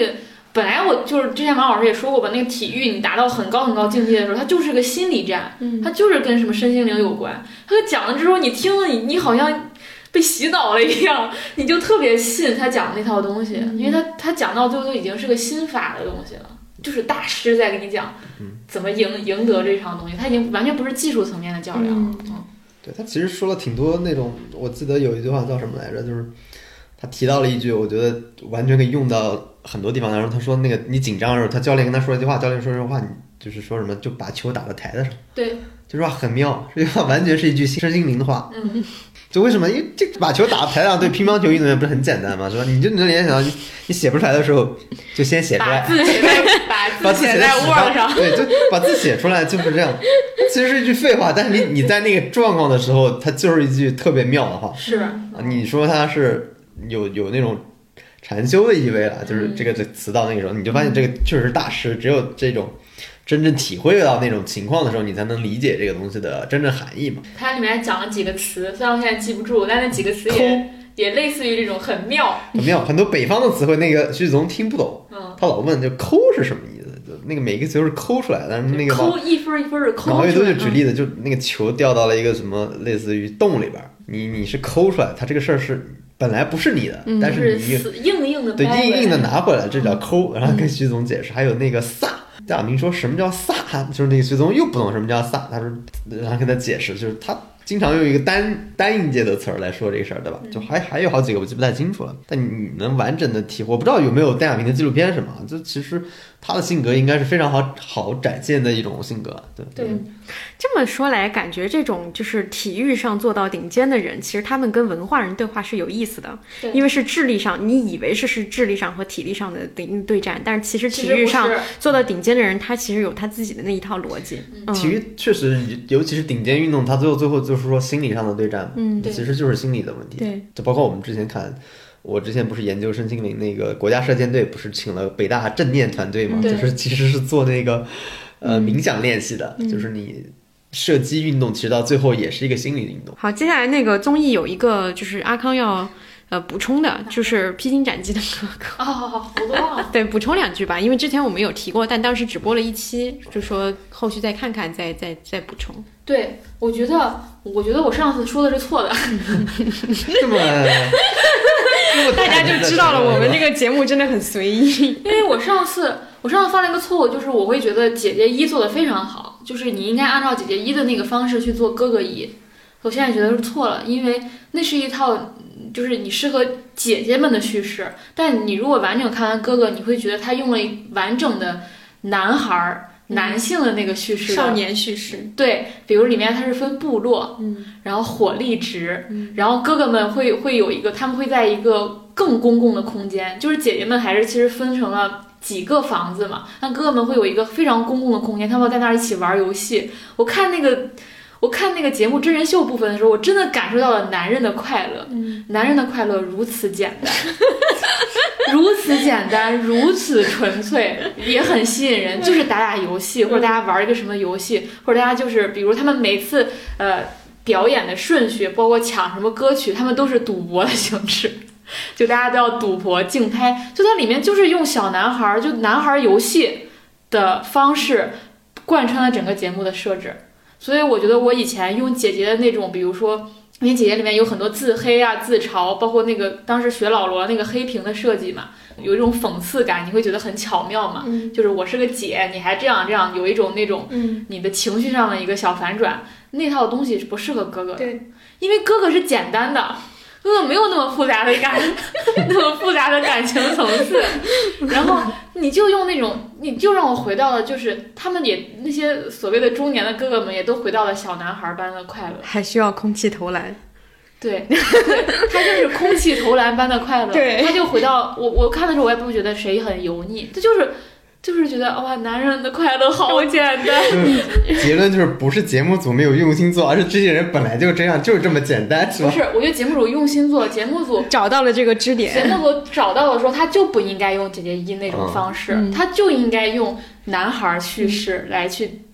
本来我就是之前王老师也说过吧，那个体育你达到很高很高境界的时候，它就是个心理战， 嗯， 它就是跟什么身心灵有关。他讲了之后，你听了你你好像被洗脑了一样，你就特别信他讲的那套东西， 嗯、 因为他他讲到最后都已经是个心法的东西了，就是大师在跟你讲怎么赢赢得这场东西，他已经完全不是技术层面的较量了。 嗯嗯， 对，他其实说了挺多那种，我记得有一句话叫什么来着，就是他提到了一句，我觉得完全可以用到很多地方。然后他说那个你紧张的时候，他教练跟他说一句话，教练说这句话，你就是说什么就把球打到台子上。 对， 这句话很妙，这句话完全是一句身心灵的话。 嗯， 就为什么？因为这把球打到台上，对乒乓球运动员不是很简单吗？是吧？你就能联想到你，你写不出来的时候，就先写出来， 把字写在把字写在 Word 上， 对，就把字写出来，就是这样。其实是一句废话，但是你你在那个状况的时候，它就是一句特别妙的话。 是， 你说它是有有那种禅修的意味了，就是这个这词到那个时候，你就发现这个确实是大师，只有这种真正体会到那种情况的时候，你才能理解这个东西的真正含义嘛。 它里面还讲了几个词，虽然我现在记不住，但那几个词也也类似于这种很妙， 很妙。很多北方的词汇，那个徐子东听不懂， 嗯， 他老问就抠是什么意思，就那个每个词都是抠出来的，但是那个抠一分一分的抠出来。 王卫东就举例子，就那个球掉到了一个什么类似于洞里边，你你是抠出来，他这个事儿是本来不是你的， 嗯、 但是你是硬硬的对硬硬的拿回来，这叫抠。 嗯、 然后跟徐总解释，还有那个飒。戴亚明说什么叫飒，就是那个徐总又不懂什么叫飒，他说，然后跟他解释，就是他经常用一个单单音节的词儿来说这个事儿，对吧？就还还有好几个我记不太清楚了，但你能完整的体会，我不知道有没有戴亚明的纪录片什么，就其实他的性格应该是非常好好展现的一种性格，对对。 嗯，这么说来，感觉这种就是体育上做到顶尖的人，其实他们跟文化人对话是有意思的，因为是智力上，你以为是是智力上和体力上的顶对战，但是其实体育上做到顶尖的人，他其实有他自己的那一套逻辑。 嗯、 体育确实，尤其是顶尖运动，他最后最后就是说心理上的对战， 嗯， 其实就是心理的问题。 对， 就包括我们之前看。我之前不是研究身心灵，那个国家射箭队不是请了北大正念团队嘛， 嗯、 就是其实是做那个呃冥想练习的， 嗯、 就是你射击运动其实到最后也是一个心理运动。 好，接下来那个综艺有一个就是阿康要呃补充的，就是披荆斩棘的哥哥。 哦，好好好，我都忘了。 对，补充两句吧，因为之前我们有提过，但当时只播了一期，就说后续再看看，再再再补充。 对，我觉得，我觉得我上次说的是错的。 这么。 大家就知道了，我们这个节目真的很随意。 因为我上次我上次犯了一个错误，就是我会觉得姐姐一做的非常好，就是你应该按照姐姐一的那个方式去做哥哥一。我现在觉得是错了，因为那是一套就是你适合姐姐们的叙事，但你如果完整看完哥哥，你会觉得他用了完整的男孩。男性的那个叙事、嗯、 少年叙事， 对，比如里面它是分部落， 嗯， 然后火力值， 嗯， 然后哥哥们会会有一个，他们会在一个更公共的空间，就是姐姐们还是其实分成了几个房子嘛，但哥哥们会有一个非常公共的空间，他们在那儿一起玩游戏。我看那个我看那个节目真人秀部分的时候，我真的感受到了男人的快乐， 嗯， 男人的快乐如此简单。如此简单，如此纯粹，也很吸引人。就是打打游戏，或者大家玩一个什么游戏，或者大家就是比如他们每次呃表演的顺序，包括抢什么歌曲，他们都是赌博的形式，就大家都要赌博竞拍。就它里面就是用小男孩，就男孩游戏的方式贯穿了整个节目的设置。所以我觉得我以前用姐姐的那种，比如说。因为姐姐里面有很多自黑啊、自嘲，包括那个当时学老罗那个黑屏的设计嘛，有一种讽刺感，你会觉得很巧妙嘛。 嗯、 就是我是个姐，你还这样这样，有一种那种你的情绪上的一个小反转。嗯、那套东西是不适合哥哥的， 对， 因为哥哥是简单的，哥哥没有那么复杂的感，那么复杂的感情层次。然后你就用那种，你就让我回到了，就是他们也那些所谓的中年的哥哥们也都回到了小男孩般的快乐， 还需要空气投篮。 对，对，他就是空气投篮般的快乐。 对， 他就回到我，我看的时候我也不觉得谁很油腻，这就是。就是觉得哇，男人的快乐好简单。 结论就是不是节目组没有用心做，而是这些人本来就这样，就是这么简单，是吧？ 不是，我觉得节目组用心做，节目组找到了这个支点。 节目组找到了说，他就不应该用姐姐一那种方式， 嗯、 他就应该用男孩叙事来去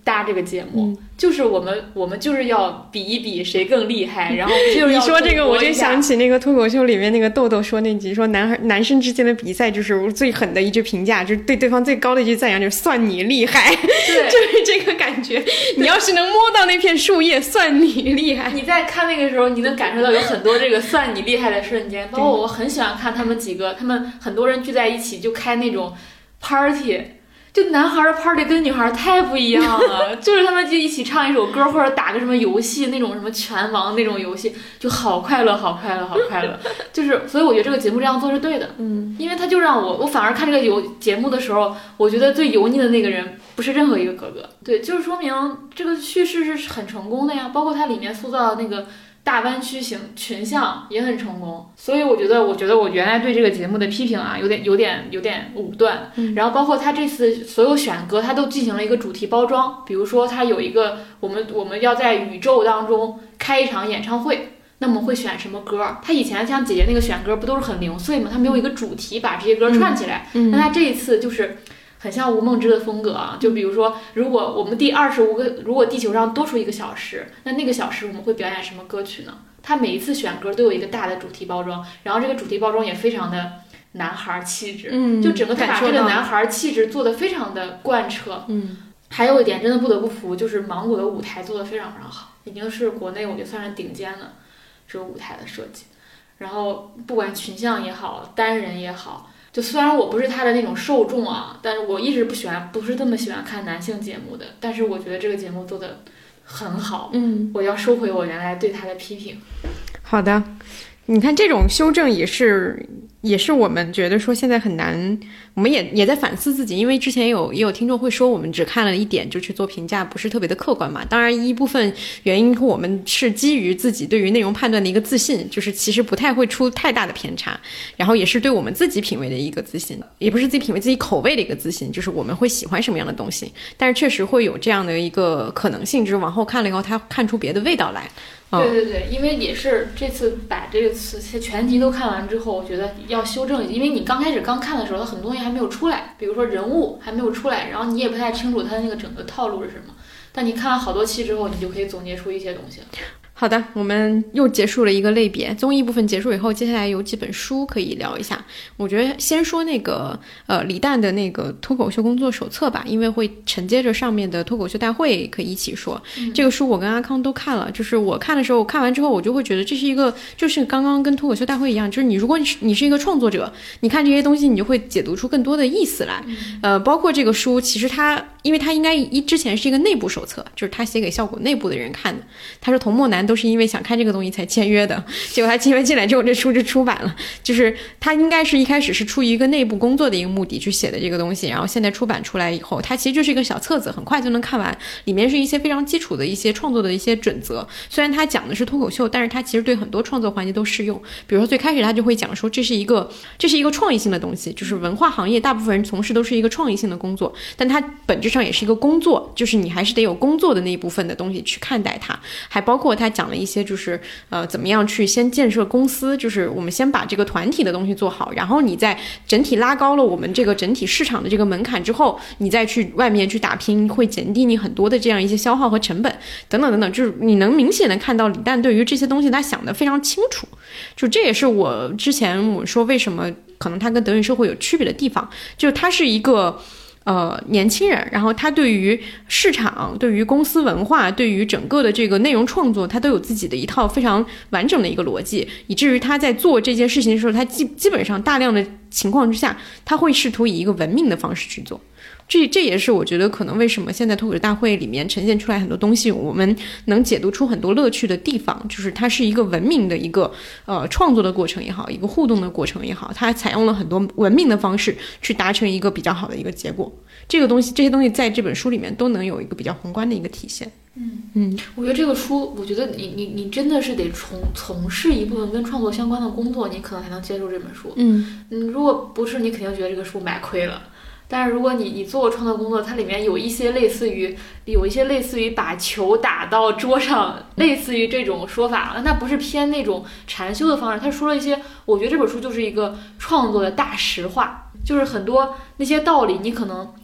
搭这个节目，嗯、就是我们我们就是要比一比谁更厉害，然后就是要你说这个我就想起那个脱口秀里面那个豆豆说那集，说男孩男生之间的比赛就是最狠的一句评价，就是对对方最高的一句赞扬，就是算你厉害， 对， 就是这个感觉。你要是能摸到那片树叶，算你厉害。 你在看那个时候，你能感受到有很多这个算你厉害的瞬间，包括我很喜欢看他们几个，他们很多人聚在一起就开那种 party。就男孩的 party 跟女孩太不一样了，就是他们就一起唱一首歌或者打个什么游戏，那种什么拳王那种游戏，就好快乐，好快乐，好快乐。就是所以我觉得这个节目这样做是对的，嗯，因为他就让我，我反而看这个游节目的时候，我觉得最油腻的那个人不是任何一个哥哥，对，就是说明这个叙事是很成功的呀，包括它里面塑造的那个大湾区型群像也很成功，所以我觉得，我觉得我原来对这个节目的批评啊，有点有点有点武断。嗯、然后包括他这次所有选歌，他都进行了一个主题包装，比如说他有一个我们我们要在宇宙当中开一场演唱会，那么会选什么歌？他以前像姐姐那个选歌不都是很零碎吗？他没有一个主题把这些歌串起来，嗯嗯、那他这一次就是很像吴梦之的风格啊，就比如说，如果我们第二十五个，如果地球上多出一个小时，那那个小时我们会表演什么歌曲呢？他每一次选歌都有一个大的主题包装，然后这个主题包装也非常的男孩气质，嗯，就整个他把这个男孩气质做得非常的贯彻，嗯，还有一点真的不得不服，就是芒果的舞台做得非常非常好，已经是国内我觉得算是顶尖的这个舞台的设计，然后不管群像也好，单人也好。就虽然我不是他的那种受众啊，但是我一直不喜欢，不是这么喜欢看男性节目的。但是我觉得这个节目做的很好，嗯，我要收回我原来对他的批评。 好的，你看这种修正也是也是我们觉得说现在很难，我们也也在反思自己，因为之前有也有听众会说我们只看了一点就去做评价，不是特别的客观嘛。当然一部分原因我们是基于自己对于内容判断的一个自信，就是其实不太会出太大的偏差，然后也是对我们自己品味的一个自信，也不是自己品味自己口味的一个自信，就是我们会喜欢什么样的东西，但是确实会有这样的一个可能性，就是往后看了以后他看出别的味道来。 对对对，因为也是这次把这个词全集都看完之后，我觉得要修正，因为你刚开始刚看的时候，它很多东西还没有出来，比如说人物还没有出来，然后你也不太清楚它的那个整个套路是什么。但你看完好多期之后，你就可以总结出一些东西了。 好的，我们又结束了一个类别，综艺部分结束以后，接下来有几本书可以聊一下。我觉得先说那个呃李诞的那个脱口秀工作手册吧，因为会承接着上面的脱口秀大会可以一起说。嗯、这个书我跟阿康都看了，就是我看的时候，看完之后我就会觉得这是一个，就是刚刚跟脱口秀大会一样，就是你如果你是你是一个创作者，你看这些东西你就会解读出更多的意思来。嗯、呃，包括这个书，其实它因为它应该一之前是一个内部手册，就是他写给效果内部的人看的。他说童漠男都是因为想看这个东西才签约的，结果他签约进来之后这书就出版了，就是他应该是一开始是出于一个内部工作的一个目的去写的这个东西，然后现在出版出来以后，它其实就是一个小册子，很快就能看完，里面是一些非常基础的一些创作的一些准则，虽然他讲的是脱口秀，但是他其实对很多创作环节都适用。比如说最开始他就会讲说这是一个这是一个创意性的东西，就是文化行业大部分人从事都是一个创意性的工作，但它本质上也是一个工作，就是你还是得有工作的那一部分的东西去看待它，还包括他讲了一些就是呃怎么样去先建设公司，就是我们先把这个团体的东西做好，然后你在整体拉高了我们这个整体市场的这个门槛之后，你再去外面去打拼，会减低你很多的这样一些消耗和成本等等等等，就是你能明显的看到李诞对于这些东西他想得非常清楚，就这也是我之前我说为什么可能他跟德云社会有区别的地方，就是他是一个呃，年轻人，然后他对于市场、对于公司文化、对于整个的这个内容创作，他都有自己的一套非常完整的一个逻辑，以至于他在做这件事情的时候，他基基本上大量的情况之下，他会试图以一个文明的方式去做。这这也是我觉得可能为什么现在脱口秀大会里面呈现出来很多东西，我们能解读出很多乐趣的地方，就是它是一个文明的一个呃创作的过程也好，一个互动的过程也好，它采用了很多文明的方式去达成一个比较好的一个结果。这个东西这些东西在这本书里面都能有一个比较宏观的一个体现。 嗯嗯，我觉得这个书，我觉得你你你真的是得从从事一部分跟创作相关的工作，你可能才能接受这本书。嗯嗯，如果不是，你肯定觉得这个书买亏了。但是如果你你做过创作工作，它里面有一些类似于有一些类似于把球打到桌上，类似于这种说法，那不是偏那种禅修的方式，他说了一些，我觉得这本书就是一个创作的大实话，就是很多那些道理你可能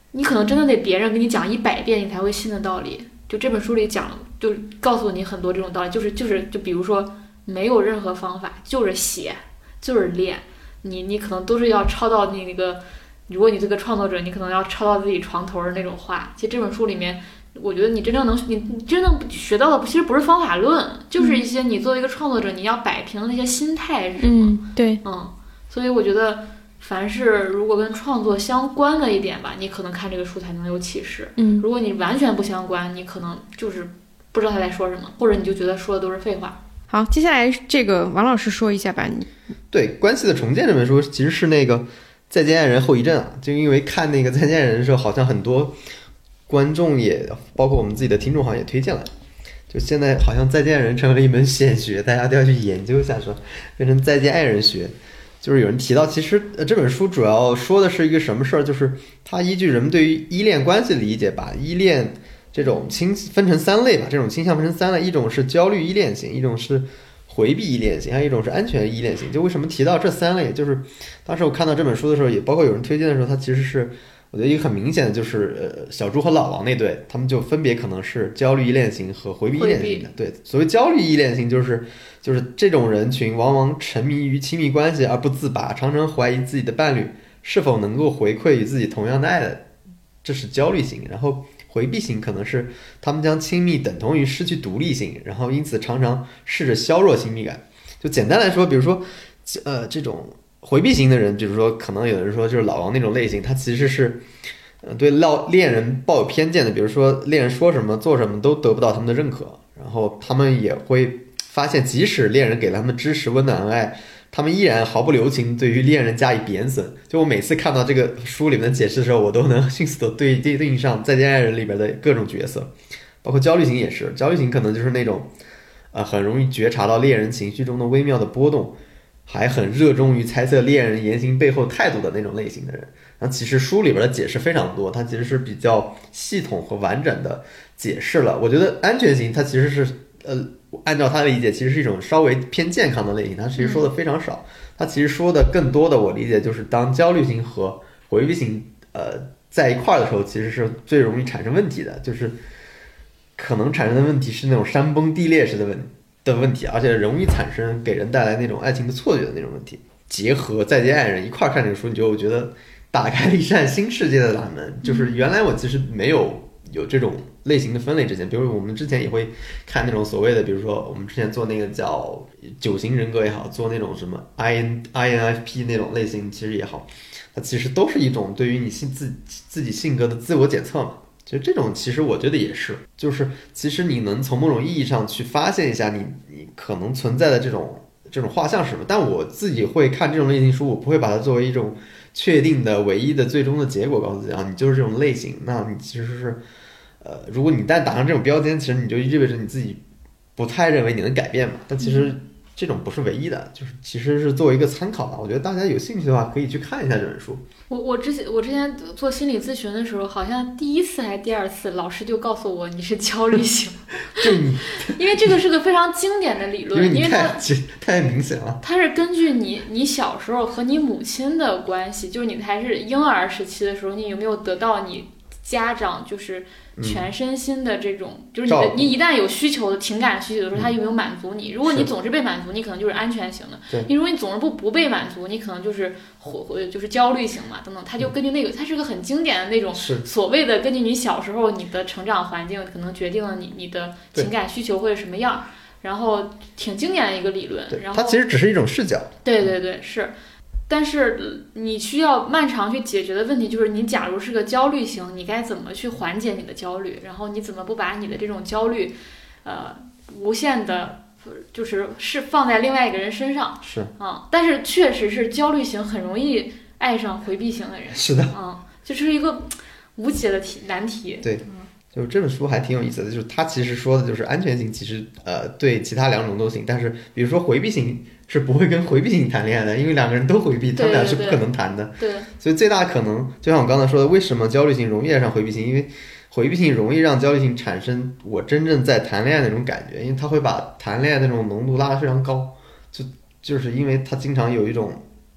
你可能真的得别人跟你讲一百遍，你才会信的道理。就这本书里讲，就告诉你很多这种道理，就是就是就比如说，没有任何方法，就是写，就是练。你你可能都是要抄到那个，如果你这个创作者，你可能要抄到自己床头的那种话。其实这本书里面，我觉得你真正能你你真正学到的，其实不是方法论，就是一些你作为一个创作者，你要摆平的那些心态是什么？ 嗯，对， 嗯，所以我觉得。凡是如果跟创作相关的一点吧，你可能看这个书才能有启示。 嗯， 如果你完全不相关，你可能就是不知道他在说什么，或者你就觉得说的都是废话。 好，接下来这个王老师说一下吧。你对《关系的重建》这本书其实是那个《再见爱人》后遗症啊，就因为看那个《再见爱人》的时候，好像很多观众也包括我们自己的听众好像也推荐了。就现在好像《再见爱人》成为了一门显学，大家都要去研究一下，说变成《再见爱人学》。就是有人提到，其实呃这本书主要说的是一个什么事儿？就是它依据人们对于依恋关系的理解，把依恋这种倾分成三类吧，这种倾向分成三类，一种是焦虑依恋型，一种是回避依恋型，还有一种是安全依恋型。就为什么提到这三类？就是当时我看到这本书的时候，也包括有人推荐的时候，它其实是我觉得一个很明显的，就是呃小猪和老王那对，他们就分别可能是焦虑依恋型和回避依恋型的。对，所谓焦虑依恋型就是就是这种人群往往沉迷于亲密关系而不自拔，常常怀疑自己的伴侣是否能够回馈与自己同样的爱的，这是焦虑型。然后回避型可能是他们将亲密等同于失去独立性，然后因此常常试着削弱亲密感。就简单来说，比如说呃这种回避型的人，比如说可能有人说就是老王那种类型，他其实是呃对恋人抱有偏见的，比如说恋人说什么做什么都得不到他们的认可，然后他们也会发现即使恋人给了他们支持温暖和爱，他们依然毫不留情对于恋人加以贬损。就我每次看到这个书里面的解释的时候，我都能迅速的对对应上《再见爱人》里边的各种角色，包括焦虑型也是。焦虑型可能就是那种呃很容易觉察到恋人情绪中的微妙的波动，还很热衷于猜测恋人言行背后态度的那种类型的人。然后其实书里边的解释非常多，它其实是比较系统和完整的解释了。我觉得安全型它其实是呃按照他的理解，其实是一种稍微偏健康的类型，他其实说的非常少。他其实说的更多的，我理解就是当焦虑型和回避型呃在一块儿的时候，其实是最容易产生问题的，就是可能产生的问题是那种山崩地裂式的问的问题，而且容易产生给人带来那种爱情的错觉的那种问题。结合《再见爱人》一块儿看这个书，你就觉得打开了一扇新世界的大门。就是原来我其实没有有这种类型的分类之前，比如我们之前也会看那种所谓的，比如说我们之前做那个叫九型人格也好，做那种什么 I N I N F P 那种类型其实也好，它其实都是一种对于你性自自己性格的自我检测嘛。其实这种其实我觉得也是，就是其实你能从某种意义上去发现一下你你可能存在的这种这种画像是什么。但我自己会看这种类型书，我不会把它作为一种确定的唯一的最终的结果告诉自己啊，你就是这种类型，那你其实是呃，如果你一旦打上这种标签，其实你就意味着你自己不太认为你能改变嘛。但其实这种不是唯一的，就是其实是作为一个参考吧。我觉得大家有兴趣的话，可以去看一下这本书。 我我之前我之前做心理咨询的时候，好像第一次还是第二次，老师就告诉我你是焦虑型， 就你， 因为这个是个非常经典的理论， 因为你太它太明显了。 它是根据你你小时候和你母亲的关系，就是你还是婴儿时期的时候，你有没有得到你家长就是全身心的这种，嗯、就是你的你一旦有需求的情感需求的时候，他有没有满足你？如果你总是被满足，你可能就是安全型的；你如果你总是不不被满足，你可能就是就是焦虑型嘛，等等。他就根据那个，它是个很经典的那种所谓的根据你小时候你的成长环境可能决定了你你的情感需求会是什么样，然后挺经典的一个理论。然后它其实只是一种视角。 对对对，是。但是你需要漫长去解决的问题就是，你假如是个焦虑型，你该怎么去缓解你的焦虑？然后你怎么不把你的这种焦虑，呃，无限的，就是是放在另外一个人身上？ 是啊，但是确实是焦虑型很容易爱上回避型的人。 是的， 啊，就是一个无解的题难题。 对。嗯，就是这本书还挺有意思的，就是它其实说的就是安全型其实呃对其他两种都行，但是比如说回避型是不会跟回避型谈恋爱的，因为两个人都回避，他们俩是不可能谈的。 对， 所以最大可能就像我刚才说的，为什么焦虑型容易爱上回避型？因为回避型容易让焦虑型产生我真正在谈恋爱那种感觉，因为他会把谈恋爱那种浓度拉得非常高，就就是因为他经常有一种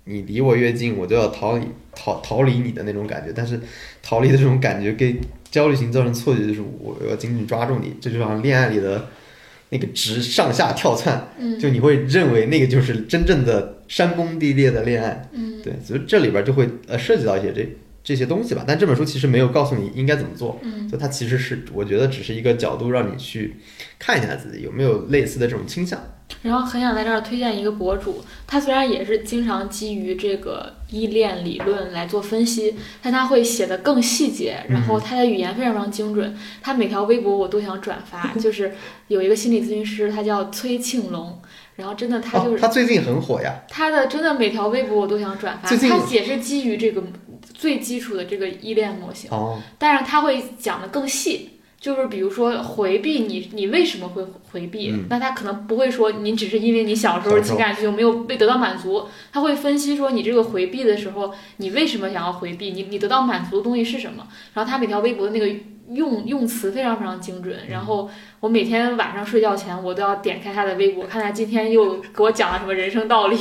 你离我越近，我就要逃离逃逃离你的那种感觉。但是逃离的这种感觉给焦虑型造成错觉，就是我要紧紧抓住你，这就像恋爱里的那个直上下跳窜， 嗯， 就你会认为那个就是真正的山崩地裂的恋爱， 嗯， 对，所以这里边就会呃涉及到一些这这些东西吧。但这本书其实没有告诉你应该怎么做， 嗯， 就它其实是我觉得只是一个角度，让你去看一下自己有没有类似的这种倾向。 然后很想在这儿推荐一个博主，他虽然也是经常基于这个依恋理论来做分析，但他会写得更细节，然后他的语言非常非常精准。他每条微博我都想转发，就是有一个心理咨询师，他叫崔庆龙，然后真的他就是、 哦、他最近很火呀， 他的真的每条微博我都想转发。他也是基于这个最基础的这个依恋模型， 哦， 但是他会讲得更细。就是比如说回避你，你为什么会回避？ 嗯、 那他可能不会说你只是因为你小时候情感需求没有被得到满足，他会分析说你这个回避的时候，你为什么想要回避？你你得到满足的东西是什么？然后他每条微博的那个用用词非常非常精准。然后我每天晚上睡觉前，我都要点开他的微博，看他今天又给我讲了什么人生道理。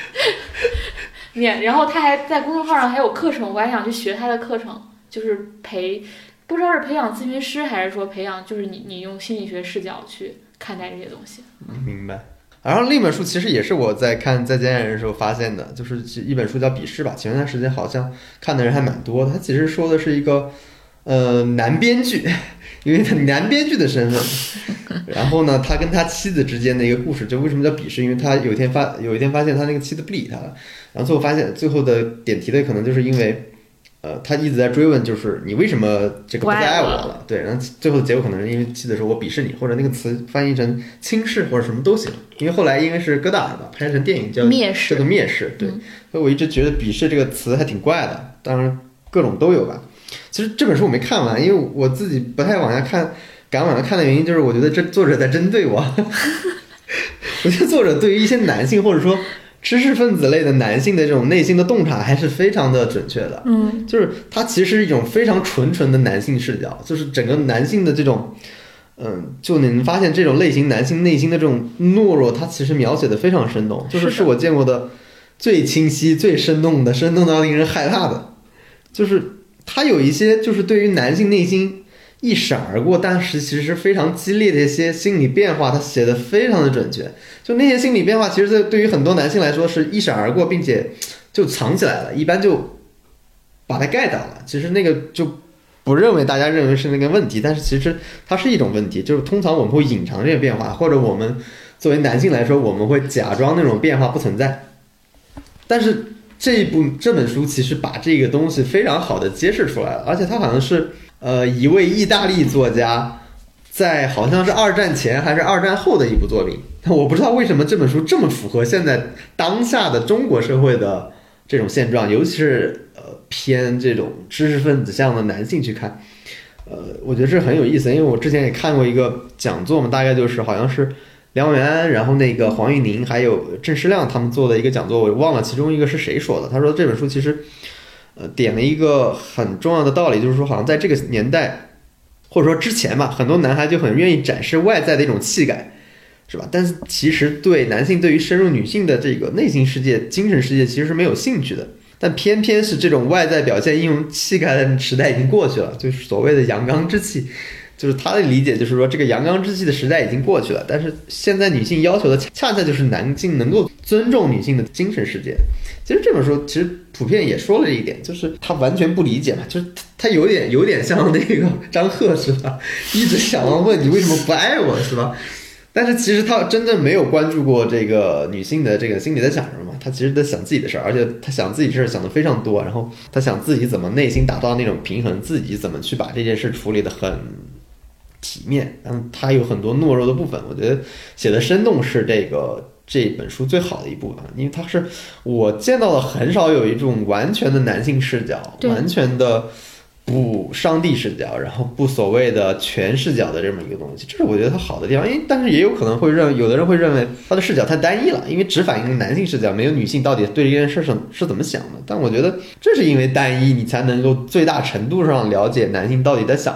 然后他还在公众号上还有课程，我还想去学他的课程，就是陪。不知道是培养咨询师还是说培养，就是你你用心理学视角去看待这些东西。 明白。然后另一本书其实也是我在看《再见爱人》的时候发现的，就是一本书叫《笔试》吧。前段时间好像看的人还蛮多的。他其实说的是一个呃男编剧，因为他男编剧的身份，然后呢，他跟他妻子之间的一个故事。就为什么叫笔试？因为他有一天发有一天发现他那个妻子不理他了，然后最后发现最后的点题的可能就是因为。呃，他一直在追问，就是你为什么这个不再爱我了？对，然后最后的结果可能是因为妻子说我鄙视你，或者那个词翻译成轻视或者什么都行。因为后来因为是戈达尔吧，拍成电影叫蔑视， 叫做蔑视，对、嗯。所以我一直觉得鄙视这个词还挺怪的，当然各种都有吧。其实这本书我没看完，因为我自己不太往下看，敢往下看的原因就是我觉得这作者在针对我。我觉得作者对于一些男性或者说。知识分子类的男性的这种内心的洞察还是非常的准确的， 嗯， 就是它其实是一种非常纯纯的男性视角，就是整个男性的这种，嗯，就你能发现这种类型男性内心的这种懦弱，它其实描写的非常生动，就是是我见过的最清晰、最生动的，生动到令人害怕的，就是它有一些就是对于男性内心。一闪而过，但是其实是非常激烈的一些心理变化，他写的非常的准确。就那些心理变化，其实对于很多男性来说是一闪而过，并且就藏起来了，一般就把它盖掉了。其实那个就不认为大家认为是那个问题，但是其实它是一种问题。就是通常我们会隐藏这些变化，或者我们作为男性来说，我们会假装那种变化不存在。但是这一部这本书其实把这个东西非常好的揭示出来了，而且它好像是。呃，一位意大利作家，在好像是二战前还是二战后的一部作品，我不知道为什么这本书这么符合现在当下的中国社会的这种现状，尤其是呃偏这种知识分子向的男性去看，呃，我觉得这很有意思，因为我之前也看过一个讲座嘛，大概就是好像是梁永安，然后那个黄玉宁还有郑世亮他们做的一个讲座，我忘了其中一个是谁说的，他说这本书其实。呃，点了一个很重要的道理，就是说，好像在这个年代，或者说之前吧，很多男孩就很愿意展示外在的一种气概，是吧？但是其实对男性对于深入女性的这个内心世界、精神世界其实是没有兴趣的。但偏偏是这种外在表现应用气概的时代已经过去了，就是所谓的阳刚之气。就是他的理解就是说，这个阳刚之气的时代已经过去了，但是现在女性要求的恰恰就是男性能够尊重女性的精神世界。其实这本书其实普遍也说了一点，就是他完全不理解嘛，就是他有点有点像那个张赫是吧，一直想要问你为什么不爱我是吧？但是其实他真正没有关注过这个女性的这个心里在想什么，他其实在想自己的事儿，而且他想自己的事儿想的非常多，然后他想自己怎么内心达到那种平衡，自己怎么去把这件事处理的很体面，嗯，他有很多懦弱的部分，我觉得写的生动是这个这本书最好的一部分，因为它是我见到的很少有一种完全的男性视角，完全的不上帝视角，然后不所谓的全视角的这么一个东西，这是我觉得它好的地方。因为但是也有可能会认，有的人会认为它的视角太单一了，因为只反映男性视角，没有女性到底对这件事是是怎么想的。但我觉得这是因为单一，你才能够最大程度上了解男性到底在想什么。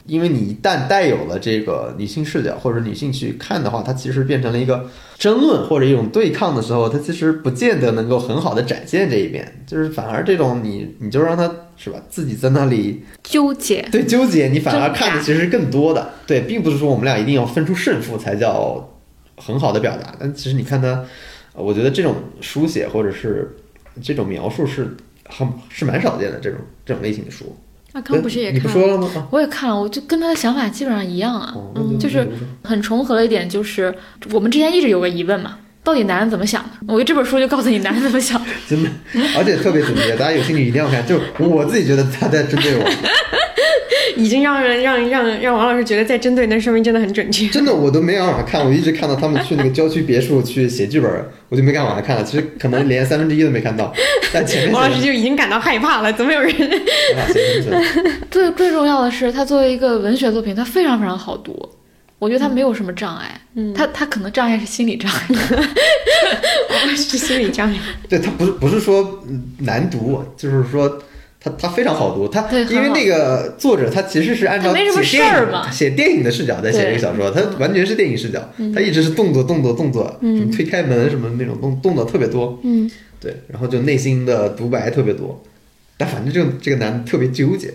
因为你一旦带有了这个女性视角或者女性去看的话，它其实变成了一个争论或者一种对抗的时候，它其实不见得能够很好的展现这一面，就是反而这种你你就让它是吧自己在那里纠结， 对纠结，你反而看的其实是更多的，对，并不是说我们俩一定要分出胜负才叫很好的表达，但其实你看它，我觉得这种书写或者是这种描述是很是蛮少见的，这种这种类型的书。 阿康不是也看了？ 你不说了吗？ 我也看了，我就跟他的想法基本上一样啊， 哦嗯，就是很重合的一点，就是我们之前一直有个疑问嘛，到底男人怎么想的？我觉得这本书就告诉你男人怎么想的， 真的，而且特别准确，大家有兴趣一定要看。就我自己觉得他在针对我， 已经让人让让让王老师觉得在针对，那说明真的很准确。 真的，我都没敢往下看，我一直看到他们去那个郊区别墅去写剧本，我就没敢往下看了。其实可能连三分之一都没看到，但前面王老师就已经感到害怕了，怎么有人？ 最最重要的是，它作为一个文学作品，它非常非常好读。我觉得他没有什么障碍，嗯，他他可能障碍是心理障碍， 是心理障碍。 对，他不是不是说难读，就是说他他非常好读，他因为那个作者他其实是按照写电影写电影的视角在写这个小说，他完全是电影视角， 嗯、 他一直是动作动作动作，什么推开门什么那种动动作特别多， 嗯， 对，然后就内心的独白特别多，但反正这个这个男的特别纠结。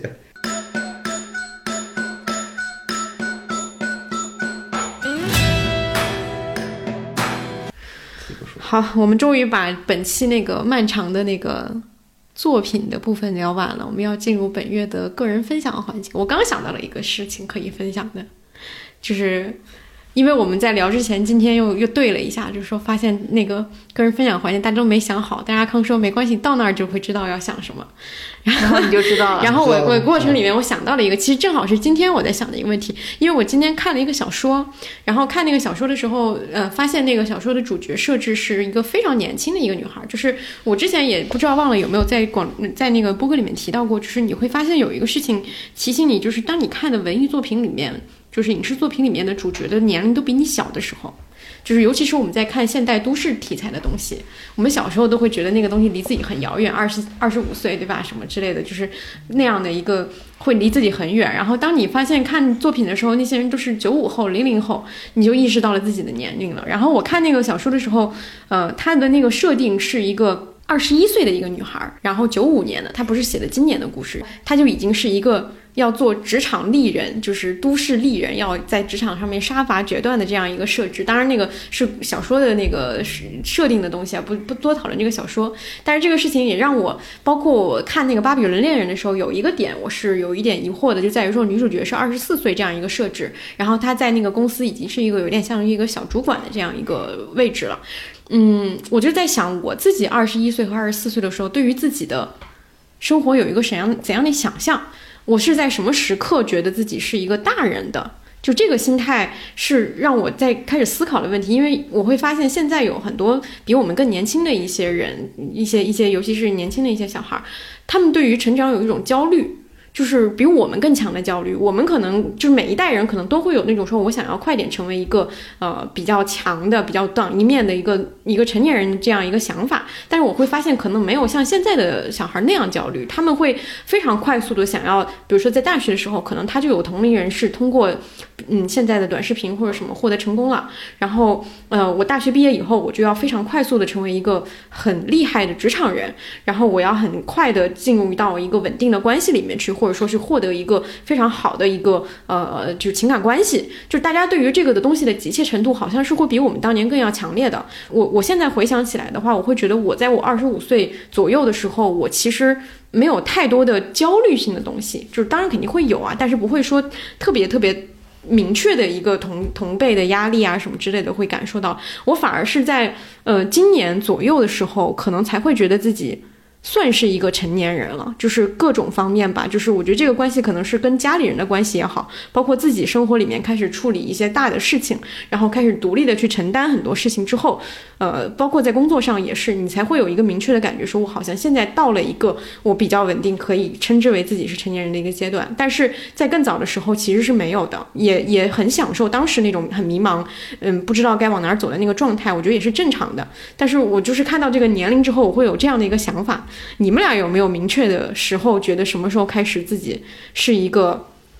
好，我们终于把本期那个漫长的那个作品的部分聊完了，我们要进入本月的个人分享环节。我刚想到了一个事情可以分享的，就是因为我们在聊之前，今天又又对了一下，就是说发现那个个人分享环节大家都没想好，大家康说没关系，到那儿就会知道要想什么，然后你就知道了。 然后我我过程里面我想到了一个，其实正好是今天我在想的一个问题，因为我今天看了一个小说，然后看那个小说的时候，呃，发现那个小说的主角设置是一个非常年轻的一个女孩，就是我之前也不知道忘了有没有在广在那个播客里面提到过，就是你会发现有一个事情提醒你，就是当你看的文艺作品里面，就是影视作品里面的主角的年龄都比你小的时候，就是尤其是我们在看现代都市题材的东西，我们小时候都会觉得那个东西离自己很遥远，二十二十五岁对吧，什么之类的，就是那样的一个会离自己很远。然后当你发现看作品的时候，那些人都是九五后零零后，你就意识到了自己的年龄了。然后我看那个小说的时候，呃，它的那个设定是一个二十一岁的一个女孩，然后九五年的，她不是写的今年的故事，她就已经是一个要做职场丽人，就是都市丽人，要在职场上面杀伐决断的这样一个设置。当然那个是小说的那个设定的东西啊，不不多讨论这个小说。但是这个事情也让我，包括我看那个巴比伦恋人的时候，有一个点我是有一点疑惑的，就在于说女主角是二十四岁这样一个设置，然后她在那个公司已经是一个有点像一个小主管的这样一个位置了。嗯，我就在想我自己二十一岁和二十四岁的时候，对于自己的生活有一个怎样怎样的想象，我是在什么时刻觉得自己是一个大人的，就这个心态是让我在开始思考的问题。因为我会发现现在有很多比我们更年轻的一些人，一些一些尤其是年轻的一些小孩，他们对于成长有一种焦虑，就是比我们更强的焦虑。我们可能就是每一代人可能都会有那种说我想要快点成为一个呃比较强的比较当一面的一个一个成年人这样一个想法，但是我会发现可能没有像现在的小孩那样焦虑，他们会非常快速的想要，比如说在大学的时候可能他就有同龄人是通过嗯现在的短视频或者什么获得成功了，然后呃我大学毕业以后我就要非常快速的成为一个很厉害的职场人，然后我要很快的进入到一个稳定的关系里面去，或者说是获得一个非常好的一个呃就是情感关系，就是大家对于这个的东西的急切程度好像是会比我们当年更要强烈的。我我现在回想起来的话，我会觉得我在我二十五岁左右的时候，我其实没有太多的焦虑性的东西，就是当然肯定会有啊，但是不会说特别特别明确的一个同同辈的压力啊什么之类的会感受到。我反而是在呃今年左右的时候，可能才会觉得自己算是一个成年人了，就是各种方面吧，就是我觉得这个关系可能是跟家里人的关系也好，包括自己生活里面开始处理一些大的事情，然后开始独立的去承担很多事情之后，呃，包括在工作上也是，你才会有一个明确的感觉，说我好像现在到了一个我比较稳定，可以称之为自己是成年人的一个阶段。但是在更早的时候其实是没有的，也也很享受当时那种很迷茫，嗯，不知道该往哪儿走的那个状态，我觉得也是正常的。但是我就是看到这个年龄之后，我会有这样的一个想法。你们俩有没有明确的时候觉得什么时候开始自己是一个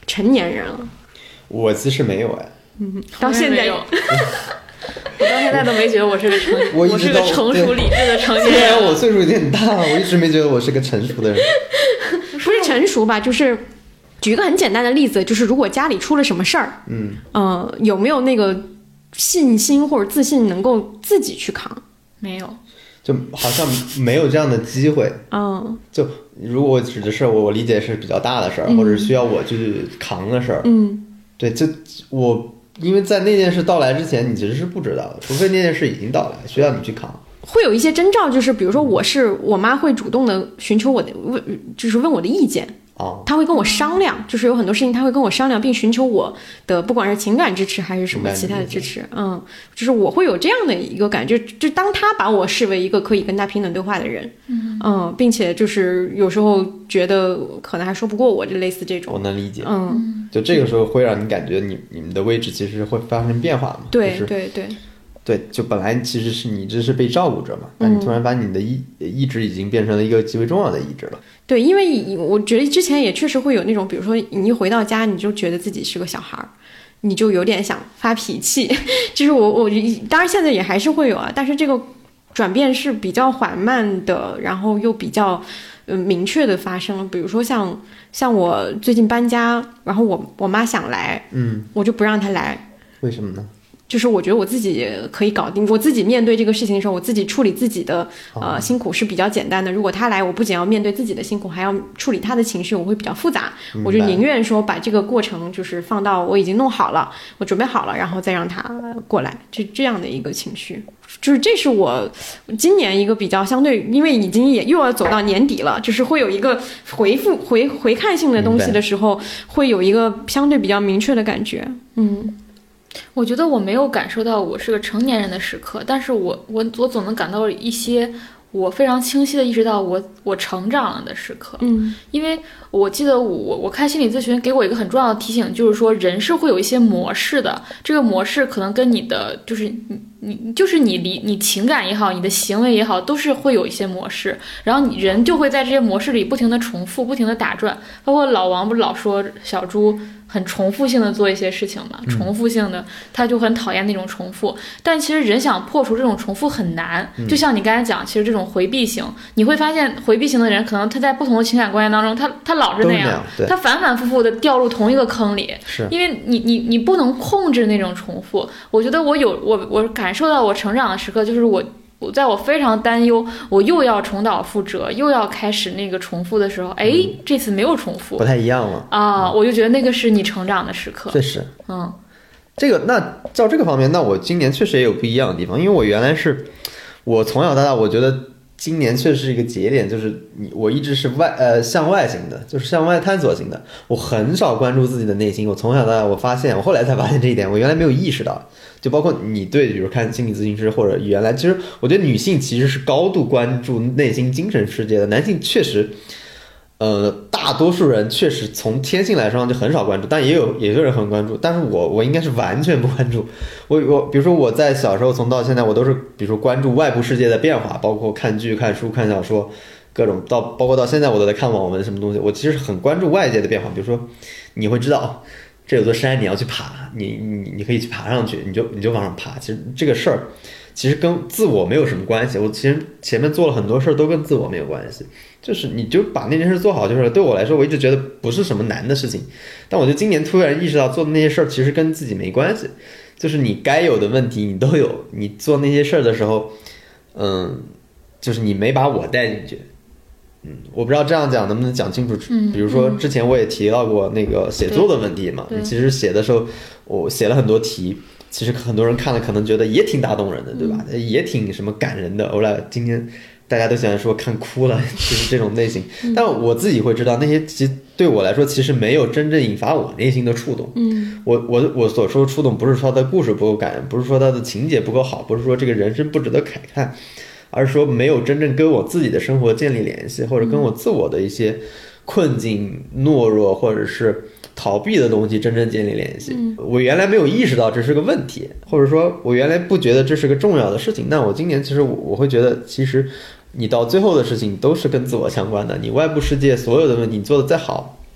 成年人了。 我其实没有哎， 嗯，到现在有。我到现在都没觉得我是个成， 我我是个成熟理智的成年人。 虽然我岁数有点大，我一直没觉得我是个成熟的人。 不是成熟吧，就是举一个很简单的例子，就是如果家里出了什么事儿， 嗯， 呃，有没有那个信心或者自信能够自己去扛？ 没有， 就好像没有这样的机会。 嗯， 就如果我指的是我我理解是比较大的事儿、嗯，或者需要我去扛的事儿， 嗯， 对，就我。因为在那件事到来之前，你其实是不知道的，除非那件事已经到来，需要你去扛。 会有一些征兆，就是比如说我是我妈会主动的寻求我的问，就是问我的意见。 哦， 她会跟我商量，就是有很多事情她会跟我商量，并寻求我的不管是情感支持还是什么其他的支持。嗯，就是我会有这样的一个感觉，就当她把我视为一个可以跟她平等对话的人，嗯嗯，并且就是有时候觉得可能还说不过我，就类似这种。 我能理解。 嗯， 就这个时候会让你感觉你你们的位置其实会发生变化嘛？ 对、 就是、 对对。 对，就本来其实是你这是被照顾者嘛，但你突然把你的意意志已经变成了一个极为重要的意志了。 对，因为我觉得之前也确实会有那种，比如说你一回到家，你就觉得自己是个小孩儿，你就有点想发脾气。就是我我当然现在也还是会有啊，但是这个转变是比较缓慢的，然后又比较嗯明确的发生了。比如说像像我最近搬家，然后我我妈想来， 嗯， 我就不让她来。 为什么呢？ 就是我觉得我自己可以搞定，我自己面对这个事情的时候，我自己处理自己的呃辛苦是比较简单的。如果他来，我不仅要面对自己的辛苦，还要处理他的情绪，我会比较复杂。我就宁愿说把这个过程就是放到我已经弄好了，我准备好了，然后再让他过来，就这样的一个情绪。就是这是我今年一个比较相对，因为已经也又要走到年底了，就是会有一个回复回回看性的东西的时候，会有一个相对比较明确的感觉。嗯。 我觉得我没有感受到我是个成年人的时刻，但是我我我总能感到一些我非常清晰的意识到我我成长了的时刻。 嗯， 因为我记得我我看心理咨询给我一个很重要的提醒，就是说人是会有一些模式的，这个模式可能跟你的就是你你就是你理你情感也好，你的行为也好，都是会有一些模式，然后你人就会在这些模式里不停的重复，不停的打转。包括老王不是老说小猪很重复性的做一些事情嘛，重复性的，他就很讨厌那种重复。但其实人想破除这种重复很难，就像你刚才讲，其实这种回避型，你会发现回避型的人，可能他在不同的情感关系当中，他他老是那样，他反反复复的掉入同一个坑里， 是因为你你你不能控制那种重复。我觉得我有我我感受到我成长的时刻，就是我。我在我非常担忧我又要重蹈覆辙又要开始那个重复的时候，哎、嗯，这次没有重复， 不太一样了啊、嗯！我就觉得那个是你成长的时刻。 确实， 嗯， 这个那照这个方面，那我今年确实也有不一样的地方，因为我原来是我从小到大，我觉得今年确实是一个节点，就是你我一直是外呃向外型的，就是向外探索型的，我很少关注自己的内心。我从小到大，我发现我后来才发现这一点，我原来没有意识到。就包括你对，比如看心理咨询师或者原来，其实我觉得女性其实是高度关注内心精神世界的，男性确实，呃，大多数人确实从天性来说就很少关注，但也有也有人很关注，但是我我应该是完全不关注。我我比如说我在小时候从到现在，我都是比如说关注外部世界的变化，包括看剧、看书、看小说，各种到包括到现在我都在看网文什么东西，我其实很关注外界的变化。比如说你会知道。这有座山你要去爬，你你你可以去爬上去，你就你就往上爬。其实这个事儿，其实跟自我没有什么关系。我其实前面做了很多事儿都跟自我没有关系，就是你就把那件事做好就是了。对我来说，我一直觉得不是什么难的事情，但我就今年突然意识到，做的那些事儿其实跟自己没关系，就是你该有的问题你都有。你做那些事儿的时候，嗯，就是你没把我带进去。嗯，我不知道这样讲能不能讲清楚。 嗯， 比如说之前我也提到过那个写作的问题嘛，你其实写的时候我写了很多题，其实很多人看了可能觉得也挺打动人的，对吧？嗯、也挺什么感人的。后来今天大家都喜欢说看哭了，就是这种类型。但我自己会知道，那些其实对我来说其实没有真正引发我内心的触动。 嗯， 我我我所说的触动，不是说他的故事不够感人，不是说他的情节不够好，不是说这个人生不值得慨叹。而是说没有真正跟我自己的生活建立联系，或者跟我自我的一些困境、懦弱或者是逃避的东西真正建立联系。我原来没有意识到这是个问题，或者说我原来不觉得这是个重要的事情。那我今年其实我我会觉得，其实你到最后的事情都是跟自我相关的。你外部世界所有的问题你做的再好，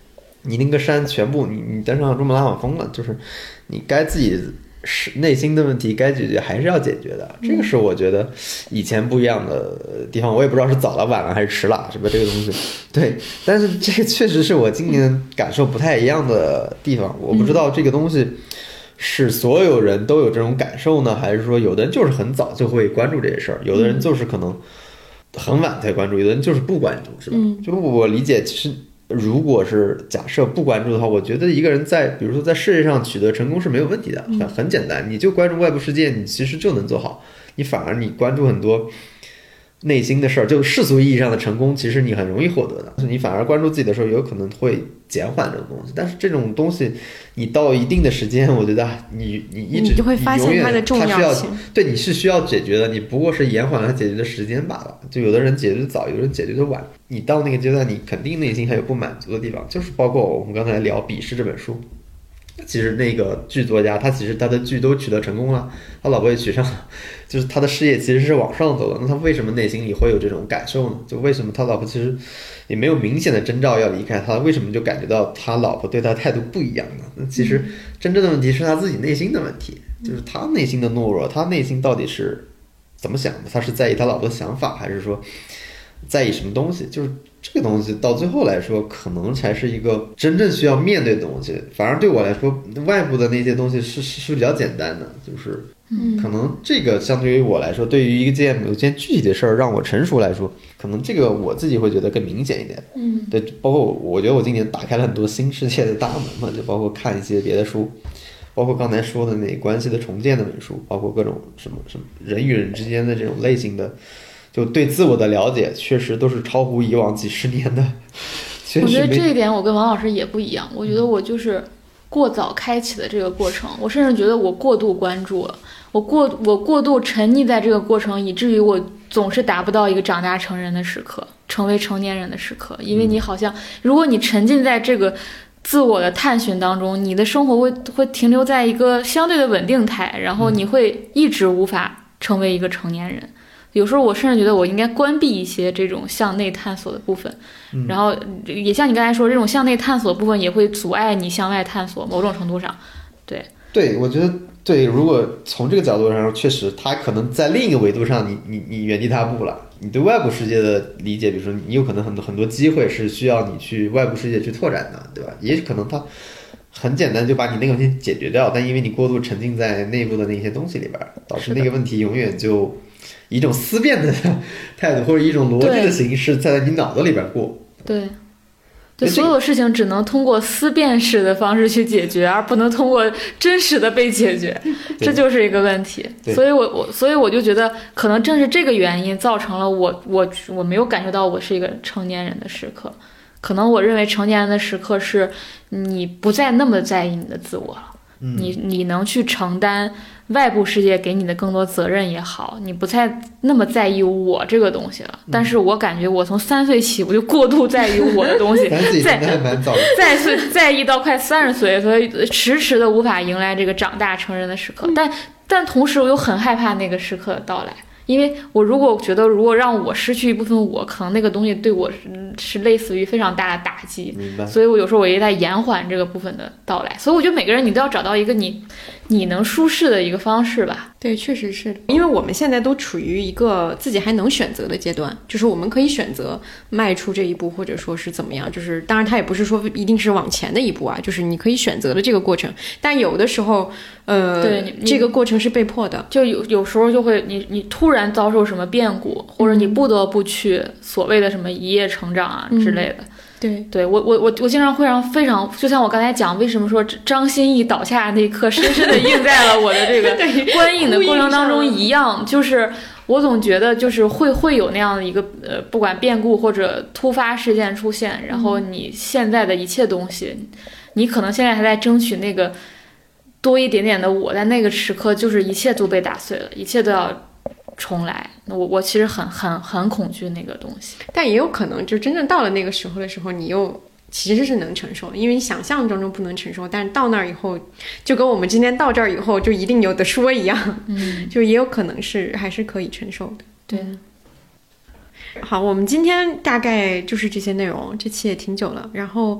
你那个山全部你你登上珠穆朗玛峰了，就是你该自己是内心的问题该解决还是要解决的，这个是我觉得以前不一样的地方。我也不知道是早了晚了还是迟了，是不是这个东西？对，但是这个确实是我今年感受不太一样的地方。我不知道这个东西是所有人都有这种感受呢，还是说有的人就是很早就会关注这些事儿，有的人就是可能很晚才关注，有的人就是不关注，是吧？嗯，就我理解，其实如果是假设不关注的话，我觉得一个人在比如说在事业上取得成功是没有问题的，很很简单，你就关注外部世界，你其实就能做好。你反而你关注很多内心的事儿，就世俗意义上的成功，其实你很容易获得的。你反而关注自己的时候，有可能会减缓这种东西。但是这种东西，你到一定的时间，我觉得你你一直你就会发现它的重要性。 对，你是需要解决的，你不过是延缓了解决的时间罢了。就有的人解决的早，有的人解决的晚。你到那个阶段，你肯定内心还有不满足的地方，就是包括我们刚才聊《笔试》这本书。其实那个剧作家，他其实他的剧都取得成功了，他老婆也娶上了，就是他的事业其实是往上走的。那他为什么内心里会有这种感受呢？就为什么他老婆其实也没有明显的征兆要离开他，为什么就感觉到他老婆对他态度不一样呢？那其实真正的问题是他自己内心的问题，就是他内心的懦弱，他内心到底是怎么想的？他是在意他老婆的想法，还是说在意什么东西？就是这个东西到最后来说，可能才是一个真正需要面对的东西。反而对我来说，外部的那些东西是是是比较简单的，就是可能这个相对于我来说，对于一件有件具体的事儿让我成熟来说，可能这个我自己会觉得更明显一点。嗯，对，包括我，我觉得我今年打开了很多新世界的大门嘛，就包括看一些别的书，包括刚才说的那关系的重建那本书，包括各种什么什么人与人之间的这种类型的。就对自我的了解确实都是超乎以往几十年的。 我觉得这一点我跟王老师也不一样，我觉得我就是过早开启的这个过程，我甚至觉得我过度关注了，我过我过度沉溺在这个过程，以至于我总是达不到一个长大成人的时刻，成为成年人的时刻。因为你好像如果你沉浸在这个自我的探寻当中，你的生活会会停留在一个相对的稳定态，然后你会一直无法成为一个成年人。有时候我甚至觉得我应该关闭一些这种向内探索的部分，嗯、然后也像你刚才说，这种向内探索的部分也会阻碍你向外探索，某种程度上，对对，我觉得对。如果从这个角度上，确实它可能在另一个维度上你，你你你原地踏步了。你对外部世界的理解，比如说你有可能很多很多机会是需要你去外部世界去拓展的，对吧？也可能它很简单就把你那个问题解决掉，但因为你过度沉浸在内部的那些东西里边，导致那个问题永远就以一种思辨的态度或者一种逻辑的形式在你脑子里边过。 对，对，所有事情只能通过思辨式的方式去解决，而不能通过真实的被解决，这就是一个问题。所以我我所以我就觉得，可能正是这个原因造成了我我我没有感受到我是一个成年人的时刻。可能我认为成年人的时刻是你不再那么在意你的自我了。嗯、你你能去承担外部世界给你的更多责任也好，你不再那么在意我这个东西了。嗯、但是我感觉我从三岁起我就过度在意我的东西， 在在岁在意到快三十岁，所以迟迟的无法迎来这个长大成人的时刻。嗯、但但同时我又很害怕那个时刻的到来。因为我如果觉得如果让我失去一部分我，可能那个东西对我是是类似于非常大的打击，所以我有时候我也在延缓这个部分的到来。所以我觉得每个人你都要找到一个你你能舒适的一个方式吧。 对，确实是因为我们现在都处于一个自己还能选择的阶段，就是我们可以选择迈出这一步，或者说是怎么样，就是当然它也不是说一定是往前的一步啊，就是你可以选择的这个过程，但有的时候呃， 对， 这个过程是被迫的， 就有有时候就会你你突然遭受什么变故，或者你不得不去所谓的什么一夜成长啊之类的。 嗯对对，我我我我经常会让非常，就像我刚才讲，为什么说张歆艺倒下那一刻，深深的印在了我的这个观影的过程当中一样，就是我总觉得就是会会有那样的一个呃，不管变故或者突发事件出现，然后你现在的一切东西，嗯、你可能现在还在争取那个多一点点的我，在那个时刻就是一切都被打碎了，一切都要重来。我我其实很很很恐惧那个东西， 但也有可能就真正到了那个时候的时候，你又其实是能承受的，因为你想象当中不能承受，但是到那儿以后，就跟我们今天到这儿以后就一定有的说一样，嗯，就也有可能是还是可以承受的。 对， 好，我们今天大概就是这些内容，这期也挺久了，然后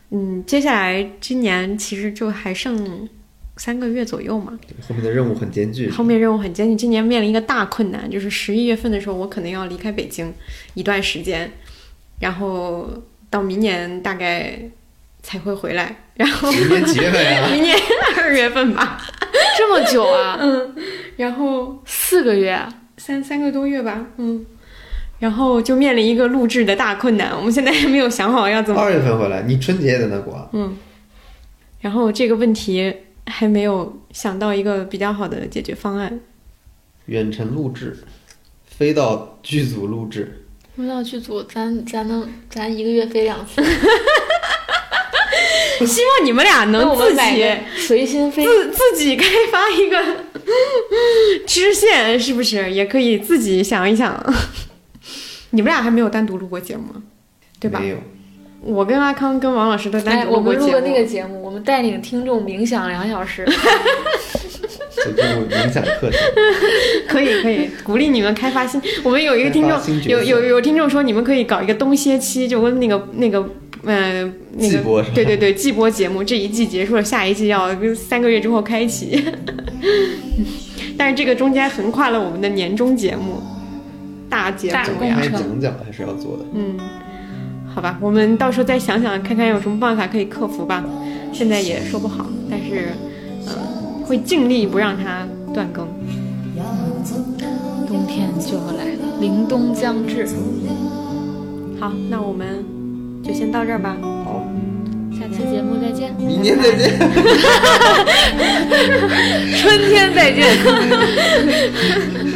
嗯，接下来今年其实就还剩三个月左右嘛， 后面的任务很艰巨， 后面任务很艰巨。今年面临一个大困难，就是十一月份的时候，我可能要离开北京一段时间，然后到明年大概才会回来。然后明年几月份呀？ 明年二月份吧。 这么久啊？ 嗯，然后四个月， 三三个多月吧。嗯，然后就面临一个录制的大困难，我们现在还没有想好要怎么。 二月份回来，你春节也在那过啊？ 嗯，然后这个问题还没有想到一个比较好的解决方案。 远程录制，飞到剧组录制。 飞到剧组，咱咱能咱一个月飞两次。 希望你们俩能自己随心飞， 自自己开发一个支线，是不是？也可以自己想一想。你们俩还没有单独录过节目，对吧？ 没有。 我跟阿康跟王老师都单独录过节目。 哎、我们录过那个节目，我们带领听众冥想两小时。 这录冥想课程。 可以可以，鼓励你们开发新。我们有一个听众，有有有听众说，你们可以搞一个冬歇期，就跟那个那个。呃，那个对对对，季播节目这一季结束了，下一季要三个月之后开启。但是这个中间横跨了我们的年终节目，大节目呀， 讲讲还是要做的。 嗯，好吧，我们到时候再想想，看看有什么办法可以克服吧。现在也说不好，但是嗯、呃，会尽力不让它断更。 冬天就要来了，凛冬将至。 好，那我们就先到这儿吧。 好， 下期节目再见， 明年再见， 春天再见。